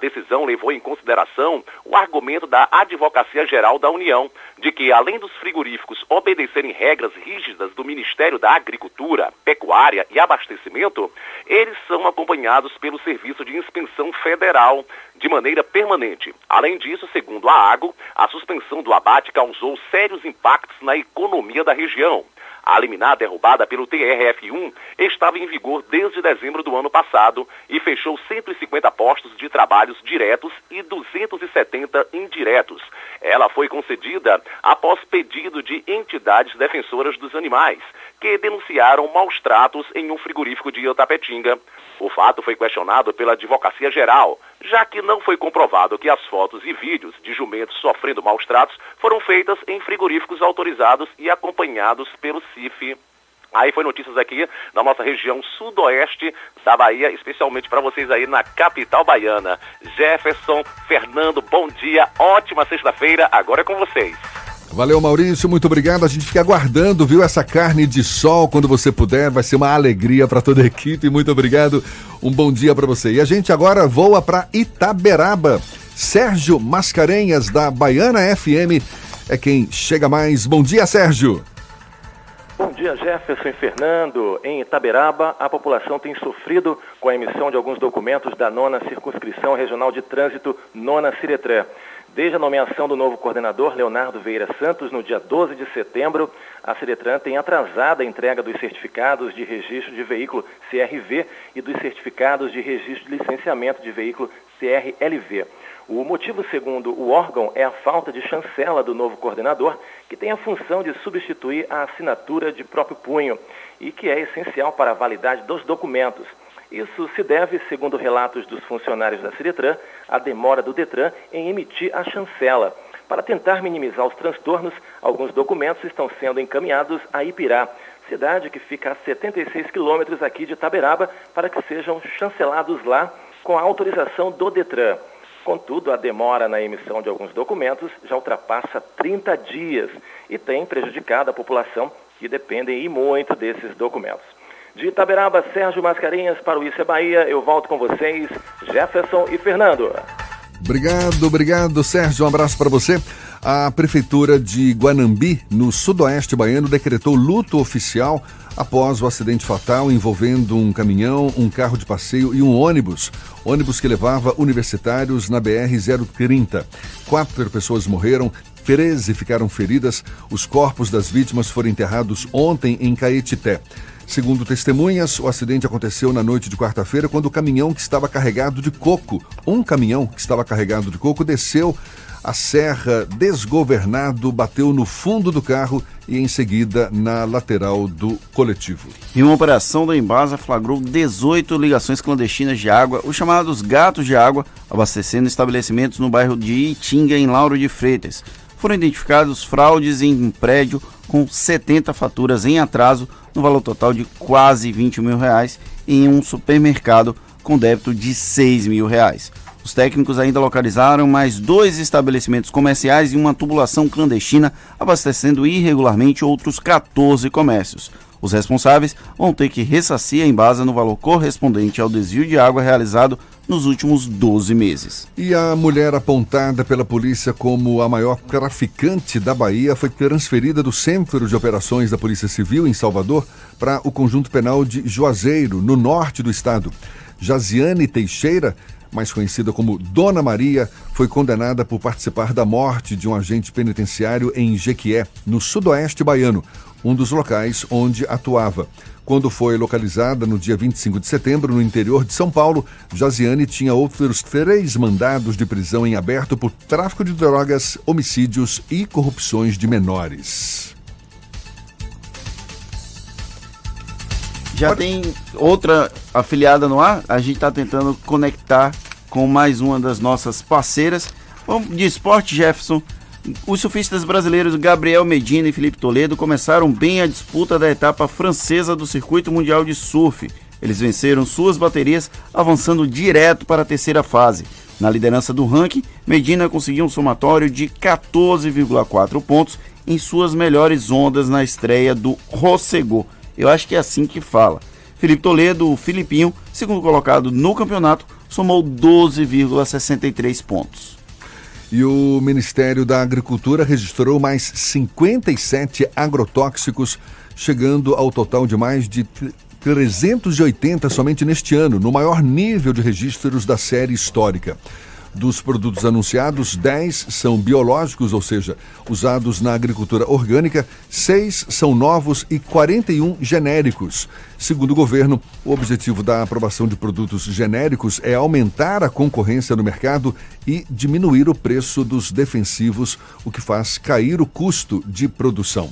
levou em consideração o argumento da Advocacia Geral da União, de que, além dos frigoríficos obedecerem regras rígidas do Ministério da Agricultura, Pecuária e Abastecimento, eles são acompanhados pelo Serviço de Inspeção Federal de maneira permanente. Além disso, segundo a Ago, a suspensão do abate causou sérios impactos na economia da região. A liminar derrubada pelo T R F um estava em vigor desde dezembro do ano passado e fechou cento e cinquenta postos de trabalhos diretos e duzentos e setenta indiretos. Ela foi concedida após pedido de entidades defensoras dos animais, que denunciaram maus tratos em um frigorífico de Itapetinga. O fato foi questionado pela Advocacia Geral, já que não foi comprovado que as fotos e vídeos de jumentos sofrendo maus tratos foram feitas em frigoríficos autorizados e acompanhados pelo C I F. Aí foi notícias aqui da nossa região sudoeste da Bahia, especialmente para vocês aí na capital baiana. Jefferson, Fernando, bom dia, ótima sexta-feira, agora é com vocês. Valeu, Maurício, muito obrigado. A gente fica aguardando, viu, essa carne de sol quando você puder. Vai ser uma alegria para toda a equipe. Muito obrigado. Um bom dia para você. E a gente agora voa para Itaberaba. Sérgio Mascarenhas, da Baiana F M, é quem chega mais. Bom dia, Sérgio. Bom dia, Jefferson e Fernando. Em Itaberaba, a população tem sofrido com a emissão de alguns documentos da nona Circunscrição Regional de Trânsito, nona Ciretran. Desde a nomeação do novo coordenador, Leonardo Vieira Santos, no dia doze de setembro, a Ciretran tem atrasado a entrega dos certificados de registro de veículo C R V e dos certificados de registro de licenciamento de veículo C R L V. O motivo, segundo o órgão, é a falta de chancela do novo coordenador, que tem a função de substituir a assinatura de próprio punho e que é essencial para a validade dos documentos. Isso se deve, segundo relatos dos funcionários da Ciretran, à demora do Detran em emitir a chancela. Para tentar minimizar os transtornos, alguns documentos estão sendo encaminhados a Ipirá, cidade que fica a setenta e seis quilômetros aqui de Itaberaba, para que sejam chancelados lá com a autorização do Detran. Contudo, a demora na emissão de alguns documentos já ultrapassa trinta dias e tem prejudicado a população que depende e muito desses documentos. De Itaberaba, Sérgio Mascarenhas para o Isso é Bahia. Eu volto com vocês, Jefferson e Fernando. Obrigado, obrigado, Sérgio. Um abraço para você. A Prefeitura de Guanambi, no sudoeste baiano, decretou luto oficial após o acidente fatal envolvendo um caminhão, um carro de passeio e um ônibus. Ônibus que levava universitários na B R zero trinta. Quatro pessoas morreram, treze ficaram feridas. Os corpos das vítimas foram enterrados ontem em Caetité. Segundo testemunhas, o acidente aconteceu na noite de quarta-feira, quando o caminhão que estava carregado de coco, um caminhão que estava carregado de coco, desceu a serra desgovernado, bateu no fundo do carro e em seguida na lateral do coletivo. E uma operação da Embasa flagrou dezoito ligações clandestinas de água, os chamados gatos de água, abastecendo estabelecimentos no bairro de Itinga, em Lauro de Freitas. Foram identificados fraudes em um prédio com setenta faturas em atraso, no valor total de quase vinte mil reais, em um supermercado com débito de seis mil reais. Os técnicos ainda localizaram mais dois estabelecimentos comerciais e uma tubulação clandestina, abastecendo irregularmente outros quatorze comércios. Os responsáveis vão ter que ressarcir a Embasa no valor correspondente ao desvio de água realizado nos últimos doze meses. E a mulher apontada pela polícia como a maior traficante da Bahia foi transferida do Centro de Operações da Polícia Civil, em Salvador, para o Conjunto Penal de Juazeiro, no norte do estado. Jaziane Teixeira, mais conhecida como Dona Maria, foi condenada por participar da morte de um agente penitenciário em Jequié, no sudoeste baiano, um dos locais onde atuava. Quando foi localizada no dia vinte e cinco de setembro, no interior de São Paulo, Jaziane tinha outros três mandados de prisão em aberto por tráfico de drogas, homicídios e corrupções de menores. Já tem outra afiliada no ar? A gente está tentando conectar com mais uma das nossas parceiras. Vamos de esporte, Jefferson. Os surfistas brasileiros Gabriel Medina e Felipe Toledo começaram bem a disputa da etapa francesa do Circuito Mundial de Surf. Eles venceram suas baterias, avançando direto para a terceira fase. Na liderança do ranking, Medina conseguiu um somatório de quatorze vírgula quatro pontos em suas melhores ondas na estreia do Rossegô. Eu acho que é assim que fala. Felipe Toledo, o Filipinho, segundo colocado no campeonato, somou doze vírgula sessenta e três pontos. E o Ministério da Agricultura registrou mais cinquenta e sete agrotóxicos, chegando ao total de mais de trezentos e oitenta somente neste ano, no maior nível de registros da série histórica. Dos produtos anunciados, dez são biológicos, ou seja, usados na agricultura orgânica, seis são novos e quarenta e um genéricos. Segundo o governo, o objetivo da aprovação de produtos genéricos é aumentar a concorrência no mercado e diminuir o preço dos defensivos, o que faz cair o custo de produção.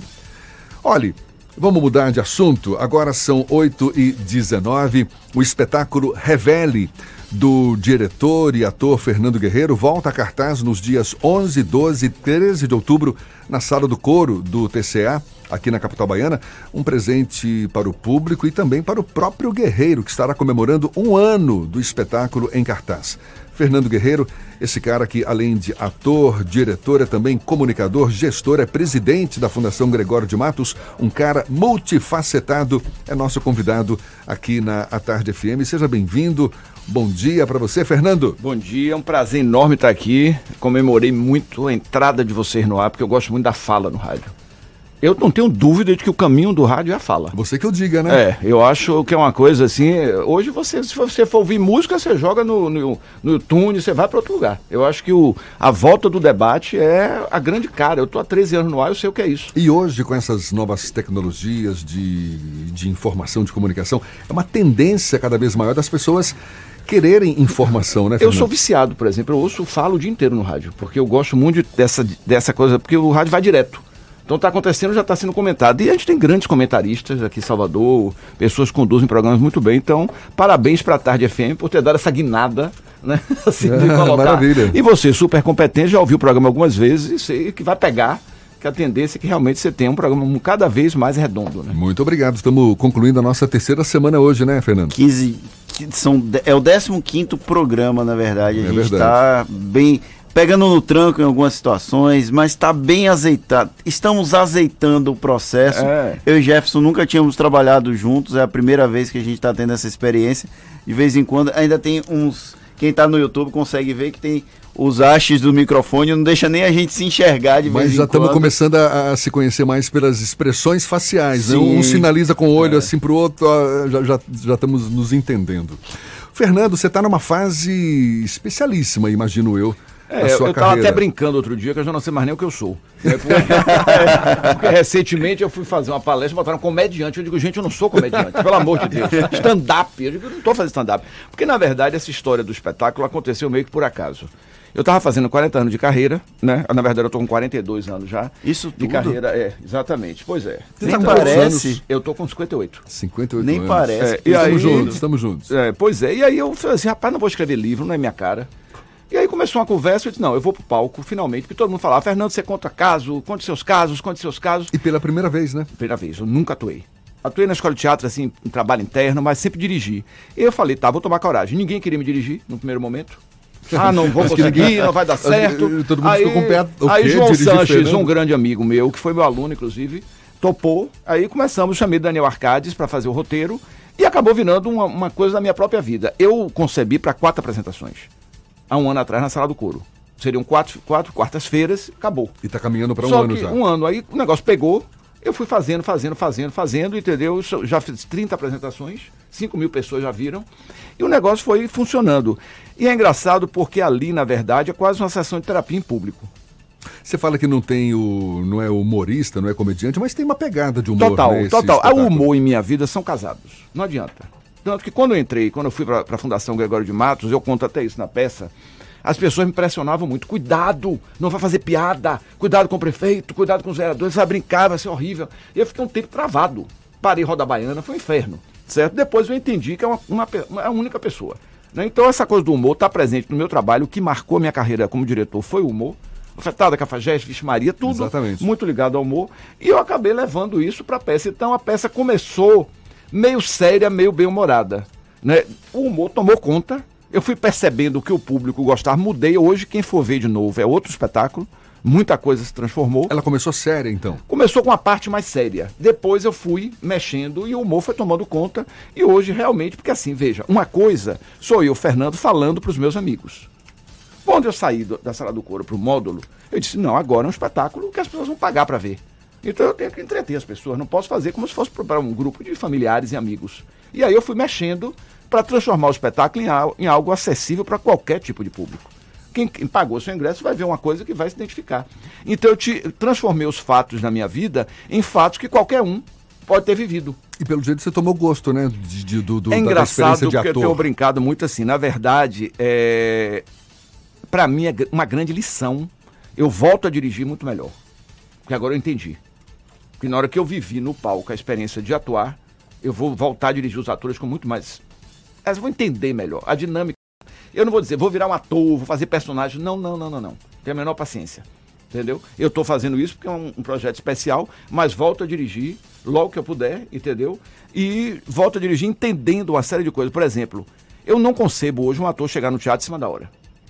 Olhe, vamos mudar de assunto. Agora são oito e dezenove. O espetáculo Revele, do diretor e ator Fernando Guerreiro, volta a cartaz nos dias onze, doze e treze de outubro na Sala do Coro do T C A, aqui na capital baiana. Um presente para o público e também para o próprio Guerreiro, que estará comemorando um ano do espetáculo em cartaz. Fernando Guerreiro, esse cara que, além de ator, diretor, é também comunicador, gestor, é presidente da Fundação Gregório de Matos, um cara multifacetado, é nosso convidado aqui na A Tarde F M. Seja bem-vindo. Bom dia para você, Fernando. Bom dia, é um prazer enorme estar aqui. Comemorei muito a entrada de vocês no ar, porque eu gosto muito da fala no rádio. Eu não tenho dúvida de que o caminho do rádio é a fala. Você que eu diga, né? É, eu acho que é uma coisa assim, hoje você, se você for ouvir música, você joga no, no, no iTunes, você vai para outro lugar. Eu acho que o, a volta do debate é a grande cara. Eu estou há treze anos no ar, eu sei o que é isso. E hoje, com essas novas tecnologias de, de informação, de comunicação, é uma tendência cada vez maior das pessoas quererem informação, né, Fernando? Eu sou viciado, por exemplo, eu ouço, falo o dia inteiro no rádio, porque eu gosto muito dessa, dessa coisa, porque o rádio vai direto. Então está acontecendo, já está sendo comentado. E a gente tem grandes comentaristas aqui em Salvador, pessoas que conduzem programas muito bem. Então, parabéns para a Tarde F M por ter dado essa guinada, né? Assim, de colocar. Maravilha. E você, super competente, já ouviu o programa algumas vezes e sei que vai pegar, que a tendência é que realmente você tenha um programa cada vez mais redondo, né? Muito obrigado. Estamos concluindo a nossa terceira semana hoje, né, Fernando? quinze, são, é o décimo quinto programa, na verdade. A é gente verdade. está bem... pegando no tranco em algumas situações, mas está bem azeitado. Estamos azeitando o processo. É. Eu e Jefferson nunca tínhamos trabalhado juntos, é a primeira vez que a gente está tendo essa experiência. De vez em quando, ainda tem uns... Quem está no YouTube consegue ver que tem os hastes do microfone, não deixa nem a gente se enxergar de vez em quando. Mas já estamos começando a, a se conhecer mais pelas expressões faciais, né? Sim. Um sinaliza com o olho É. assim para o outro, ó, já, já, já estamos nos entendendo. Fernando, você está numa fase especialíssima, imagino eu. É, eu estava até brincando outro dia que eu já não sei mais nem o que eu sou. É, porque, porque recentemente eu fui fazer uma palestra, botaram um comediante. Eu digo, gente, eu não sou comediante, pelo amor de Deus. Stand-up. Eu digo, eu não estou fazendo stand-up. Porque, na verdade, essa história do espetáculo aconteceu meio que por acaso. Eu estava fazendo quarenta anos de carreira, né? Na verdade, eu estou com quarenta e dois anos já. Isso de tudo? carreira, é, exatamente. Pois é. Você Nem tá com parece. Anos? Eu estou com cinquenta e oito. cinquenta e oito Nem anos. parece. É, e estamos aí, juntos, estamos juntos. É, pois é. E aí eu falei assim, rapaz, não vou escrever livro, não é minha cara. E aí começou uma conversa, eu disse, não, eu vou pro palco, finalmente, porque todo mundo falava, Fernando, você conta caso, conte seus casos, conte seus casos. E pela primeira vez, né? Primeira vez, eu nunca atuei. Atuei na escola de teatro, assim, em trabalho interno, mas sempre dirigi. E eu falei, tá, vou tomar coragem. Ninguém queria me dirigir no primeiro momento. Ah, não vou conseguir, não vai dar certo. Todo mundo aí, ficou com o pé. O aí quê? João Dirigir Sanches, Fernando? um grande amigo meu, que foi meu aluno, inclusive, topou. Aí começamos, chamei Daniel Arcades para fazer o roteiro e acabou virando uma, uma coisa da minha própria vida. Eu concebi para quatro apresentações, há um ano atrás, na Sala do Coro. Seriam quatro, quatro quartas-feiras, acabou. E tá caminhando para um Só ano que já. um ano, aí o negócio pegou, eu fui fazendo, fazendo, fazendo, fazendo, entendeu? Eu já fiz trinta apresentações, cinco mil pessoas já viram, e o negócio foi funcionando. E é engraçado porque ali, na verdade, é quase uma sessão de terapia em público. Você fala que não tem o. Não é humorista, não é comediante, mas tem uma pegada de humor. Total, nesse total. O espetáculo. humor e minha vida são casados. Não adianta. Tanto que quando eu entrei, quando eu fui para a Fundação Gregório de Matos, eu conto até isso na peça, as pessoas me pressionavam muito. Cuidado, não vai fazer piada. Cuidado com o prefeito, cuidado com os vereadores, vai brincar, vai ser horrível. E eu fiquei um tempo travado. Parei Roda Baiana, foi um inferno. Certo? Depois eu entendi que é uma, uma, uma, é a única pessoa. Né? Então essa coisa do humor está presente no meu trabalho. O que marcou minha carreira como diretor foi o humor. Afetada, Cafajeste, Vixe Maria, tudo Exatamente. Muito ligado ao humor. E eu acabei levando isso para a peça. Então a peça começou meio séria, meio bem-humorada. Né? O humor tomou conta. Eu fui percebendo que o público gostava. Mudei. Hoje, quem for ver de novo, é outro espetáculo. Muita coisa se transformou. Ela começou séria, então? Começou com a parte mais séria. Depois eu fui mexendo e o humor foi tomando conta. E hoje, realmente, porque assim, veja, uma coisa sou eu, Fernando, falando para os meus amigos. Quando eu saí do, da Sala do Coro para o módulo, eu disse, não, agora é um espetáculo que as pessoas vão pagar para ver. Então eu tenho que entreter as pessoas, não posso fazer como se fosse para um grupo de familiares e amigos. E aí eu fui mexendo para transformar o espetáculo em, al- em algo acessível para qualquer tipo de público. Quem, quem pagou seu ingresso vai ver uma coisa que vai se identificar. Então eu te, transformei os fatos na minha vida em fatos que qualquer um pode ter vivido. E pelo jeito você tomou gosto, né? De, de, do, do, é engraçado da, da porque eu tenho brincado muito assim. Na verdade, é... para mim é uma grande lição. Eu volto a dirigir muito melhor. Porque agora eu entendi. Porque na hora que eu vivi no palco a experiência de atuar, eu vou voltar a dirigir os atores com muito mais... Elas vão entender melhor a dinâmica. Eu não vou dizer, vou virar um ator, vou fazer personagem. Não, não, não, não, não. Tenho a menor paciência. Entendeu? Eu estou fazendo isso porque é um, um projeto especial, mas volto a dirigir logo que eu puder, entendeu? E volto a dirigir entendendo uma série de coisas. Por exemplo, eu não concebo hoje um ator chegar no teatro em cima da hora.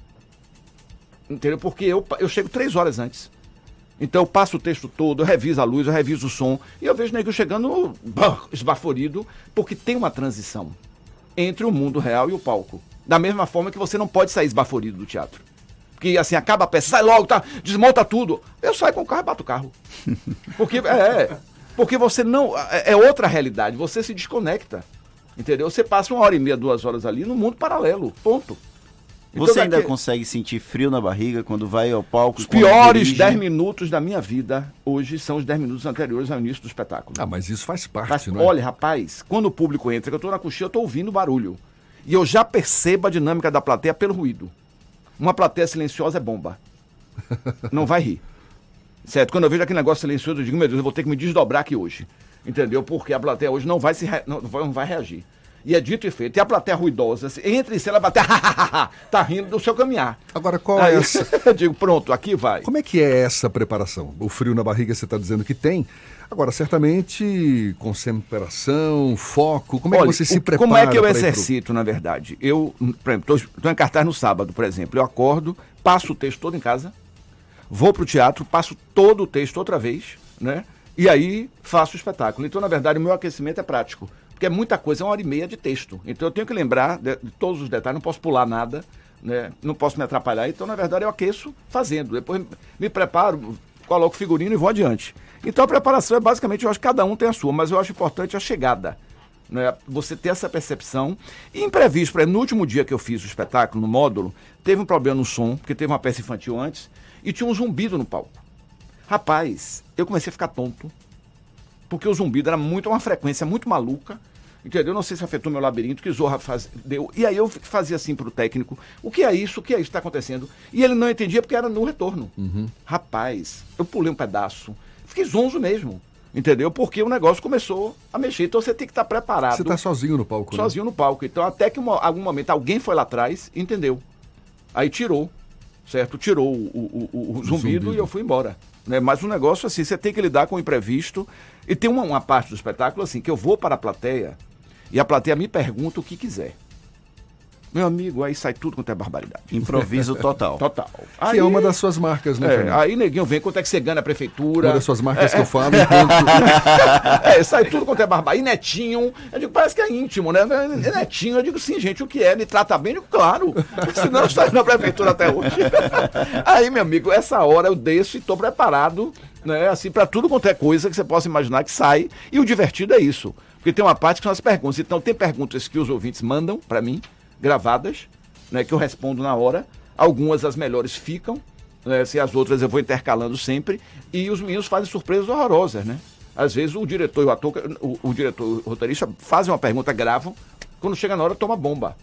Entendeu? Porque eu, eu chego três horas antes. Então eu passo o texto todo, eu reviso a luz, eu reviso o som, e eu vejo o nego chegando bah, esbaforido, porque tem uma transição entre o mundo real e o palco. Da mesma forma que você não pode sair esbaforido do teatro. Porque assim, acaba a peça, sai logo, tá, desmonta tudo. Eu saio com o carro e bato o carro. Porque, é, porque você não... É, é outra realidade, você se desconecta. Entendeu? Você passa uma hora e meia, duas horas ali no mundo paralelo, ponto. Você então, ainda daqui... consegue sentir frio na barriga quando vai ao palco? Os piores dez minutos da minha vida hoje são os dez minutos anteriores ao início do espetáculo. Ah, mas isso faz parte, Mas, não é? olha, rapaz, quando o público entra, que eu tô na coxinha, eu tô ouvindo barulho. E eu já percebo a dinâmica da plateia pelo ruído. Uma plateia silenciosa é bomba. Não vai rir. Certo? Quando eu vejo aquele negócio silencioso, eu digo, meu Deus, eu vou ter que me desdobrar aqui hoje. Entendeu? Porque a plateia hoje não vai, se re... não, não vai reagir. E é dito e feito. E a plateia ruidosa, entre si, ela bater, tá rindo do seu caminhar. Agora, qual Aí, é essa? Eu digo, pronto, aqui vai. Como é que é essa preparação? O frio na barriga você está dizendo que tem. Agora, certamente, concentração, foco, como é Olha, que você se o, prepara? Como é que eu pra ir exercito, pro... na verdade? Eu, por exemplo, estou em cartaz no sábado, por exemplo. Eu acordo, passo o texto todo em casa, vou pro teatro, passo todo o texto outra vez, né? E aí faço o espetáculo. Então, na verdade, o meu aquecimento é prático. Porque é muita coisa, é uma hora e meia de texto. Então eu tenho que lembrar de, de todos os detalhes, não posso pular nada, né? Não posso me atrapalhar. Então, na verdade, eu aqueço fazendo. Depois me preparo, coloco o figurino e vou adiante. Então a preparação é basicamente, eu acho que cada um tem a sua, mas eu acho importante a chegada. Né? Você ter essa percepção. E imprevisto, por exemplo, no último dia que eu fiz o espetáculo, no módulo, teve um problema no som, porque teve uma peça infantil antes, e tinha um zumbido no palco. Rapaz, eu comecei a ficar tonto. Porque o zumbido era muito, uma frequência muito maluca, entendeu? Não sei se afetou meu labirinto, que Zorra faz, deu. E aí eu fazia assim pro técnico, o que é isso? O que é isso que está acontecendo? E ele não entendia porque era no retorno. Uhum. Rapaz, eu pulei um pedaço, fiquei zonzo mesmo, entendeu? Porque o negócio começou a mexer, então você tem que estar preparado. Você está sozinho no palco, Sozinho né? no palco, então até que em algum momento alguém foi lá atrás e entendeu. Aí tirou, certo? Tirou o, o, o, o zumbido, zumbido e eu fui embora. Né? Mas um negócio assim, você tem que lidar com o imprevisto. E tem uma, uma parte do espetáculo assim, que eu vou para a plateia e a plateia me pergunta o que quiser. Meu amigo, aí sai tudo quanto é barbaridade. Improviso total. Total. Que Aí, é uma das suas marcas, né, é, Fernando? aí, neguinho, vem quanto é que você ganha na prefeitura. Uma das suas marcas é, que eu falo enquanto... é, sai tudo quanto é barbaridade. E Netinho, eu digo, parece que é íntimo, né? Netinho, eu digo, sim, gente, o que é? Me trata bem? Eu digo, claro. Senão eu estaria na prefeitura até hoje. Aí, meu amigo, essa hora eu desço e estou preparado, né? Assim, para tudo quanto é coisa que você possa imaginar que sai. E o divertido é isso. Porque tem uma parte que são as perguntas. Então, tem perguntas que os ouvintes mandam para mim, gravadas, né, que eu respondo na hora. Algumas, as melhores, ficam, né, se as outras eu vou intercalando sempre, e os meninos fazem surpresas horrorosas, né? Às vezes o diretor e o ator, o, o diretor e o roteirista fazem uma pergunta, gravam, quando chega na hora toma bomba.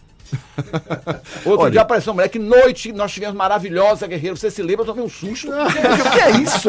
Outro Olha, dia apareceu uma mulher que noite nós tivemos maravilhosa, guerreiro, você se lembra, eu tomei um susto. O que é isso?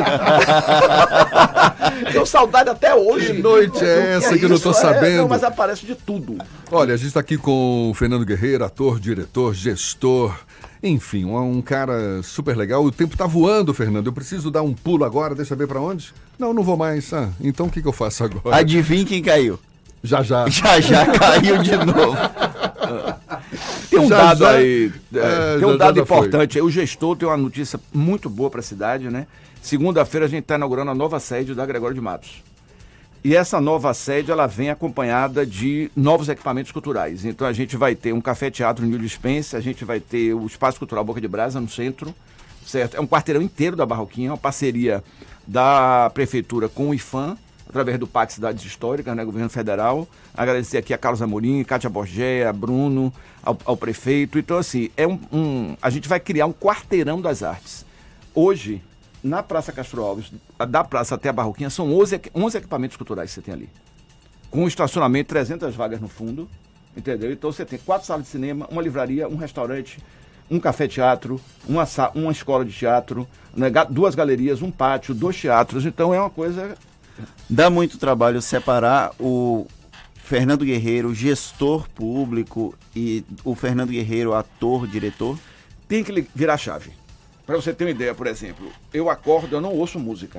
Tenho saudade até hoje. Que noite é essa que, é que eu não tô sabendo? É, não, mas aparece de tudo. Olha, a gente está aqui com o Fernando Guerreiro, ator, diretor, gestor, enfim, um, um cara super legal. O tempo tá voando, Fernando. Eu preciso dar um pulo agora, deixa eu ver para onde? Não, não vou mais. Ah, então o que, que eu faço agora? Adivinha quem caiu? Já, já. Já, já caiu de novo. Tem um Já, dado já, aí, é, é, tem um já, dado já foi. importante. O gestor tem uma notícia muito boa para a cidade, né? Segunda-feira a gente está inaugurando a nova sede da Gregório de Matos. E essa nova sede, ela vem acompanhada de novos equipamentos culturais. Então a gente vai ter um café-teatro Nilo Dispense, a gente vai ter o Espaço Cultural Boca de Brasa no centro, certo? É um quarteirão inteiro da Barroquinha, uma parceria da Prefeitura com o I F A M, através do P A C Cidades Históricas, né, Governo Federal. Agradecer aqui a Carlos Amorim, Cátia Borgé, a Bruno, ao, ao prefeito. Então, assim, é um, um, a gente vai criar um quarteirão das artes. Hoje, na Praça Castro Alves, da praça até a Barroquinha, são onze, onze equipamentos culturais que você tem ali. Com estacionamento, trezentas vagas no fundo, entendeu? Então você tem quatro salas de cinema, uma livraria, um restaurante, um café-teatro, uma, uma escola de teatro, né, duas galerias, um pátio, dois teatros. Então é uma coisa... Dá muito trabalho separar o Fernando Guerreiro, gestor público, e o Fernando Guerreiro, ator, diretor? Tem que virar chave. Para você ter uma ideia, por exemplo, eu acordo, eu não ouço música.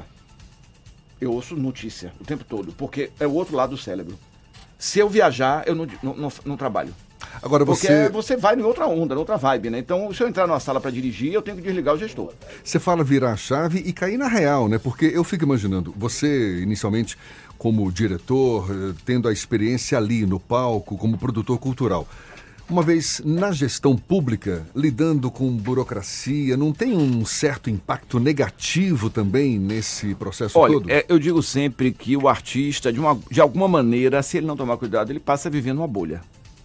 Eu ouço notícia o tempo todo, porque é o outro lado do cérebro. Se eu viajar, eu não, não, não, não trabalho. Agora porque você... você vai em outra onda, em outra vibe, né? Então, se eu entrar numa sala para dirigir, eu tenho que desligar o gestor. Você fala virar a chave e cair na real, né? Porque eu fico imaginando, você inicialmente como diretor, tendo a experiência ali no palco, como produtor cultural, uma vez na gestão pública, lidando com burocracia, não tem um certo impacto negativo também nesse processo Olha, todo? É, eu digo sempre que o artista, de, uma, de alguma maneira, se ele não tomar cuidado, ele passa a viver numa bolha.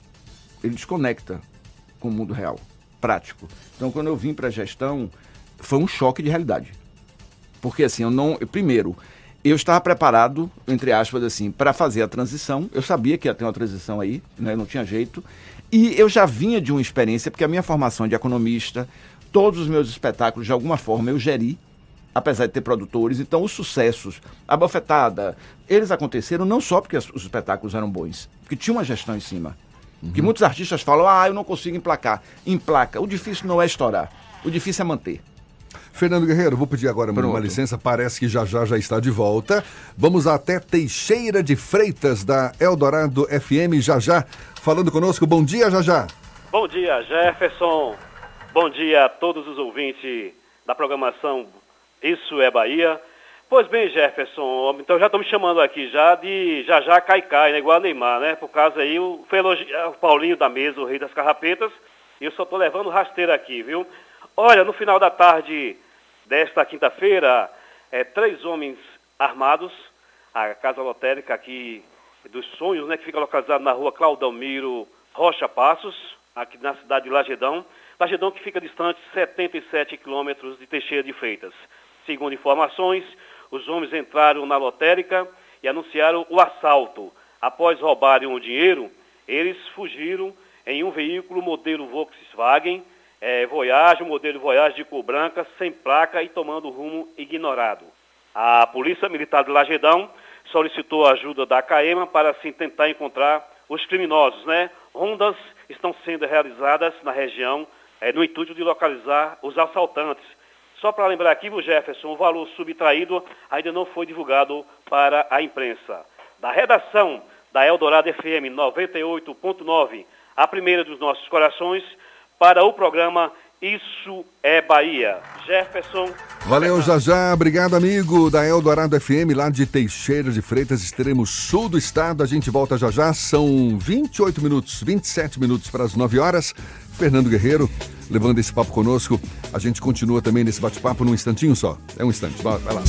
Ele desconecta com o mundo real, prático. Então, quando eu vim para a gestão, foi um choque de realidade. Porque, assim, eu não... Eu, primeiro, eu estava preparado, entre aspas, assim, para fazer a transição. Eu sabia que ia ter uma transição aí, né? Não tinha jeito. E eu já vinha de uma experiência, porque a minha formação é de economista, todos os meus espetáculos, de alguma forma, eu geri, apesar de ter produtores. Então, os sucessos, a bofetada, eles aconteceram não só porque os espetáculos eram bons, porque tinha uma gestão em cima. Uhum. Que muitos artistas falam, ah, eu não consigo emplacar. Emplaca. O difícil não é estourar, o difícil é manter. Fernando Guerreiro, vou pedir agora Pronto. uma licença, parece que já já já está de volta. Vamos até Teixeira de Freitas, da Eldorado F M, já já, falando conosco. Bom dia, já já. Bom dia, Jefferson. Bom dia a todos os ouvintes da programação Isso é Bahia. Pois bem, Jefferson, então já estão me chamando aqui já de já já Caicai, né, igual a Neymar, né? Por causa aí, o, foi elogiar o Paulinho da mesa, o rei das carrapetas, e eu só estou levando rasteira aqui, viu? Olha, no final da tarde desta quinta-feira, é, três homens armados, a Casa Lotérica aqui dos Sonhos, né, que fica localizada na rua Claudalmiro Rocha Passos, aqui na cidade de Lagedão. Lagedão que fica distante setenta e sete quilômetros de Teixeira de Freitas. Segundo informações, os homens entraram na lotérica e anunciaram o assalto. Após roubarem o dinheiro, eles fugiram em um veículo modelo Volkswagen, É, Voyage, modelo Voyage de cor branca, sem placa e tomando rumo ignorado. A Polícia Militar de Lagedão solicitou a ajuda da CAEMA para assim tentar encontrar os criminosos, né? Rondas estão sendo realizadas na região é, no intuito de localizar os assaltantes. Só para lembrar aqui, o Jefferson, o valor subtraído ainda não foi divulgado para a imprensa. Da redação da Eldorado F M noventa e oito ponto nove, a primeira dos nossos corações, para o programa Isso é Bahia. Jefferson. Valeu, já já. Obrigado, amigo da Eldorado F M, lá de Teixeira de Freitas, extremo sul do estado. A gente volta já já. São vinte e oito minutos, vinte e sete minutos para as nove horas. Fernando Guerreiro levando esse papo conosco. A gente continua também nesse bate-papo num instantinho só. É um instante. Vai lá.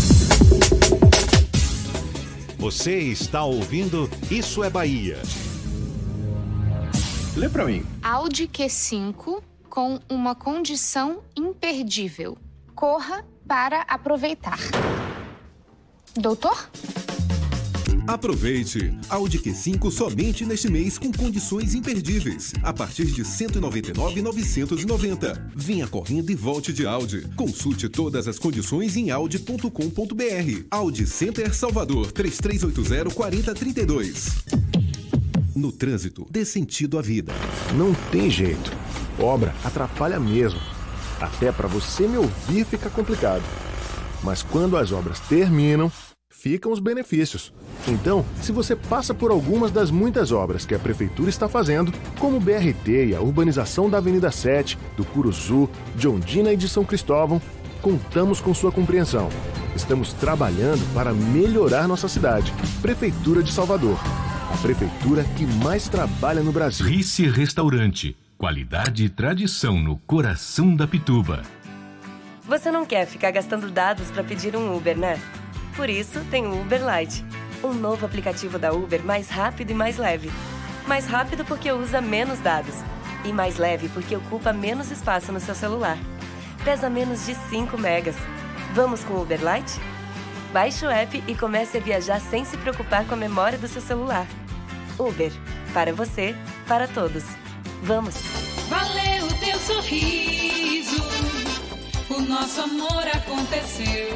Você está ouvindo Isso é Bahia. Lê pra mim. Audi Q cinco com uma condição imperdível. Corra para aproveitar. Doutor? Aproveite! Audi Q cinco somente neste mês com condições imperdíveis. A partir de cento e noventa e nove mil novecentos e noventa. Venha correndo e volte de Audi. Consulte todas as condições em audi ponto com ponto br. Audi Center Salvador, três três oito zero, quatro zero três dois. No trânsito, dê sentido à vida. Não tem jeito. Obra atrapalha mesmo. Até para você me ouvir fica complicado. Mas quando as obras terminam, ficam os benefícios. Então, se você passa por algumas das muitas obras que a Prefeitura está fazendo, como o B R T e a urbanização da Avenida sete, do Curuzu, de Ondina e de São Cristóvão, contamos com sua compreensão. Estamos trabalhando para melhorar nossa cidade. Prefeitura de Salvador. A prefeitura que mais trabalha no Brasil. Rice Restaurante. Qualidade e tradição no coração da Pituba. Você não quer ficar gastando dados para pedir um Uber, né? Por isso, tem o Uber Lite. Um novo aplicativo da Uber mais rápido e mais leve. Mais rápido porque usa menos dados. E mais leve porque ocupa menos espaço no seu celular. Pesa menos de cinco megas. Vamos com o Uber Lite? Baixe o app e comece a viajar sem se preocupar com a memória do seu celular. Uber. Para você, para todos. Vamos! Valeu o teu sorriso, o nosso amor aconteceu.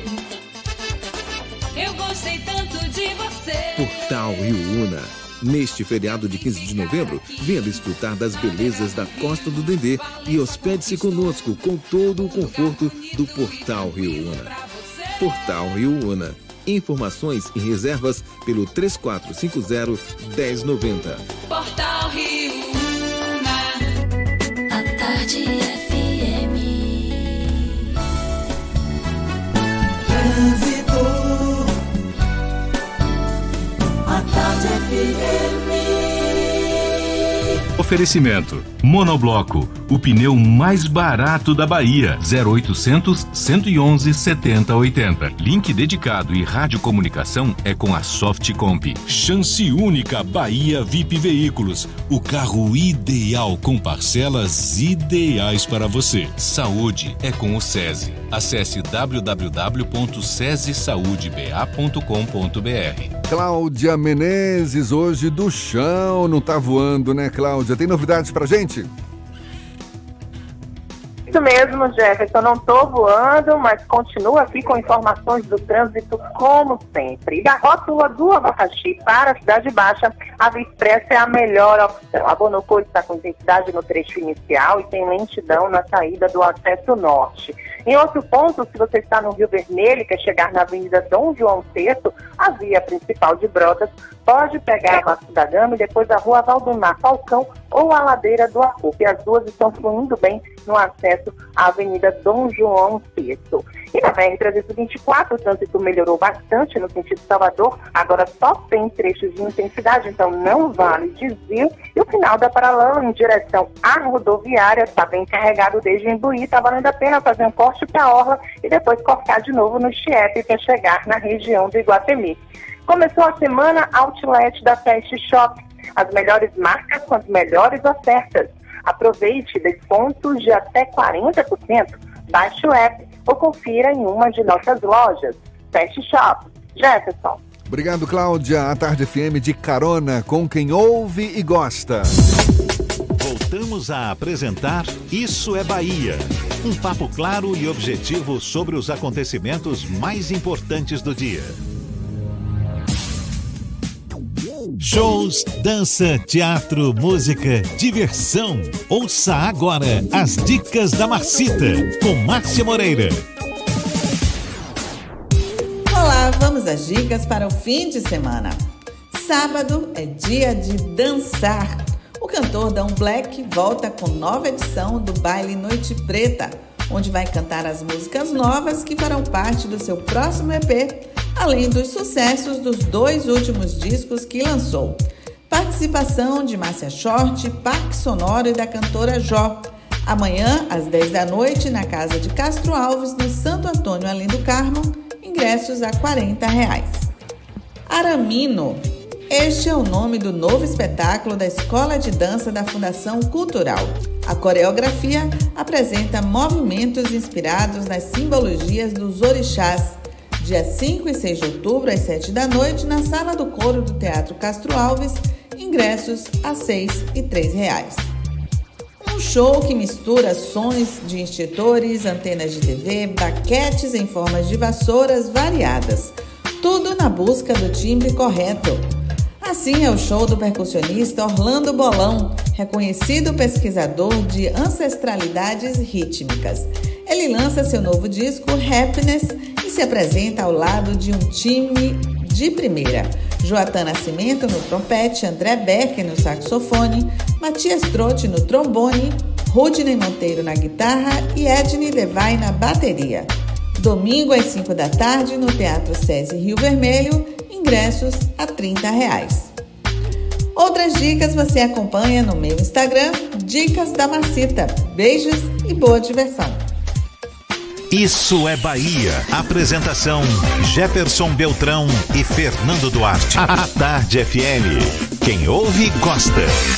Eu gostei tanto de você. Portal Rio Una. Neste feriado de quinze de novembro, venha desfrutar das belezas da Costa do Dendê e hospede-se conosco com todo o conforto do Portal Rio Una. Portal Rio Una. Informações e reservas pelo três quatro cinco zero, um zero nove zero. Portal Rio Una. A Tarde F M. Trânsito. A Tarde F M. Oferecimento. Monobloco, o pneu mais barato da Bahia. zero oitocentos, cento e onze, setenta, oitenta. Link dedicado e radiocomunicação é com a Softcomp. Chance única Bahia V I P Veículos. O carro ideal com parcelas ideais para você. Saúde é com o SESI. Acesse w w w ponto sesi saúde b a ponto com ponto b r. Cláudia Menezes, hoje do chão, não tá voando, né, Cláudia? Tem novidades pra gente? Isso mesmo, Jefferson, não estou voando, mas continuo aqui com informações do trânsito como sempre. Da rótula do Abacaxi para a Cidade Baixa, a Via Expressa é a melhor opção. A Bonocô está com intensidade no trecho inicial e tem lentidão na saída do acesso norte. Em outro ponto, se você está no Rio Vermelho e quer chegar na Avenida Dom João sexto, a via principal de Brotas, pode pegar a Vasco da Gama e depois a Rua Valdemar Falcão ou a Ladeira do Acupe. As duas estão fluindo bem no acesso à Avenida Dom João sexto. E na B R trezentos e vinte e quatro, o trânsito melhorou bastante no sentido de Salvador, agora só tem trechos de intensidade, então não vale desvio. E o final da paralela em direção à rodoviária está bem carregado desde Embuí, está valendo a pena fazer um corte para a Orla e depois cortar de novo no Chiep para chegar na região do Iguatemi. Começou a semana Outlet da Fast Shop, as melhores marcas com as melhores ofertas. Aproveite descontos de até quarenta por cento. Baixe o app ou confira em uma de nossas lojas. Fast Shop. Jefferson. Obrigado, Cláudia. A Tarde F M de carona com quem ouve e gosta. Voltamos a apresentar Isso é Bahia. Um papo claro e objetivo sobre os acontecimentos mais importantes do dia. Shows, dança, teatro, música, diversão. Ouça agora as dicas da Marcita, com Márcia Moreira. Olá, vamos às dicas para o fim de semana. Sábado é dia de dançar. O cantor Dão Black volta com nova edição do Baile Noite Preta, onde vai cantar as músicas novas que farão parte do seu próximo E P, além dos sucessos dos dois últimos discos que lançou. Participação de Márcia Short, Parque Sonoro e da cantora Jó. Amanhã, às dez da noite, na Casa de Castro Alves, no Santo Antônio, Além do Carmo, ingressos a quarenta reais. Aramino. Este é o nome do novo espetáculo da Escola de Dança da Fundação Cultural. A coreografia apresenta movimentos inspirados nas simbologias dos orixás. Dia cinco e seis de outubro, às sete da noite, na Sala do Coro do Teatro Castro Alves, ingressos a seis e três reais. Um show que mistura sons de extintores, antenas de T V, baquetes em formas de vassouras variadas. Tudo na busca do timbre correto. Assim é o show do percussionista Orlando Bolão, reconhecido pesquisador de ancestralidades rítmicas. Ele lança seu novo disco, Happiness, e se apresenta ao lado de um time de primeira. Joatan Nascimento no trompete, André Becker no saxofone, Matias Trotti no trombone, Rudney Monteiro na guitarra e Edney Devay na bateria. Domingo às cinco da tarde no Teatro SESI Rio Vermelho, ingressos a trinta reais. Outras dicas você acompanha no meu Instagram, Dicas da Marcita. Beijos e boa diversão. Isso é Bahia. Apresentação Jefferson Beltrão e Fernando Duarte. A Tarde F M. Quem ouve, gosta.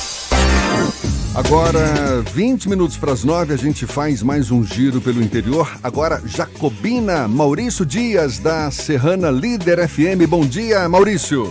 Agora, vinte minutos para as nove, a gente faz mais um giro pelo interior. Agora, Jacobina, Maurício Dias, da Serrana Líder F M. Bom dia, Maurício.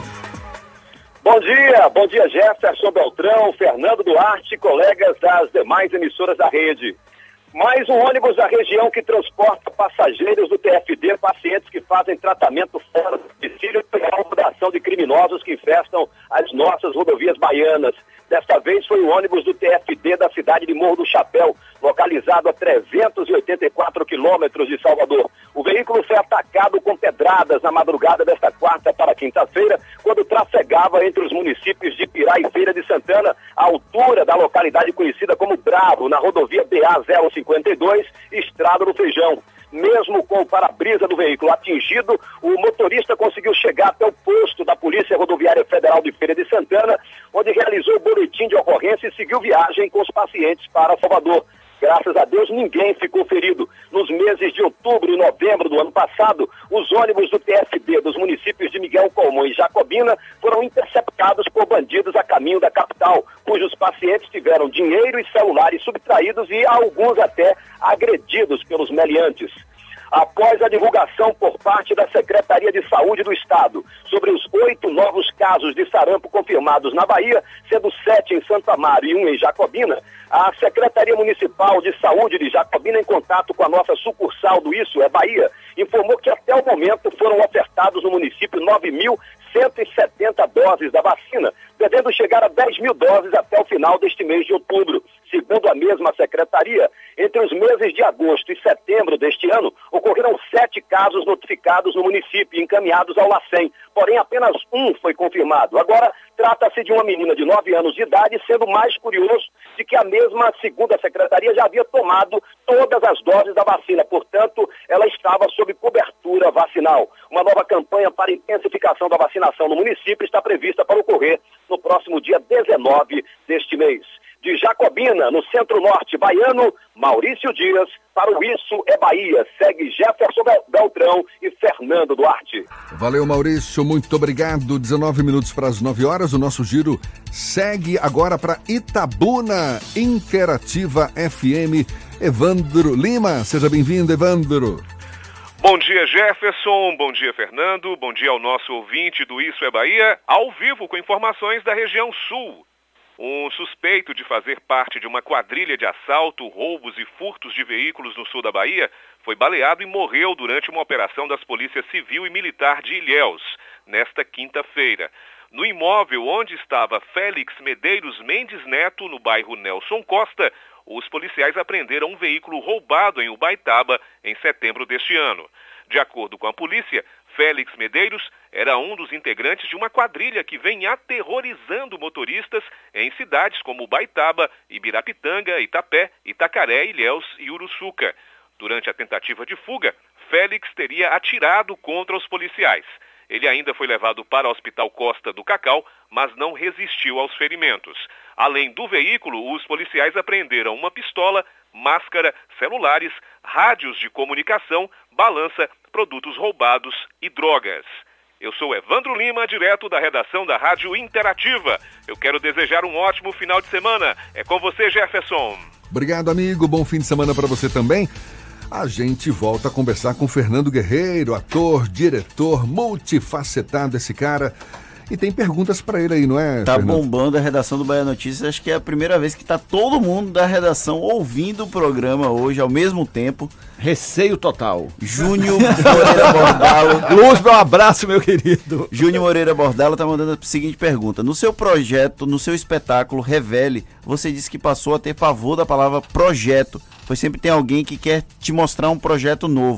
Bom dia, bom dia Jefferson Beltrão, Fernando Duarte, colegas das demais emissoras da rede. Mais um ônibus da região que transporta passageiros do T F D, pacientes que fazem tratamento fora do domicílio e alvo da ação de criminosos que infestam as nossas rodovias baianas. Desta vez foi o ônibus do T F D da cidade de Morro do Chapéu, localizado a trezentos e oitenta e quatro quilômetros de Salvador. O veículo foi atacado com pedradas na madrugada desta quarta para quinta-feira, quando trafegava entre os municípios de Pirá e Feira de Santana, à altura da localidade conhecida como Bravo, na rodovia B A zero cinquenta e dois, Estrada do Feijão. Mesmo com o para-brisa do veículo atingido, o motorista conseguiu chegar até o posto da Polícia Rodoviária Federal de Feira de Santana, onde realizou o boletim de ocorrência e seguiu viagem com os pacientes para Salvador. Graças a Deus, ninguém ficou ferido. Nos meses de outubro e novembro do ano passado, os ônibus do T F D dos municípios de Miguel Colmão e Jacobina foram interceptados por bandidos a caminho da capital, cujos pacientes tiveram dinheiro e celulares subtraídos e alguns até agredidos pelos meliantes. Após a divulgação por parte da Secretaria de Saúde do Estado sobre os oito novos casos de sarampo confirmados na Bahia, sendo sete em Santo Amaro e um em Jacobina, a Secretaria Municipal de Saúde de Jacobina, em contato com a nossa sucursal do Isso é Bahia, informou que até o momento foram ofertados no município nove mil cento e setenta doses da vacina, devendo chegar a dez mil doses até o final deste mês de outubro. Segundo a mesma secretaria, entre os meses de agosto e setembro deste ano, ocorreram sete casos notificados no município e encaminhados ao LACEN, porém apenas um foi confirmado. Agora, trata-se de uma menina de nove anos de idade, sendo mais curioso de que a mesma, segundo a secretaria, já havia tomado todas as doses da vacina, portanto, ela estava sob cobertura vacinal. Uma nova campanha para intensificação da vacinação no município está prevista para ocorrer no próximo dia dezenove deste mês. De Jacobina, no centro-norte baiano, Maurício Dias, para o Isso é Bahia. Segue Jefferson Beltrão e Fernando Duarte. Valeu, Maurício, muito obrigado. dezenove minutos para as nove horas, o nosso giro segue agora para Itabuna, Interativa F M. Evandro Lima, seja bem-vindo, Evandro. Bom dia, Jefferson, bom dia, Fernando, bom dia ao nosso ouvinte do Isso é Bahia, ao vivo com informações da região sul. Um suspeito de fazer parte de uma quadrilha de assalto, roubos e furtos de veículos no sul da Bahia foi baleado e morreu durante uma operação das polícias civil e militar de Ilhéus, nesta quinta-feira. No imóvel onde estava Félix Medeiros Mendes Neto, no bairro Nelson Costa, os policiais apreenderam um veículo roubado em Ubaitaba em setembro deste ano. De acordo com a polícia, Félix Medeiros era um dos integrantes de uma quadrilha que vem aterrorizando motoristas em cidades como Ubaitaba, Ibirapitanga, Itapé, Itacaré, Ilhéus e Uruçuca. Durante a tentativa de fuga, Félix teria atirado contra os policiais. Ele ainda foi levado para o Hospital Costa do Cacau, mas não resistiu aos ferimentos. Além do veículo, os policiais apreenderam uma pistola, máscara, celulares, rádios de comunicação, balança, produtos roubados e drogas. Eu sou Evandro Lima, direto da redação da Rádio Interativa. Eu quero desejar um ótimo final de semana. É com você, Jefferson. Obrigado, amigo. Bom fim de semana para você também. A gente volta a conversar com Fernando Guerreiro, ator, diretor, multifacetado esse cara. E tem perguntas para ele aí, não é, Tá Fernando? bombando a redação do Bahia Notícias. Acho que é a primeira vez que tá todo mundo da redação ouvindo o programa hoje ao mesmo tempo. Receio total. Júnior Moreira Bordalo. Luz, meu abraço, meu querido. Júnior Moreira Bordalo tá mandando a seguinte pergunta. No seu projeto, no seu espetáculo Revele, você disse que passou a ter pavor da palavra projeto, pois sempre tem alguém que quer te mostrar um projeto novo.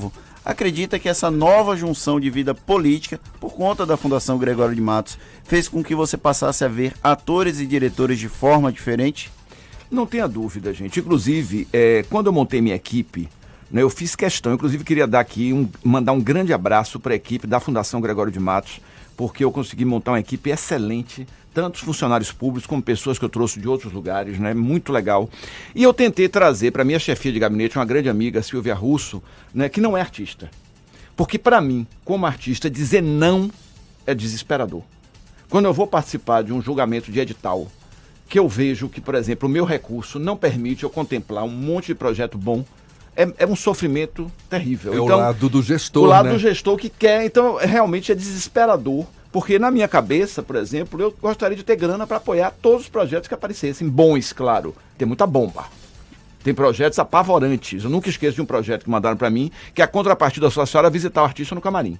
acredita que essa nova junção de vida política, por conta da Fundação Gregório de Matos, fez com que você passasse a ver atores e diretores de forma diferente? Não tenha dúvida, gente. Inclusive, é, quando eu montei minha equipe, né, eu fiz questão, inclusive queria dar aqui, um, mandar um grande abraço para a equipe da Fundação Gregório de Matos, porque eu consegui montar uma equipe excelente, tanto funcionários públicos como pessoas que eu trouxe de outros lugares, né? Muito legal. E eu tentei trazer para minha chefia de gabinete uma grande amiga, Silvia Russo, né, que não é artista. Porque para mim, como artista, dizer não é desesperador. Quando eu vou participar de um julgamento de edital, que eu vejo que, por exemplo, o meu recurso não permite eu contemplar um monte de projeto bom, é, é um sofrimento terrível. É então, o lado do gestor, O lado né? do gestor que quer, então realmente é desesperador. Porque na minha cabeça, por exemplo, eu gostaria de ter grana para apoiar todos os projetos que aparecessem. Bons, claro. Tem muita bomba. Tem projetos apavorantes. Eu nunca esqueço de um projeto que mandaram para mim, que a contrapartida da senhora visitar o artista no camarim.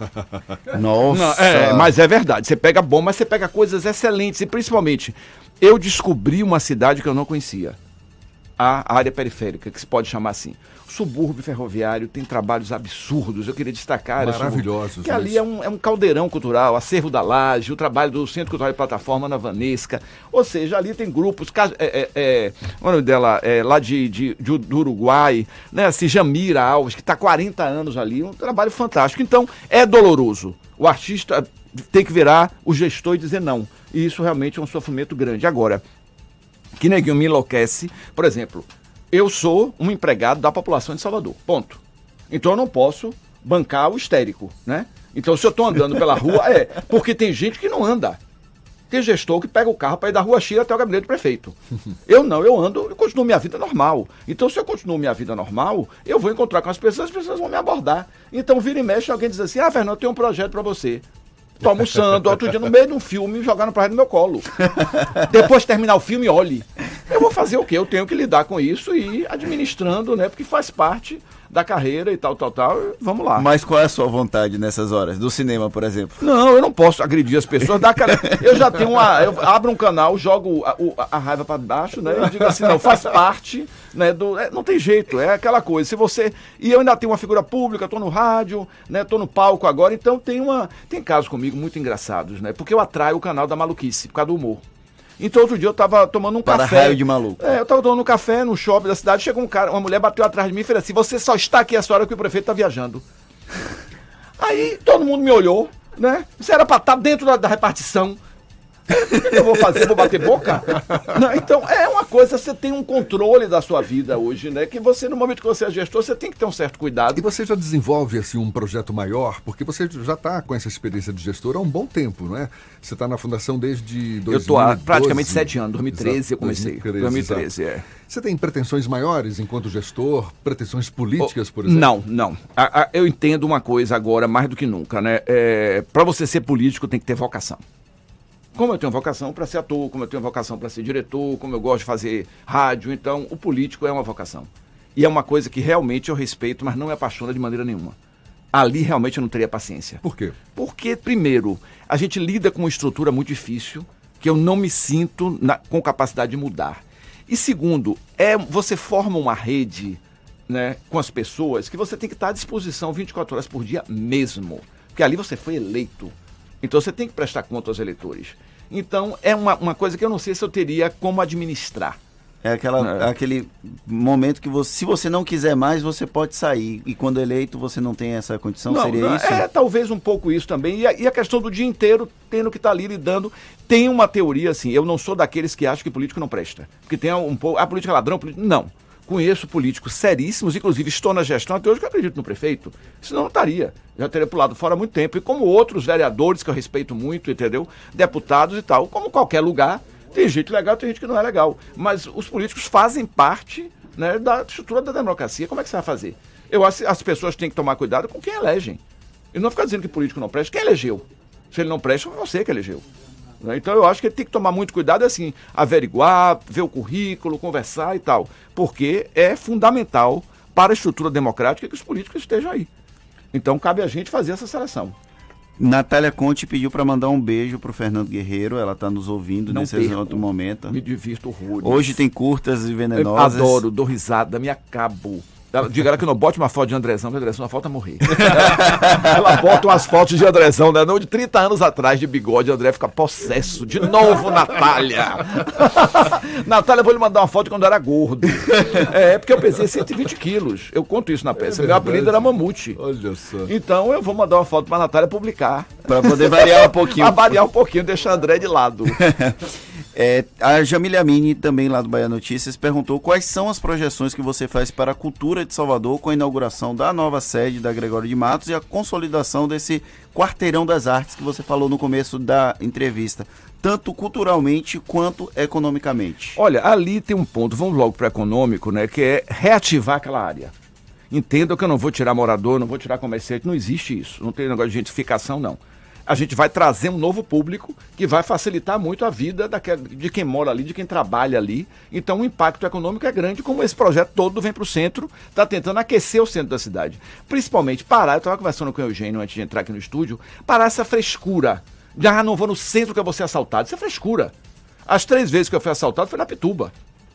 Nossa! Não, é, mas é verdade. Você pega bomba, mas você pega coisas excelentes. E principalmente, eu descobri uma cidade que eu não conhecia. A área periférica, que se pode chamar assim. O subúrbio ferroviário tem trabalhos absurdos, eu queria destacar. Maravilhosos. Que ali é um, é um caldeirão cultural, acervo da Laje, o trabalho do Centro Cultural de Plataforma na Vanesca. Ou seja, ali tem grupos, é, é, é, o nome dela, é, lá de, de, de, do Uruguai, né, assim, Jamira Alves, que está há quarenta anos ali, um trabalho fantástico. Então, é doloroso. O artista tem que virar o gestor e dizer não. E isso realmente é um sofrimento grande. Agora, que neguinho me enlouquece, por exemplo, eu sou um empregado da população de Salvador, ponto. Então eu não posso bancar o histérico, né? Então se eu estou andando pela rua, é, porque tem gente que não anda. Tem gestor que pega o carro para ir da Rua X até o gabinete do prefeito. Eu não, eu ando e continuo minha vida normal. Então se eu continuo minha vida normal, eu vou encontrar com as pessoas, as pessoas vão me abordar. Então vira e mexe, alguém diz assim, ah, Fernando, eu tenho um projeto para você. Tô almoçando, outro dia no meio de um filme, jogando pra rede no meu colo. Depois de terminar o filme, olhe. Eu vou fazer o quê? Eu tenho que lidar com isso e ir administrando, né? Porque faz parte da carreira e tal, tal, tal. Vamos lá. Mas qual é a sua vontade nessas horas? Do cinema, por exemplo? Não, eu não posso agredir as pessoas. Dar aquela... Eu já tenho uma... Eu abro um canal, jogo a, a raiva pra baixo, né? Eu digo assim, não, faz parte, né? Do... É, não tem jeito, é aquela coisa. Se você... E eu ainda tenho uma figura pública, tô no rádio, né? Tô no palco agora, então tem uma... Tem casos comigo muito engraçados, né? Porque eu atraio o canal da maluquice, por causa do humor. Então outro dia eu tava tomando um Para café. raio de maluco. É, eu tava tomando um café no shopping da cidade, chegou um cara, uma mulher bateu atrás de mim e fez assim, você só está aqui essa hora que o prefeito tá viajando. Aí todo mundo me olhou, né? Você era pra estar dentro da, da repartição. O que eu vou fazer? Vou bater boca? Não, então, é uma coisa, você tem um controle da sua vida hoje, né? Que você, no momento que você é gestor, você tem que ter um certo cuidado. E você já desenvolve, assim, um projeto maior? Porque você já está com essa experiência de gestor há um bom tempo, não é? Você está na fundação desde dois mil e doze. Eu estou há praticamente sete anos, dois mil e treze Exato, eu comecei. dois mil e treze, dois mil e treze, é. Você tem pretensões maiores enquanto gestor? Pretensões políticas, por exemplo? Não, não. A, a, eu entendo uma coisa agora, mais do que nunca, né? É, para você ser político, tem que ter vocação. Como eu tenho vocação para ser ator, como eu tenho vocação para ser diretor, como eu gosto de fazer rádio, então o político é uma vocação. E é uma coisa que realmente eu respeito, mas não me apaixona de maneira nenhuma. Ali realmente eu não teria paciência. Por quê? Porque, primeiro, a gente lida com uma estrutura muito difícil, que eu não me sinto na, com capacidade de mudar. E segundo, é, você forma uma rede, né, com as pessoas que você tem que estar à disposição vinte e quatro horas por dia mesmo. Porque ali você foi eleito. Então você tem que prestar conta aos eleitores. Então é uma, uma coisa que eu não sei se eu teria como administrar. É aquela, é. aquele momento que você, se você não quiser mais, você pode sair. E quando eleito você não tem essa condição, não, seria não, isso? É talvez um pouco isso também. E a, e a questão do dia inteiro tendo que estar ali lidando. Tem uma teoria assim, eu não sou daqueles que acham que político não presta. Porque tem um pouco, a política é ladrão, político... não. Conheço políticos seríssimos, inclusive estou na gestão até hoje que eu acredito no prefeito. Senão não estaria. Já teria pulado fora há muito tempo. E como outros vereadores que eu respeito muito, entendeu? Deputados e tal. Como qualquer lugar, tem gente legal, tem gente que não é legal. Mas os políticos fazem parte, né, da estrutura da democracia. Como é que você vai fazer? Eu acho que as pessoas têm que tomar cuidado com quem elegem. E não ficar dizendo que político não presta. Quem elegeu? Se ele não presta, foi você que elegeu. Então eu acho que ele tem que tomar muito cuidado, assim, averiguar, ver o currículo, conversar e tal, porque é fundamental para a estrutura democrática que os políticos estejam aí. Então cabe a gente fazer essa seleção. Natália Conte pediu para mandar um beijo para o Fernando Guerreiro, ela está nos ouvindo Não nesse perco, exato momento. Me divirto horrores. Hoje tem curtas e venenosas. Eu adoro, dou risada, me acabo. Ela, diga ela que não bote uma foto de Andrezão, porque Andrezão, a foto a morrer. Ela bota umas fotos de Andrezão, né? Não, de trinta anos atrás, de bigode, André fica possesso. De novo, Natália. Natália, vou lhe mandar uma foto de quando eu era gordo. É, porque eu pesei cento e vinte quilos. Eu conto isso na peça. É Meu apelido era Mamute. Olha só. Então eu vou mandar uma foto pra Natália publicar. Pra poder variar um pouquinho. Pra variar um pouquinho, deixar André de lado. É, a Jamília Amini, também lá do Bahia Notícias, perguntou quais são as projeções que você faz para a cultura de Salvador com a inauguração da nova sede da Gregório de Matos e a consolidação desse quarteirão das artes que você falou no começo da entrevista, tanto culturalmente quanto economicamente. Olha, ali tem um ponto, vamos logo para o econômico, né, que é reativar aquela área. Entendam que eu não vou tirar morador, não vou tirar comerciante, não existe isso, não tem negócio de gentrificação, não. A gente vai trazer um novo público que vai facilitar muito a vida daquela, de quem mora ali, de quem trabalha ali. Então o impacto econômico é grande, como esse projeto todo vem para o centro, está tentando aquecer o centro da cidade. Principalmente parar, eu estava conversando com o Eugênio antes de entrar aqui no estúdio, parar essa frescura. Já não vou no centro que eu vou ser assaltado. Isso é frescura. As três vezes que eu fui assaltado foi na Pituba.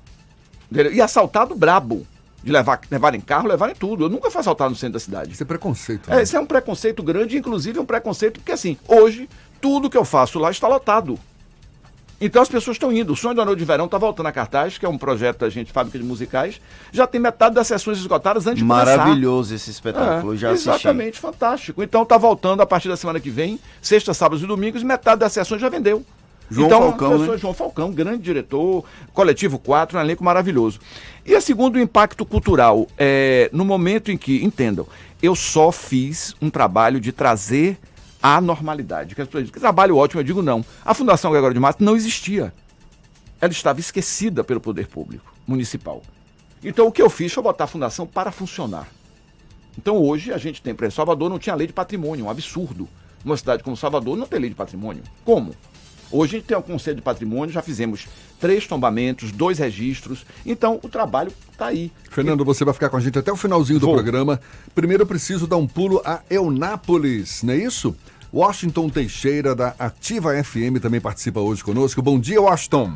E assaltado brabo. De levar, levar em carro, levar em tudo. Eu nunca fui assaltado no centro da cidade. Isso é preconceito. Né? É, isso é um preconceito grande, inclusive um preconceito, porque assim, hoje, tudo que eu faço lá está lotado. Então as pessoas estão indo. O Sonho da Noite de Verão está voltando a cartaz, que é um projeto da gente, fábrica de musicais. Já tem metade das sessões esgotadas antes de começar. Maravilhoso esse espetáculo, é, já assisti. Exatamente, fantástico. Então está voltando a partir da semana que vem, sexta, sábados e domingos, metade das sessões já vendeu. João então, Falcão, pessoas, né? João Falcão, grande diretor, Coletivo quatro, um elenco maravilhoso. E a segundo, o impacto cultural. É, no momento em que, entendam, eu só fiz um trabalho de trazer a normalidade. Que, que trabalho ótimo, eu digo não. A Fundação Gregório de Matos não existia. Ela estava esquecida pelo poder público municipal. Então o que eu fiz foi botar a fundação para funcionar. Então hoje a gente tem, para Salvador não tinha lei de patrimônio, um absurdo. Numa cidade como Salvador não tem lei de patrimônio. Como? Hoje a gente tem um conselho de patrimônio, já fizemos três tombamentos, dois registros, então o trabalho está aí. Fernando, você vai ficar com a gente até o finalzinho do Vou. programa. Primeiro eu preciso dar um pulo a Eunápolis, não é isso? Washington Teixeira, da Ativa F M, também participa hoje conosco. Bom dia, Washington.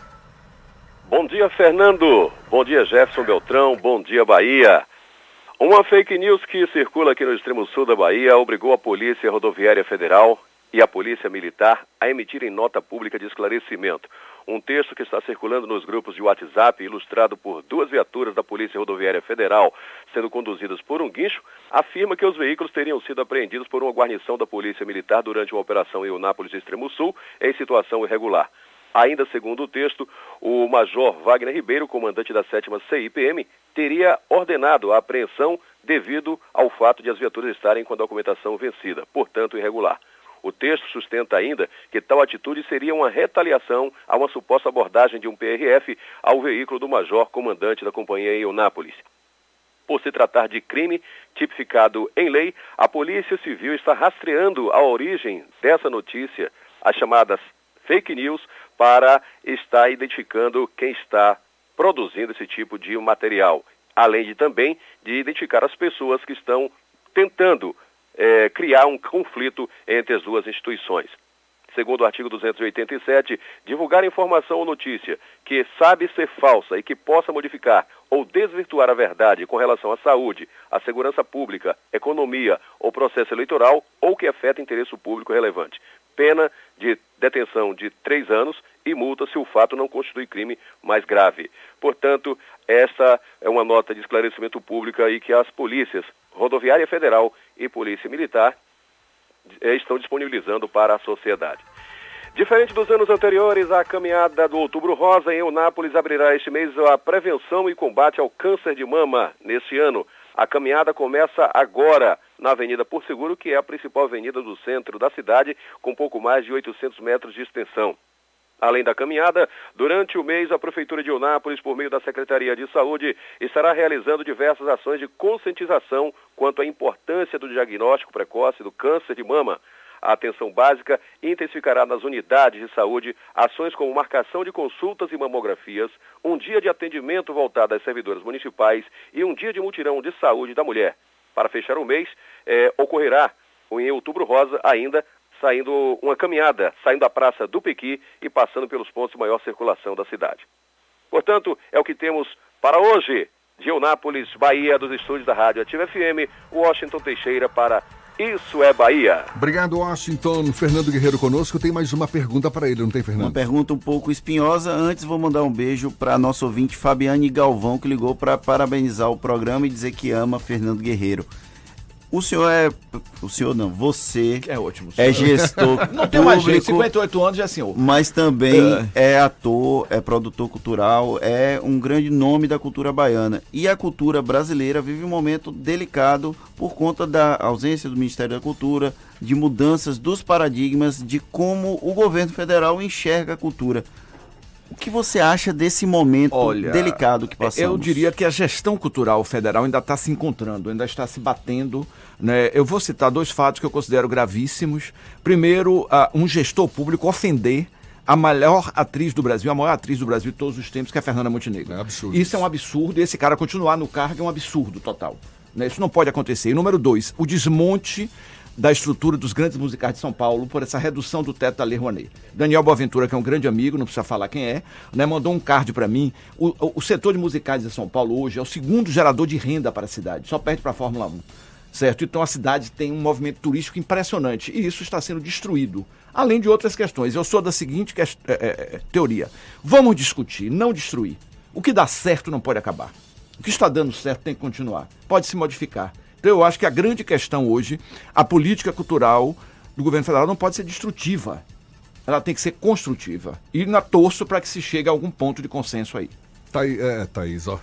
Bom dia, Fernando. Bom dia, Jefferson Beltrão. Bom dia, Bahia. Uma fake news que circula aqui no extremo sul da Bahia obrigou a Polícia Rodoviária Federal e a Polícia Militar a emitirem nota pública de esclarecimento. Um texto que está circulando nos grupos de WhatsApp, ilustrado por duas viaturas da Polícia Rodoviária Federal, sendo conduzidas por um guincho, afirma que os veículos teriam sido apreendidos por uma guarnição da Polícia Militar durante uma operação em Eunápolis, extremo sul, em situação irregular. Ainda segundo o texto, o Major Wagner Ribeiro, comandante da sétima C I P M, teria ordenado a apreensão devido ao fato de as viaturas estarem com a documentação vencida, portanto irregular. O texto sustenta ainda que tal atitude seria uma retaliação a uma suposta abordagem de um P R F ao veículo do major comandante da companhia em Eunápolis. Por se tratar de crime tipificado em lei, a Polícia Civil está rastreando a origem dessa notícia, as chamadas fake news, para estar identificando quem está produzindo esse tipo de material, além de também de identificar as pessoas que estão tentando É, criar um conflito entre as duas instituições. Segundo o artigo duzentos e oitenta e sete, divulgar informação ou notícia que sabe ser falsa e que possa modificar ou desvirtuar a verdade com relação à saúde, à segurança pública, economia ou processo eleitoral ou que afeta interesse público relevante. Pena de detenção de três anos e multa se o fato não constitui crime mais grave. Portanto, essa é uma nota de esclarecimento público aí que as polícias Rodoviária Federal e Polícia Militar eh, estão disponibilizando para a sociedade. Diferente dos anos anteriores, a caminhada do Outubro Rosa em Eunápolis abrirá este mês a prevenção e combate ao câncer de mama. Neste ano, a caminhada começa agora na Avenida Por Seguro, que é a principal avenida do centro da cidade, com pouco mais de oitocentos metros de extensão. Além da caminhada, durante o mês, a Prefeitura de Eunápolis, por meio da Secretaria de Saúde, estará realizando diversas ações de conscientização quanto à importância do diagnóstico precoce do câncer de mama. A atenção básica intensificará nas unidades de saúde ações como marcação de consultas e mamografias, um dia de atendimento voltado às servidoras municipais e um dia de mutirão de saúde da mulher. Para fechar o mês, eh, ocorrerá em Outubro Rosa ainda saindo uma caminhada, saindo da Praça do Pequi e passando pelos pontos de maior circulação da cidade. Portanto, é o que temos para hoje. de Eunápolis, Bahia, dos estúdios da Rádio Ativa F M, Washington Teixeira para Isso é Bahia. Obrigado, Washington. Fernando Guerreiro conosco. Tem mais uma pergunta para ele, não tem, Fernando? Uma pergunta um pouco espinhosa. Antes, vou mandar um beijo para nosso ouvinte Fabiane Galvão, que ligou para parabenizar o programa e dizer que ama Fernando Guerreiro. O senhor é... O senhor não, você é ótimo. É gestor não tem mais jeito, cinquenta e oito anos já é senhor. Mas também é. é ator, é produtor cultural, é um grande nome da cultura baiana. E a cultura brasileira vive um momento delicado por conta da ausência do Ministério da Cultura, de mudanças dos paradigmas de como o governo federal enxerga a cultura. O que você acha desse momento Olha, delicado que passamos? Eu diria que a gestão cultural federal ainda está se encontrando, ainda está se batendo, né? Eu vou citar dois fatos que eu considero gravíssimos. Primeiro, uh, um gestor público ofender a maior atriz do Brasil, a maior atriz do Brasil de todos os tempos, que é a Fernanda Montenegro. É absurdo. Isso é um absurdo, e esse cara continuar no cargo é um absurdo total, né? Isso não pode acontecer. E número dois, o desmonte da estrutura dos grandes musicais de São Paulo por essa redução do teto da Lei Rouanet. Daniel Boaventura, que é um grande amigo, não precisa falar quem é, né, mandou um card para mim. O, o, o setor de musicais de São Paulo hoje é o segundo gerador de renda para a cidade, só perde para a Fórmula um, certo? Então a cidade tem um movimento turístico impressionante e isso está sendo destruído, além de outras questões. Eu sou da seguinte que, é, é, teoria: vamos discutir, não destruir. O que dá certo não pode acabar. O que está dando certo tem que continuar, pode se modificar. Então eu acho que a grande questão hoje, a política cultural do governo federal não pode ser destrutiva. Ela tem que ser construtiva. E na torço para que se chegue a algum ponto de consenso aí. Thaís, é, Thaís, ó.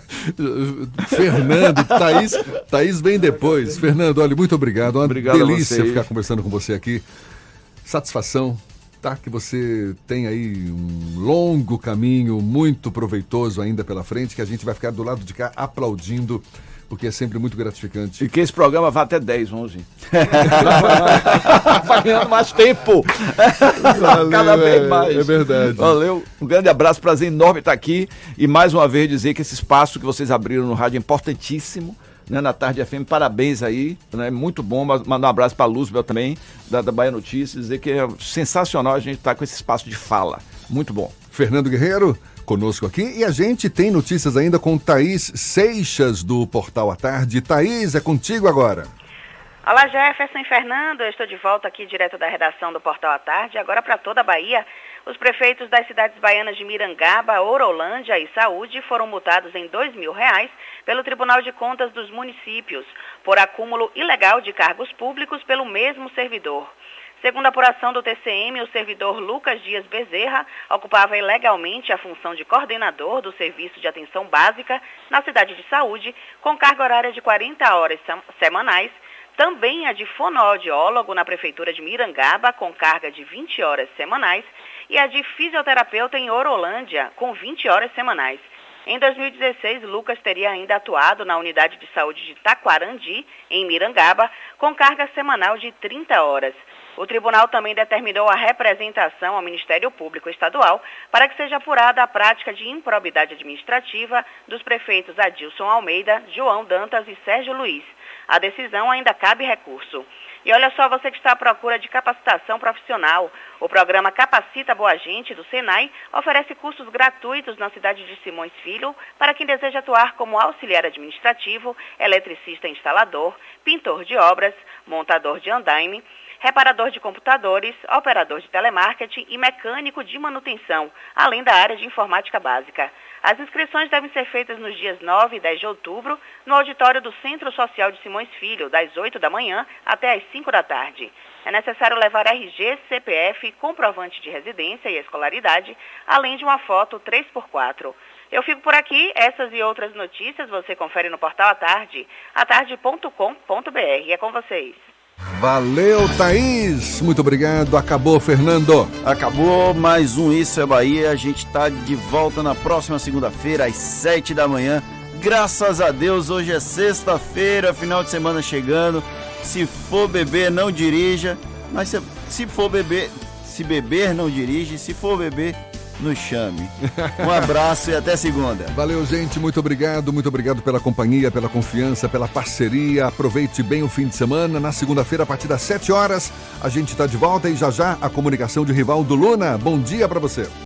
Fernando, Thaís, Thaís vem depois. Fernando, olha, muito obrigado. Uma obrigado delícia ficar conversando com você aqui. Satisfação, tá? Que você tem aí um longo caminho, muito proveitoso ainda pela frente, que a gente vai ficar do lado de cá aplaudindo, porque é sempre muito gratificante. E que esse programa vá até dez, onze. Vai ganhando mais tempo. Valeu, cada vez mais. É verdade. Valeu. Um grande abraço, prazer enorme estar aqui. E mais uma vez dizer que esse espaço que vocês abriram no rádio é importantíssimo, né, na Tarde F M. Parabéns aí, né, muito bom. Mandar um abraço para a Luzbel também, da, da Bahia Notícias. Dizer que é sensacional a gente estar com esse espaço de fala. Muito bom. Fernando Guerreiro conosco aqui, e a gente tem notícias ainda com Thaís Seixas do Portal à Tarde. Thaís, é contigo agora. Olá, Jefferson e Fernando, eu estou de volta aqui direto da redação do Portal à Tarde, agora para toda a Bahia. Os prefeitos das cidades baianas de Mirangaba, Orolândia e Saúde foram multados em dois mil reais pelo Tribunal de Contas dos Municípios por acúmulo ilegal de cargos públicos pelo mesmo servidor. Segundo a apuração do T C M, o servidor Lucas Dias Bezerra ocupava ilegalmente a função de coordenador do Serviço de Atenção Básica na cidade de Saúde, com carga horária de quarenta horas semanais, também a de fonoaudiólogo na Prefeitura de Mirangaba, com carga de vinte horas semanais, e a de fisioterapeuta em Orolândia, com vinte horas semanais. Em dois mil e dezesseis, Lucas teria ainda atuado na Unidade de Saúde de Taquarandi, em Mirangaba, com carga semanal de trinta horas. O tribunal também determinou a representação ao Ministério Público Estadual para que seja apurada a prática de improbidade administrativa dos prefeitos Adilson Almeida, João Dantas e Sérgio Luiz. A decisão ainda cabe recurso. E olha só, você que está à procura de capacitação profissional, o programa Capacita Boa Gente do Senai oferece cursos gratuitos na cidade de Simões Filho para quem deseja atuar como auxiliar administrativo, eletricista instalador, pintor de obras, montador de andaime, reparador de computadores, operador de telemarketing e mecânico de manutenção, além da área de informática básica. As inscrições devem ser feitas nos dias nove e dez de outubro, no auditório do Centro Social de Simões Filho, das oito da manhã até às cinco da tarde. É necessário levar R G, C P F, comprovante de residência e escolaridade, além de uma foto três por quatro. Eu fico por aqui, essas e outras notícias você confere no portal à tarde, atarde ponto com ponto b r. É com vocês. Valeu, Thaís. Muito obrigado. Acabou, Fernando. Acabou mais um Isso é Bahia. A gente tá de volta na próxima segunda-feira, às sete da manhã. Graças a Deus, hoje é sexta-feira, final de semana chegando. Se for beber, não dirija. Mas se, se for beber, se beber, não dirige. Se for beber, nos chame. Um abraço e até segunda. Valeu, gente. Muito obrigado. Muito obrigado pela companhia, pela confiança, pela parceria. Aproveite bem o fim de semana. Na segunda-feira, a partir das sete horas, a gente está de volta e já já a comunicação de Rivaldo Luna. Bom dia para você.